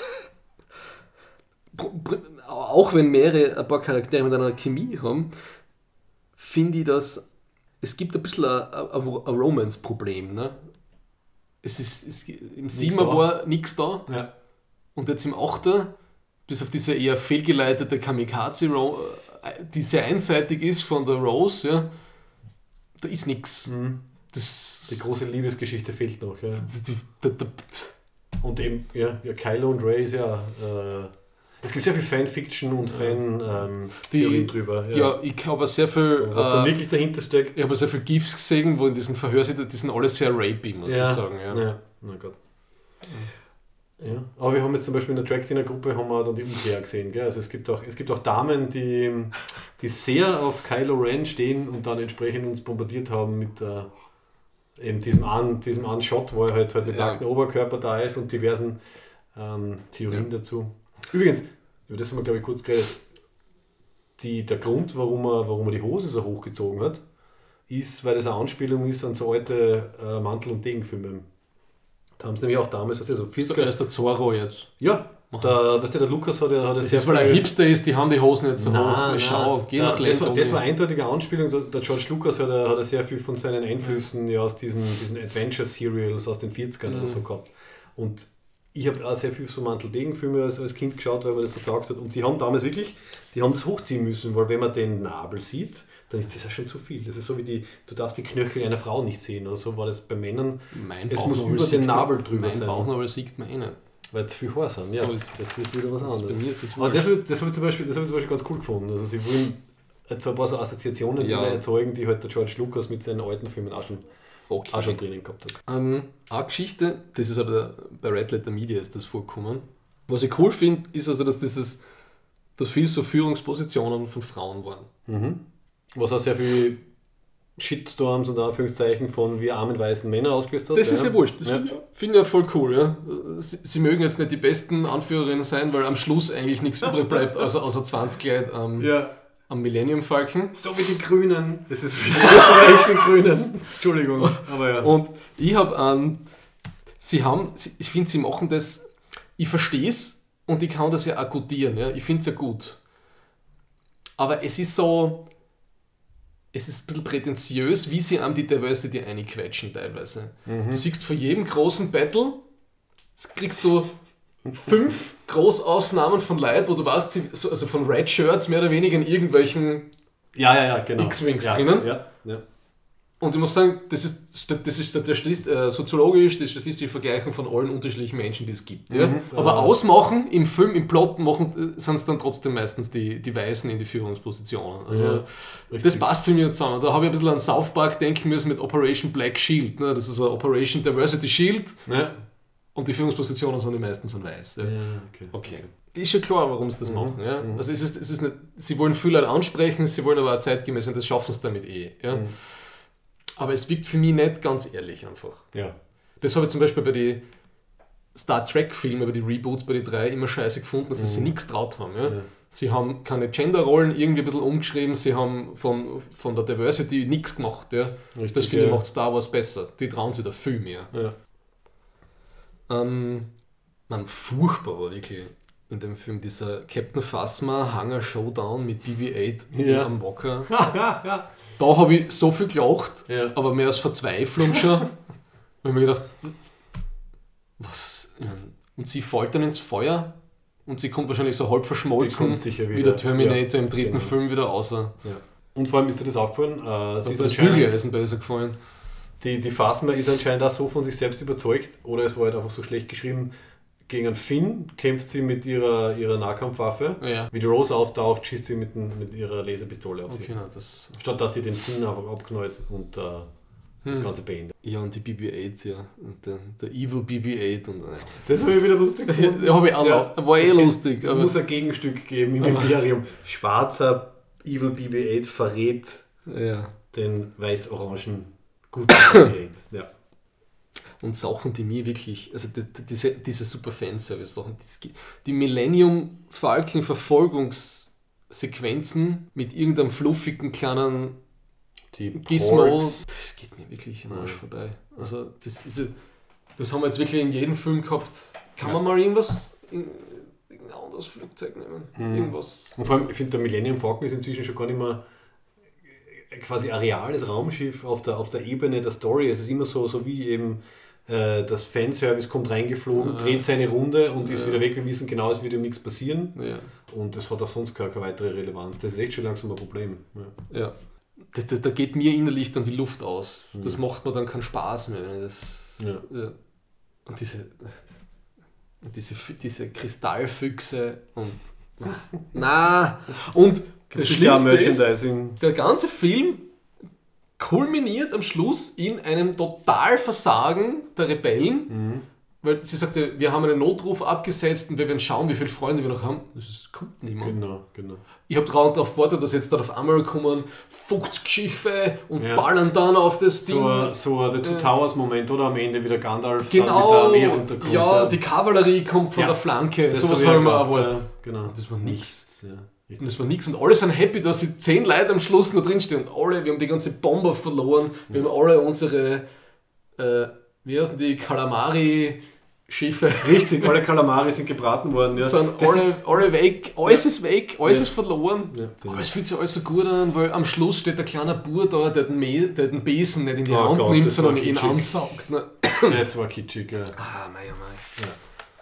Pr- pr- Auch wenn mehrere, ein paar Charaktere mit einer Chemie haben, finde ich, dass es gibt ein bisschen ein, ein, ein Romance-Problem. Ne? Es ist, es, im Siebener war nichts da. Ja. Und jetzt im Achter, bis auf diese eher fehlgeleitete Kamikaze, die sehr einseitig ist von der Rose, ja, da ist nichts. Mhm. Die große Liebesgeschichte fehlt noch. Ja. Und eben, ja, ja, Kylo und Rey ist ja. Äh, es gibt sehr viel Fanfiction und Fan-Theorien ähm, drüber. Ja, ja ich habe sehr viel. Was da äh, wirklich dahinter steckt. Ich habe sehr viel GIFs gesehen, wo in diesen Verhörsituationen, die sind alle sehr rapey, muss ja. ich sagen. Ja, ja. Oh Gott. Ja. Aber wir haben jetzt zum Beispiel in der Track-Dinner-Gruppe haben wir dann die Umkehr gesehen. Gell? Also es gibt auch, es gibt auch Damen, die, die sehr auf Kylo Ren stehen und dann entsprechend uns bombardiert haben mit äh, eben diesem einen, diesem einen Shot, wo er halt, halt mit ja. nacktem Oberkörper da ist und diversen ähm, Theorien ja. dazu. Übrigens, über das haben wir glaube ich kurz geredet, die, der Grund, warum er, warum er die Hose so hochgezogen hat, ist, weil das eine Anspielung ist an so alte äh, Mantel- und Degenfilme. Da haben sie nämlich auch damals, was ist so vierziger... Er ist der Zorro jetzt. Ja, der, weißt du, der Lukas hat ja... Hat das ist, weil er Hipster ist, die haben die Hosen jetzt so nein, hoch. Schau, geh da, nach das, war, das war eine eindeutige Anspielung. Der George Lucas hat, hat sehr viel von seinen Einflüssen ja, aus diesen, diesen Adventure-Serials aus den vierzigern mhm. oder so gehabt. Und ich habe auch sehr viel so Mantel-Degen-Filme als, als Kind geschaut, weil man das so taugt hat. Und die haben damals wirklich, die haben das hochziehen müssen, weil wenn man den Nabel sieht, dann ist das ja schon zu viel. Das ist so wie die, du darfst die Knöchel einer Frau nicht sehen. Oder so war das bei Männern. Mein es muss über den Nabel drüber mein sein. Mein Bauchnabel sieht man eh nicht. Weil zu viel Haar sind, ja. So ist, das ist wieder was das anderes. Ist das Aber das, das habe ich, zum Beispiel, das hab ich zum Beispiel ganz cool gefunden. Also sie wollen jetzt ein paar so Assoziationen ja. wieder erzeugen, die halt der George Lucas mit seinen alten Filmen auch schon, okay. auch schon drinnen gehabt hat. Ähm, eine Geschichte, das ist aber bei Red Letter Media ist das vorgekommen. Was ich cool finde, ist also, dass dieses, dass viel so Führungspositionen von Frauen waren. Mhm. Was auch sehr viel Shitstorms und Anführungszeichen von wir armen weißen Männer ausgelöst hat. Das ja. ist ja wurscht. Das ja. finde ich, find ich ja voll cool. Ja. Sie, sie mögen jetzt nicht die besten Anführerinnen sein, weil am Schluss eigentlich nichts übrig bleibt, außer, außer zwanzig Kleid am, ja. am Millennium Falcon. So wie die Grünen. Das ist wie die österreichischen Grünen. Entschuldigung. Aber ja. Und ich habe an, sie haben, ich finde, sie machen das, ich verstehe es und ich kann das ja akkutieren. Ja. Ich finde es ja gut. Aber es ist so, es ist ein bisschen prätentiös, wie sie an die Diversity einquetschen teilweise. Mhm. Du siehst vor jedem großen Battle, kriegst du fünf Großaufnahmen von Leuten, wo du weißt, also von Red Shirts mehr oder weniger in irgendwelchen ja, ja, ja, genau. X-Wings ja, drinnen. Ja, ja. Und ich muss sagen, das ist, das ist der Statist, äh, soziologisch die statistische Vergleichung von allen unterschiedlichen Menschen, die es gibt. Ja? Mhm, aber äh, ausmachen, im Film, im Plot machen, sind es dann trotzdem meistens die, die Weißen in die Führungspositionen. Also, ja, das passt für mich nicht zusammen. Da habe ich ein bisschen an South Park denken müssen mit Operation Black Shield. Ne? Das ist so Operation Diversity Shield. Ja. Und die Führungspositionen sind die meisten sind weiß. Ja? Ja, okay, okay. okay. Ist schon klar, warum sie das mhm, machen. Ja? Mhm. Also es ist, es ist nicht, sie wollen viele Leute ansprechen, sie wollen aber auch zeitgemäß und das schaffen sie damit eh. Ja? Mhm. Aber es wirkt für mich nicht ganz ehrlich einfach. Ja. Das habe ich zum Beispiel bei den Star Trek-Filmen, bei den Reboots, bei den drei immer scheiße gefunden, dass sie mhm. sich nichts traut haben. Ja? Ja. Sie haben keine Genderrollen irgendwie ein bisschen umgeschrieben, sie haben von, von der Diversity nichts gemacht. Ja? Richtig, das finde ich ja. macht Star Wars besser. Die trauen sich da viel mehr. Ja. Ähm, man, furchtbar war wirklich in dem Film dieser Captain Phasma Hangar Showdown mit B B acht ja. am Walker. Da habe ich so viel gelacht, ja. aber mehr als Verzweiflung schon. Weil ich mir gedacht, was? Und sie fällt dann ins Feuer und sie kommt wahrscheinlich so halb verschmolzen wieder. wie der Terminator ja, im dritten genau. Film wieder raus. Ja. Und vor allem ist dir das aufgefallen? Äh, sie ist das Bügeleisen besser gefallen. Die, die Phasma ist anscheinend auch so von sich selbst überzeugt, oder es war halt einfach so schlecht geschrieben. Gegen einen Finn kämpft sie mit ihrer, ihrer Nahkampfwaffe. Ja. Wie die Rose auftaucht, schießt sie mit, mit ihrer Laserpistole auf okay, sie. Na, das Statt dass sie den Finn einfach abknallt und äh, das hm. Ganze beendet. Ja, und die B B acht, ja. Und der, der Evil B B acht. Und, ja. Das habe ich wieder lustig gefunden. Ja, habe ich auch ja. noch. War eh es lustig. Es muss ein Gegenstück geben im aber Imperium. Schwarzer Evil B B acht verrät ja. den weiß-orangen guten B B acht. Ja. Und Sachen, die mir wirklich, also die, die, diese, diese super Fanservice-Sachen, die, die Millennium Falcon Verfolgungssequenzen mit irgendeinem fluffigen kleinen die Gizmo, das geht mir wirklich am Arsch ja. vorbei. Also das, ist, das haben wir jetzt wirklich in jedem Film gehabt. Kann ja. man mal irgendwas, in, ein anderes Flugzeug nehmen? Mhm. Irgendwas. Und vor allem, ich finde, der Millennium Falcon ist inzwischen schon gar nicht mehr, quasi ein reales Raumschiff auf der, auf der Ebene der Story. Es ist immer so, so wie eben äh, das Fanservice kommt reingeflogen, ja. dreht seine Runde und ja. ist wieder weg. Wir wissen genau, es wird ihm nichts passieren. Ja. Und das hat auch sonst keine, keine weitere Relevanz. Das ist echt schon langsam ein Problem. Ja. ja. Das, das, da geht mir innerlich dann die Luft aus. Mhm. Das macht mir dann keinen Spaß mehr. Wenn ich das, ja. Ja. Und diese, diese, diese Kristallfüchse und na und das Schlimmste ist, der ganze Film kulminiert am Schluss in einem Totalversagen der Rebellen, mhm. weil sie sagte, wir haben einen Notruf abgesetzt und wir werden schauen, wie viele Freunde wir noch haben. Das kommt niemand. Genau, genau. Ich habe darauf gewartet, dass jetzt da auf einmal kommen fünfzig Schiffe und ja. ballern dann auf das Ding. So, so der Two Towers Moment, oder am Ende wieder Gandalf genau, mit der Armee runterkommt. Ja, die Kavallerie kommt von ja, der Flanke. Sowas haben wir erwartet. Ja, genau. Das war nichts. Ja. Und das war nichts und alle sind happy, dass sie zehn Leute am Schluss noch drinstehen und alle, wir haben die ganze Bomber verloren, wir ja. haben alle unsere, äh, wie heißen die, Kalamari-Schiffe. Richtig, alle Kalamari sind gebraten worden. Ja. Sind alle, alle weg, alles ja. ist weg, alles ja. ist verloren. Ja, aber es fühlt sich alles so gut an, weil am Schluss steht der kleine Bub da, der den, Me- der den Besen nicht in die oh Hand Gott, nimmt, sondern ihn ansaugt. Ne? Das war kitschig, ja. Ah, mei, oh mei. Ja.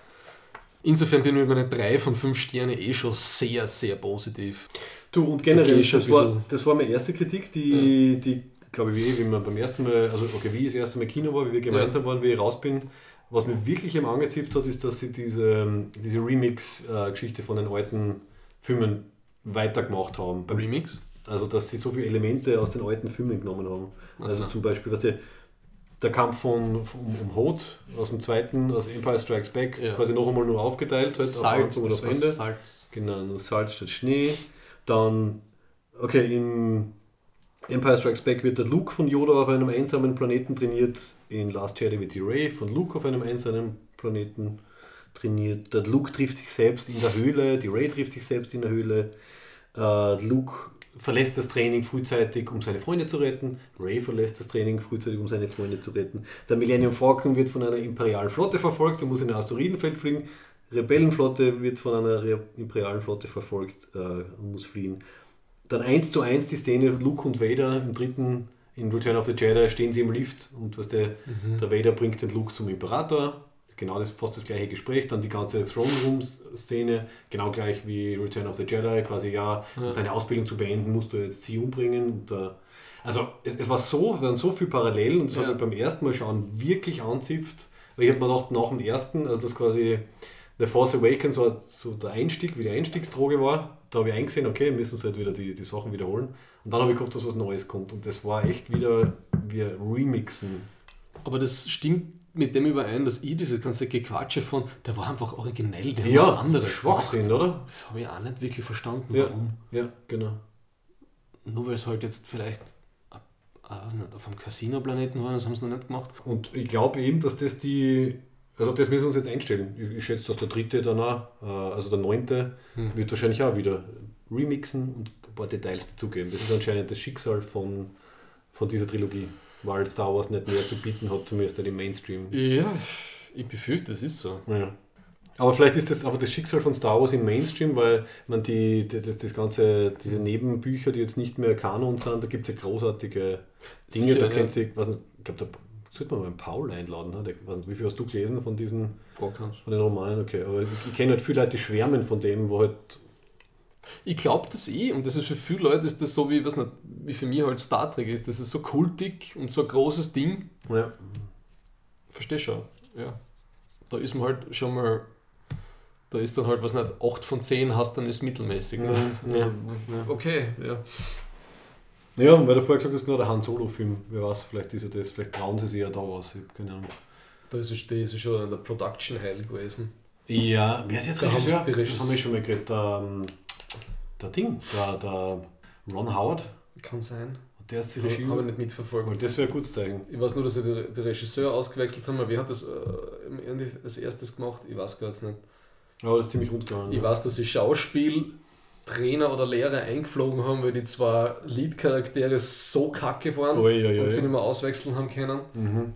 Insofern bin ich mit meinen drei von fünf Sternen eh schon sehr, sehr positiv. Du, und generell, das war, das war meine erste Kritik, die, ja. die glaube ich, wie, wie man beim ersten Mal, also okay, wie ich das erste Mal Kino war, wie wir gemeinsam ja. waren, wie ich raus bin, was mir wirklich eben angetifft hat, ist, dass sie diese, diese Remix-Geschichte von den alten Filmen weitergemacht haben. Beim Remix? Also, dass sie so viele Elemente aus den alten Filmen genommen haben. Ach also so. Zum Beispiel, was der Der Kampf von, von, um, um Hoth aus dem zweiten, aus Empire Strikes Back, ja. quasi noch einmal nur aufgeteilt, halt, Salz, auf Anfang oder auf Ende. Salz. Genau, nur Salz statt Schnee. Dann, okay, im Empire Strikes Back wird der Luke von Yoda auf einem einsamen Planeten trainiert. In Last Jedi wird die Rey von Luke auf einem einsamen Planeten trainiert. Der Luke trifft sich selbst in der Höhle, die Rey trifft sich selbst in der Höhle. Uh, Luke verlässt das Training frühzeitig, um seine Freunde zu retten. Rey verlässt das Training frühzeitig, um seine Freunde zu retten. Der Millennium Falcon wird von einer imperialen Flotte verfolgt und muss in ein Asteroidenfeld fliegen. Rebellenflotte wird von einer Re- imperialen Flotte verfolgt äh, und muss fliehen. Dann eins zu eins die Szene, Luke und Vader im dritten, in Return of the Jedi, stehen sie im Lift und was der, mhm. der Vader bringt den Luke zum Imperator. Genau, das ist fast das gleiche Gespräch. Dann die ganze Throne Room-Szene, genau gleich wie Return of the Jedi, quasi ja, ja. um deine Ausbildung zu beenden, musst du jetzt sie umbringen. Und, äh, also es, es war so, waren so viele Parallelen und es hat ja. mich beim ersten Mal schauen wirklich anzipft. Weil ich habe mir gedacht, nach dem ersten, also das quasi The Force Awakens war so der Einstieg, wie die Einstiegsdroge war. Da habe ich eingesehen, okay, müssen sie halt wieder die, die Sachen wiederholen. Und dann habe ich gehofft, dass was Neues kommt. Und das war echt wieder, wir remixen. Aber das stimmt mit dem überein, dass ich dieses ganze Gequatsche von, der war einfach originell, der ja, hat was anderes Schwachsinn, gemacht. Oder? Das habe ich auch nicht wirklich verstanden, ja, warum. Ja, genau. Nur weil es halt jetzt vielleicht weiß nicht, auf einem Casino-Planeten war, das haben sie noch nicht gemacht. Und ich glaube eben, dass das die, also auf das müssen wir uns jetzt einstellen. Ich, ich schätze, dass der dritte danach, also der neunte, hm. wird wahrscheinlich auch wieder remixen und ein paar Details dazugeben. Das ist anscheinend das Schicksal von, von dieser Trilogie. Weil Star Wars nicht mehr zu bieten hat, zumindest im Mainstream. Ja, ich befürchte, das ist so. Ja. Aber vielleicht ist das einfach das Schicksal von Star Wars im Mainstream, weil man die, die das, das ganze, diese Nebenbücher, die jetzt nicht mehr Kanon sind, da gibt es ja großartige Dinge, sicher, da kennt ja. sich, was nicht, ich glaube, da sollte man mal einen Paul einladen. Ne? Der, was nicht, wie viel hast du gelesen von diesen von den Romanen? Okay, aber ich, ich kenne halt viele Leute, die schwärmen von dem, wo halt. Ich glaube das eh, und das ist für viele Leute ist das so wie, was nicht, wie für mich halt Star Trek ist, das ist so kultig und so ein großes Ding. Ja. Versteh schon, ja. Da ist man halt schon mal, da ist dann halt, was nicht, acht von zehn hast, dann ist mittelmäßig. Ne? Ja. Ja. Okay, ja. Ja, weil du vorher gesagt hast, genau der Han Solo-Film, wer weiß, vielleicht ist er das, vielleicht trauen sie sich ja da was, ich habe keine Ahnung. Da ist es, ist es schon in der Production Hell gewesen. Ja, wer ist jetzt Regisseur? Die Regisseur? Das haben wir schon mal geredet, der, der Ding, der, der Ron Howard. Kann sein. Der ist die Regie. Habe ich nicht mitverfolgt. Weil das wäre ein gutes Zeichen. Ich weiß nur, dass sie den Regisseur ausgewechselt haben, aber wer hat das äh, als erstes gemacht? Ich weiß gar nicht. Aber das ist ziemlich rund gegangen. Ich ja. weiß, dass sie Schauspieltrainer oder Lehrer eingeflogen haben, weil die zwei Lead-Charaktere so kacke waren oi, oi, oi. und sie nicht mehr auswechseln haben können. Mhm.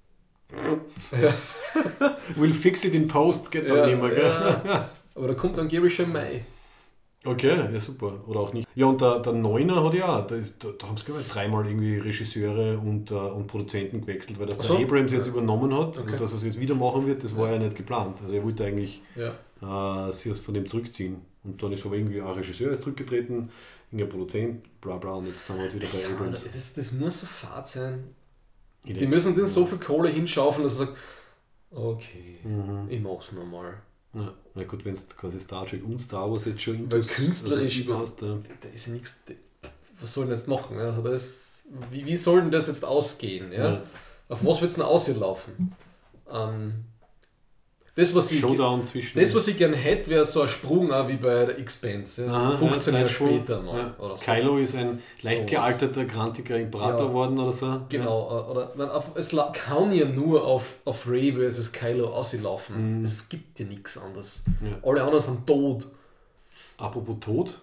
Ja. We'll fix it in post, geht dann ja, nicht mehr, gell? Ja. Aber da kommt dann Gary Mai. Okay, ja super. Oder auch nicht. Ja, und der, der Neuner hat ja auch, da, ist, da, da haben sie glaube ich dreimal irgendwie Regisseure und, uh, und Produzenten gewechselt, weil das Ach so. der Abrams jetzt Ja. übernommen hat, Okay. also dass er es jetzt wieder machen wird, das war Ja. ja nicht geplant. Also er wollte eigentlich Ja. uh, sich von dem zurückziehen. Und dann ist aber irgendwie ein Regisseur ist zurückgetreten, ein Produzent, bla bla, und jetzt sind wir halt wieder bei Ja, Abrams. das, das muss so fad sein. Ich Die denk, müssen denen so viel Kohle hinschaufeln, dass er sagt, okay, Mhm. ich mach's nochmal. Ja, na gut, wenn du quasi Star Trek und Star Wars jetzt schon Weil intus- künstlerisch also hast, ja. Da ist ja nichts. Was soll denn jetzt machen? Also das, wie, wie soll denn das jetzt ausgehen? Ja? Ja. Auf was wird es denn auslaufen? Ähm, das, was ich, Showdown zwischen. das, was ich gerne hätte, wäre so ein Sprung auch wie bei der Expanse. Ja? Aha, fünfzehn ja, Jahre Zeitsprung. später mal. Ja. Oder so. Kylo ist ein leicht Sowas. gealterter, grantiger Imperator Ja. geworden oder so. Genau, oder man, auf, es la- kann ja nur auf, auf Rey versus Kylo auslaufen. Mhm. Es gibt ja nichts anderes. Ja. Alle anderen sind tot. Apropos Tod,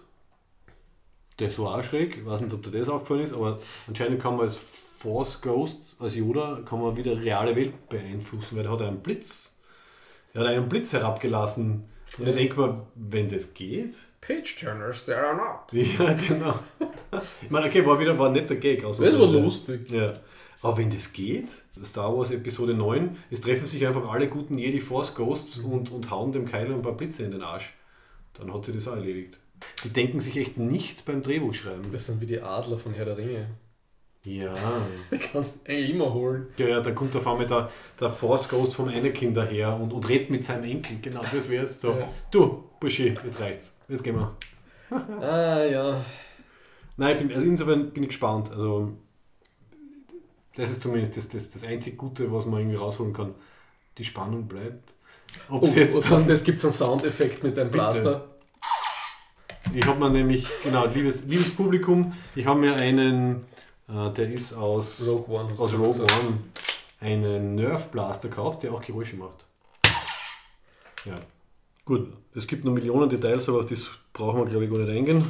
das war auch schräg. Ich weiß nicht, ob dir das aufgefallen ist, aber anscheinend kann man als Force Ghost, als Yoda, kann man wieder reale Welt beeinflussen, weil er hat einen Blitz. Er hat einen Blitz herabgelassen. Und Ja. ich denke mir, wenn das geht. Page Turners, there are not. Ja, genau. Ich meine, okay, war wieder war ein netter Gag. Das war lustig. Ja. Aber wenn das geht, Star Wars Episode neun, es treffen sich einfach alle guten Jedi Force Ghosts Mhm. und, und hauen dem Kylo ein paar Blitze in den Arsch. Dann hat sie das auch erledigt. Die denken sich echt nichts beim Drehbuchschreiben. Das sind wie die Adler von Herr der Ringe. Ja. Die kannst du eigentlich immer holen. Ja, ja, dann kommt auf einmal der, der Force Ghost vom Anakin daher und, und redet mit seinem Enkel. Genau, das wäre jetzt so. Ja. Du, Burschi, jetzt reicht's. Jetzt gehen wir. Ah ja. Nein, ich bin, also insofern bin ich gespannt. Also, das ist zumindest das, das, das einzig Gute, was man irgendwie rausholen kann. Die Spannung bleibt. Ob Oh, es jetzt und dann, das gibt es einen Soundeffekt mit deinem Bitte. Blaster. ich habe mir nämlich, genau, liebes, liebes Publikum, ich habe mir einen, äh, der ist aus Rogue One. hast aus du Rogue gesagt. One, einen Nerf Blaster gekauft, der auch Geräusche macht. Ja. Gut, es gibt noch Millionen Details, aber auf das brauchen wir, glaube ich, gar nicht eingehen.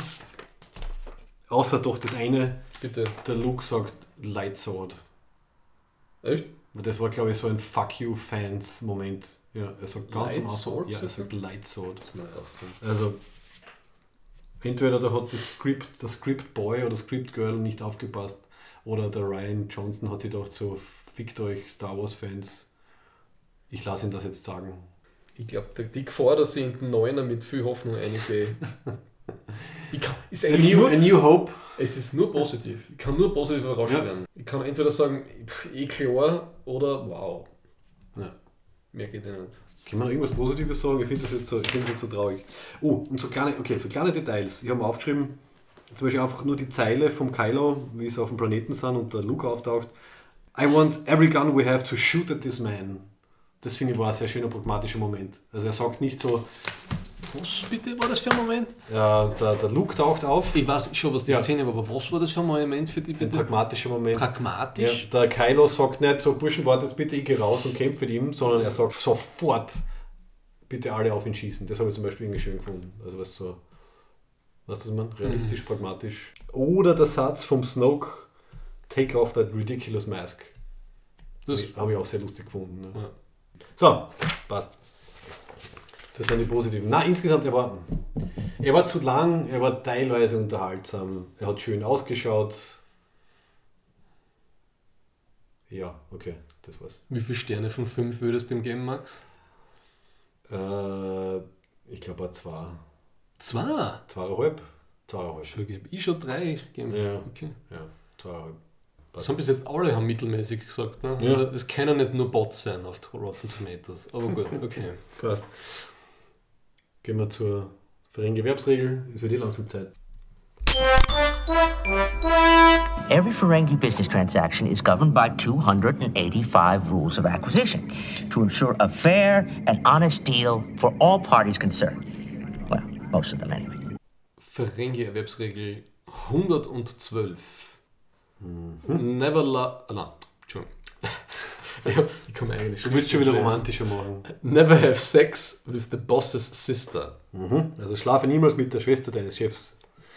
Außer doch das eine, Bitte. der Luke sagt Light Sword. Echt? Das war, glaube ich, so ein Fuck you Fans Moment. Ja, er sagt ganz am Light Anfang. Sword, Ja, er sagt sagt Light Sword. Das ist mir aufgefallen. Also, entweder da hat das Script, der Script Boy oder Script Girl nicht aufgepasst, oder der Ryan Johnson hat sich gedacht, so, fickt euch Star Wars Fans. Ich lasse ihn das jetzt sagen. Ich glaube, die Gefahr, dass ich in den Neuner mit viel Hoffnung eingehe. Ich kann, ist A eigentlich new, nur, a new Hope. es ist nur positiv. Ich kann nur positiv überrascht Ja. werden. Ich kann entweder sagen, pff, eh klar, oder wow. Ja. Mehr geht ja nicht. Kann man noch irgendwas Positives sagen? Ich finde das jetzt so, ich finde das jetzt so traurig. Oh, und so kleine, okay, so kleine Details. Ich habe mir aufgeschrieben, zum Beispiel einfach nur die Zeile vom Kylo, wie sie auf dem Planeten sind und der Luke auftaucht. I want every gun we have to shoot at this man. Das finde ich war ein sehr schöner pragmatischer Moment. Also er sagt nicht so, Was bitte war das für ein Moment? ja, der, der Luke taucht auf, Ich weiß schon, was die Ja. Szene war, aber was war das für ein Moment für die ein bitte? pragmatischer Moment. Ja, Pragmatisch? der Kylo sagt nicht so, Burschen, warte jetzt bitte, ich gehe raus und kämpfe mit ihm, sondern er sagt sofort, bitte alle auf ihn schießen. Das habe ich zum Beispiel irgendwie schön gefunden. Also was so, weißt du, was man? Realistisch, pragmatisch. Oder der Satz vom Snoke, take off that ridiculous mask. Das, Habe ich auch sehr lustig gefunden. Ne? ja. So, passt. Das waren die positiven. Nein, insgesamt, er war, er war zu lang, er war teilweise unterhaltsam, er hat schön ausgeschaut. Ja, okay, das war's. Wie viele Sterne von fünf würdest du ihm geben, Max? Äh, ich glaube, er zwei. Zwei? Zweieinhalb? Zweieinhalb. Schon gebe ich schon drei gegeben. Ja. Okay. Ja, zweieinhalb. Das haben bis jetzt alle haben mittelmäßig gesagt. Ne? Ja. Also es können nicht nur Bots sein auf Rotten Tomatoes. Aber gut, okay. Passt. Gehen wir zur Ferengi-Erwerbsregel. Es wird eh langsam Zeit. Every Ferengi business transaction is governed by two hundred eighty-five rules of acquisition to ensure a fair and honest deal for all parties concerned. Well, most of them anyway. Ferengi-Erwerbsregel hundertzwölf. Never la... Ah, nein, Entschuldigung. Ja, ich kann mir eigentlich Du willst schon wieder romantischer machen. Never have sex with the boss's sister. Mhm. Also schlafe niemals mit der Schwester deines Chefs.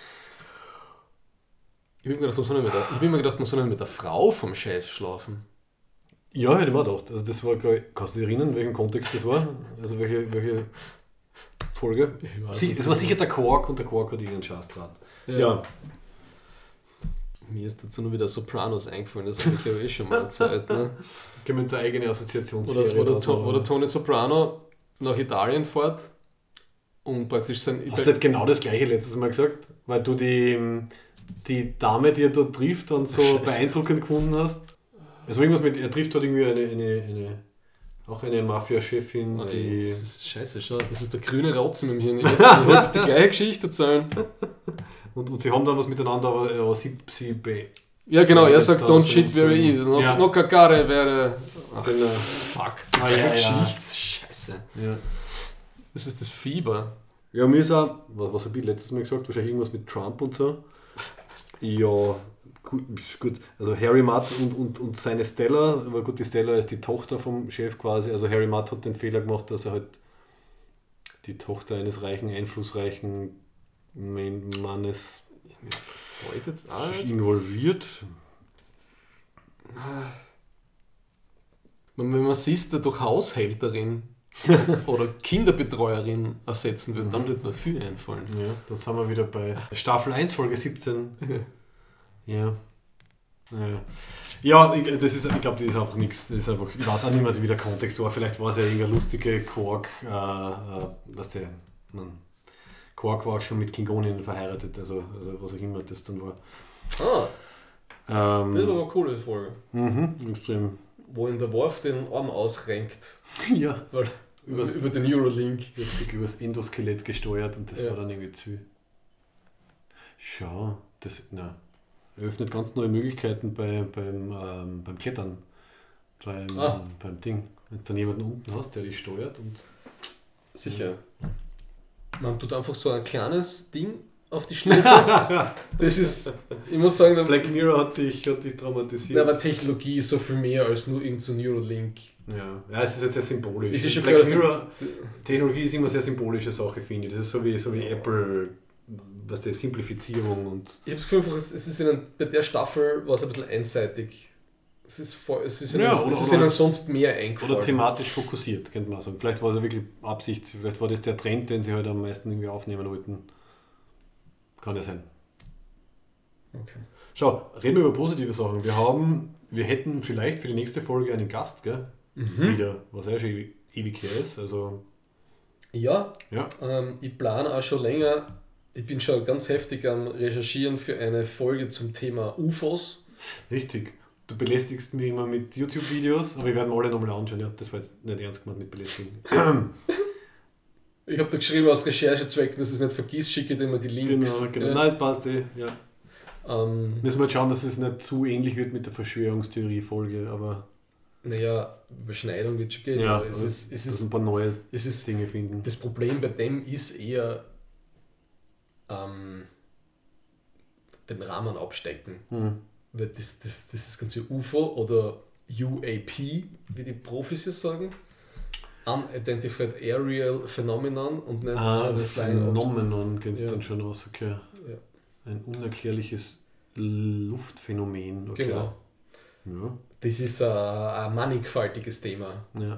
Ich habe mir gedacht, man soll nicht mit der, ich hab mir gedacht, man soll nicht mit der Frau vom Chef schlafen. Ja, hätte ich mir gedacht. Also das war, glaub ich, kannst du dich erinnern, in welchem Kontext das war? Also welche, welche Folge. Es war sicher der Quark und der Quark hat irgendeinen Schatz dran. Ja. ja. Mir ist dazu nur wieder Sopranos eingefallen, das habe ich ja eh schon mal erzählt. Ne? Können wir uns eine eigene Assoziationsserie Oder wo der, to- wo der Tony Soprano nach Italien fährt und praktisch sein... Hast Ital- du nicht genau das gleiche letztes Mal gesagt? Weil du die, die Dame, die er dort trifft, dann so Scheiße. beeindruckend gefunden hast? Also irgendwas mit, er trifft dort irgendwie eine, eine, eine auch eine Mafia-Chefin, oh, die... Das ist scheiße, schau, das ist der grüne Rotzen mit dem Hirn. Ich wollte jetzt die gleiche Geschichte erzählen. Und, und sie haben dann was miteinander, aber, aber sie, sie be- Ja genau, er sagt don't shit very easy, no, ja. no cacare wäre... Ach, genau. fuck, ah, ja, ja, Geschichte, ja. scheiße. Ja. Das ist das Fieber. Ja, mir ist auch, was habe ich letztes Mal gesagt, wahrscheinlich irgendwas mit Trump und so. Ja, gut, gut. Also Harry Mudd und, und, und seine Stella, aber gut, die Stella ist die Tochter vom Chef quasi, also Harry Mudd hat den Fehler gemacht, dass er halt die Tochter eines reichen, einflussreichen Mannes jetzt involviert. Wenn man siehst, der durch Haushälterin oder Kinderbetreuerin ersetzen wird, mhm. dann wird mir viel einfallen. Ja, dann sind wir wieder bei Staffel eins, Folge siebzehn. ja. Ja, ja ich, das ist, ich glaube, das ist einfach nichts. Das ist einfach, ich weiß auch nicht mehr, wie der Kontext war. Vielleicht war es ja irgendeine lustige Quark, äh, äh, was der, man, Quark war auch schon mit Klingonien verheiratet, also, also was auch immer das dann war. Ah, ähm, das ist aber eine coole Folge. Mhm, extrem. Wo in der Worf den Arm ausrenkt. Ja. Weil, übers, über den Neuralink. Richtig, übers Endoskelett gesteuert und das ja. war dann irgendwie zu. Schau, das na, eröffnet ganz neue Möglichkeiten bei, beim, ähm, beim Klettern. Beim, ah. beim Ding. Wenn du dann jemanden unten hast, der dich steuert und. Sicher. Man tut einfach so ein kleines Ding auf die Schläfe. Das ist, ich muss sagen... Black Mirror hat dich, hat dich traumatisiert. Aber Technologie ist so viel mehr als nur irgend so Neuralink. Ja. ja, es ist jetzt sehr symbolisch. Ist schon Black klar, Mirror, Technologie ist immer eine sehr symbolische Sache, finde ich. Das ist so wie, so wie Apple, was die Simplifizierung und... Ich habe das Gefühl, es ist in, bei der Staffel war es ein bisschen einseitig. Es ist, voll, es ist, ihnen, ja, oder, es ist oder, ihnen sonst mehr eingefallen. Oder thematisch fokussiert, könnte man sagen. Vielleicht war es ja wirklich Absicht, vielleicht war das der Trend, den sie halt am meisten irgendwie aufnehmen wollten. Kann ja sein. Okay. Schau, reden wir über positive Sachen. Wir haben, wir hätten vielleicht für die nächste Folge einen Gast, gell? Mhm. Wieder, was ja schon ewig, ewig her ist. Also, ja, ja. Ähm, ich plane auch schon länger, ich bin schon ganz heftig am Recherchieren für eine Folge zum Thema U F Os. Richtig. Du belästigst mich immer mit YouTube-Videos, aber wir werden alle nochmal anschauen. Ja, das war jetzt nicht ernst gemeint mit belästigen. Ich habe da geschrieben aus Recherchezwecken, dass ich es nicht vergisst, schicke dir immer die Links. Genau, genau. Ja. Nein, es passt eh. Ja. Ähm, Müssen wir jetzt schauen, dass es nicht zu ähnlich wird mit der Verschwörungstheorie-Folge, aber... Naja, Überschneidung wird schon gehen. Ja, es ist, es ist ein paar neue es ist, Dinge finden. Das Problem bei dem ist eher ähm, den Rahmen abstecken. Hm. Weil das, das, das ist das ganze U F O oder U A P, wie die Profis es sagen. Unidentified Aerial Phenomenon und nicht ah, Phänomenon kennst du ja. dann schon aus, okay. Ja. Ein unerklärliches Luftphänomen, okay. Genau. Ja. Das ist ein, ein mannigfaltiges Thema. Ja.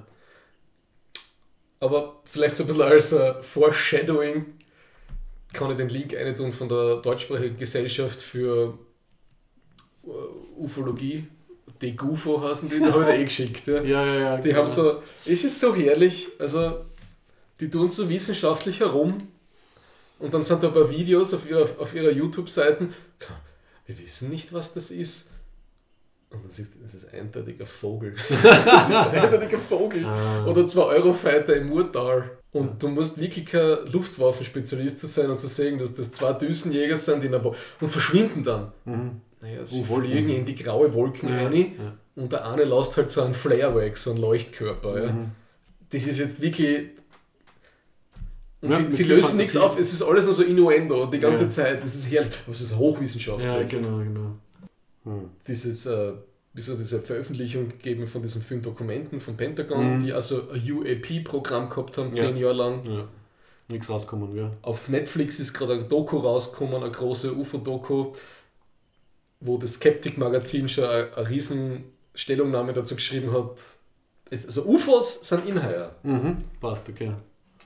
Aber vielleicht so ein bisschen als uh, Foreshadowing kann ich den Link rein tun von der deutschsprachigen Gesellschaft für uh, Ufologie. Die G U F O heißen die, da habe ich dir eh geschickt. Ja, ja, ja. ja die genau. haben so, es ist so herrlich, also die tun so wissenschaftlich herum und dann sind da ein paar Videos auf ihrer, auf ihrer YouTube-Seiten, wir wissen nicht, was das ist. Und dann siehst du, das ist eindeutig ein Vogel. Das ist ein eindeutiger Vogel. Ah. Oder zwei Eurofighter im Murtal. Und ja. du musst wirklich kein Luftwaffenspezialist sein, um zu sehen, dass das zwei Düsenjäger sind, die in Bo- und verschwinden dann. Mhm. Naja, sie uh, fliegen in die graue Wolken ja. rein ja. und der eine lässt halt so einen Flare weg, so einen Leuchtkörper. Ja. Mhm. Das ist jetzt wirklich... Und ja, sie, sie lösen nichts auf, es ist alles nur so Innuendo die ganze ja. Zeit. Das ist herrlich, aber es ist hochwissenschaftlich. Ja, genau, genau. Hm. Dieses, äh, wieso diese Veröffentlichung gegeben von diesen fünf Dokumenten vom Pentagon, mhm. die also ein U A P-Programm gehabt haben, zehn ja. Jahre lang. Ja. Nichts rausgekommen, ja. Auf Netflix ist gerade ein Doku rausgekommen, eine große U F O-Doku, wo das Skeptic-Magazin schon eine, eine riesen Stellungnahme dazu geschrieben hat. Es, also U F Os sind Inheier. Mhm. Passt, okay.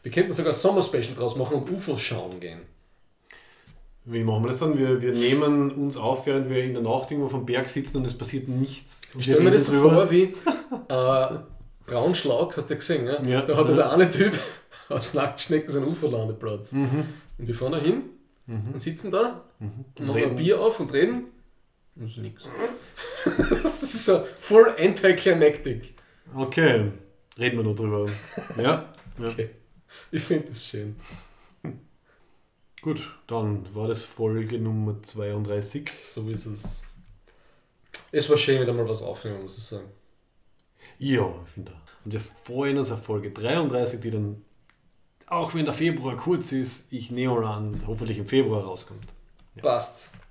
Wir könnten sogar ein Sommer-Special draus machen und U F Os schauen gehen. Wie machen wir das dann? Wir, wir nehmen uns auf, während wir in der Nacht irgendwo vom Berg sitzen und es passiert nichts. Ich stelle mir das so vor wie äh, Braunschlag, hast du ja gesehen, ne? Ja. Da hat ja der eine Typ aus Nacktschnecken seinen U F O-Landeplatz. Mhm. Und wir fahren da hin Mhm. und sitzen da Mhm. und machen ein Bier auf und reden. Und ist nichts. Das ist so full anticlimactic. Okay, reden wir noch drüber. Ja, ja. Okay. Ich finde das schön. Gut, dann war das Folge Nummer zweiunddreißig. So ist es. Es war schön, wieder mal was aufnehmen, muss ich sagen. Ja, ich finde auch. Und wir freuen uns auf Folge dreiunddreißig, die dann, auch wenn der Februar kurz ist, ich nehme mal an, hoffentlich im Februar rauskommt. Passt.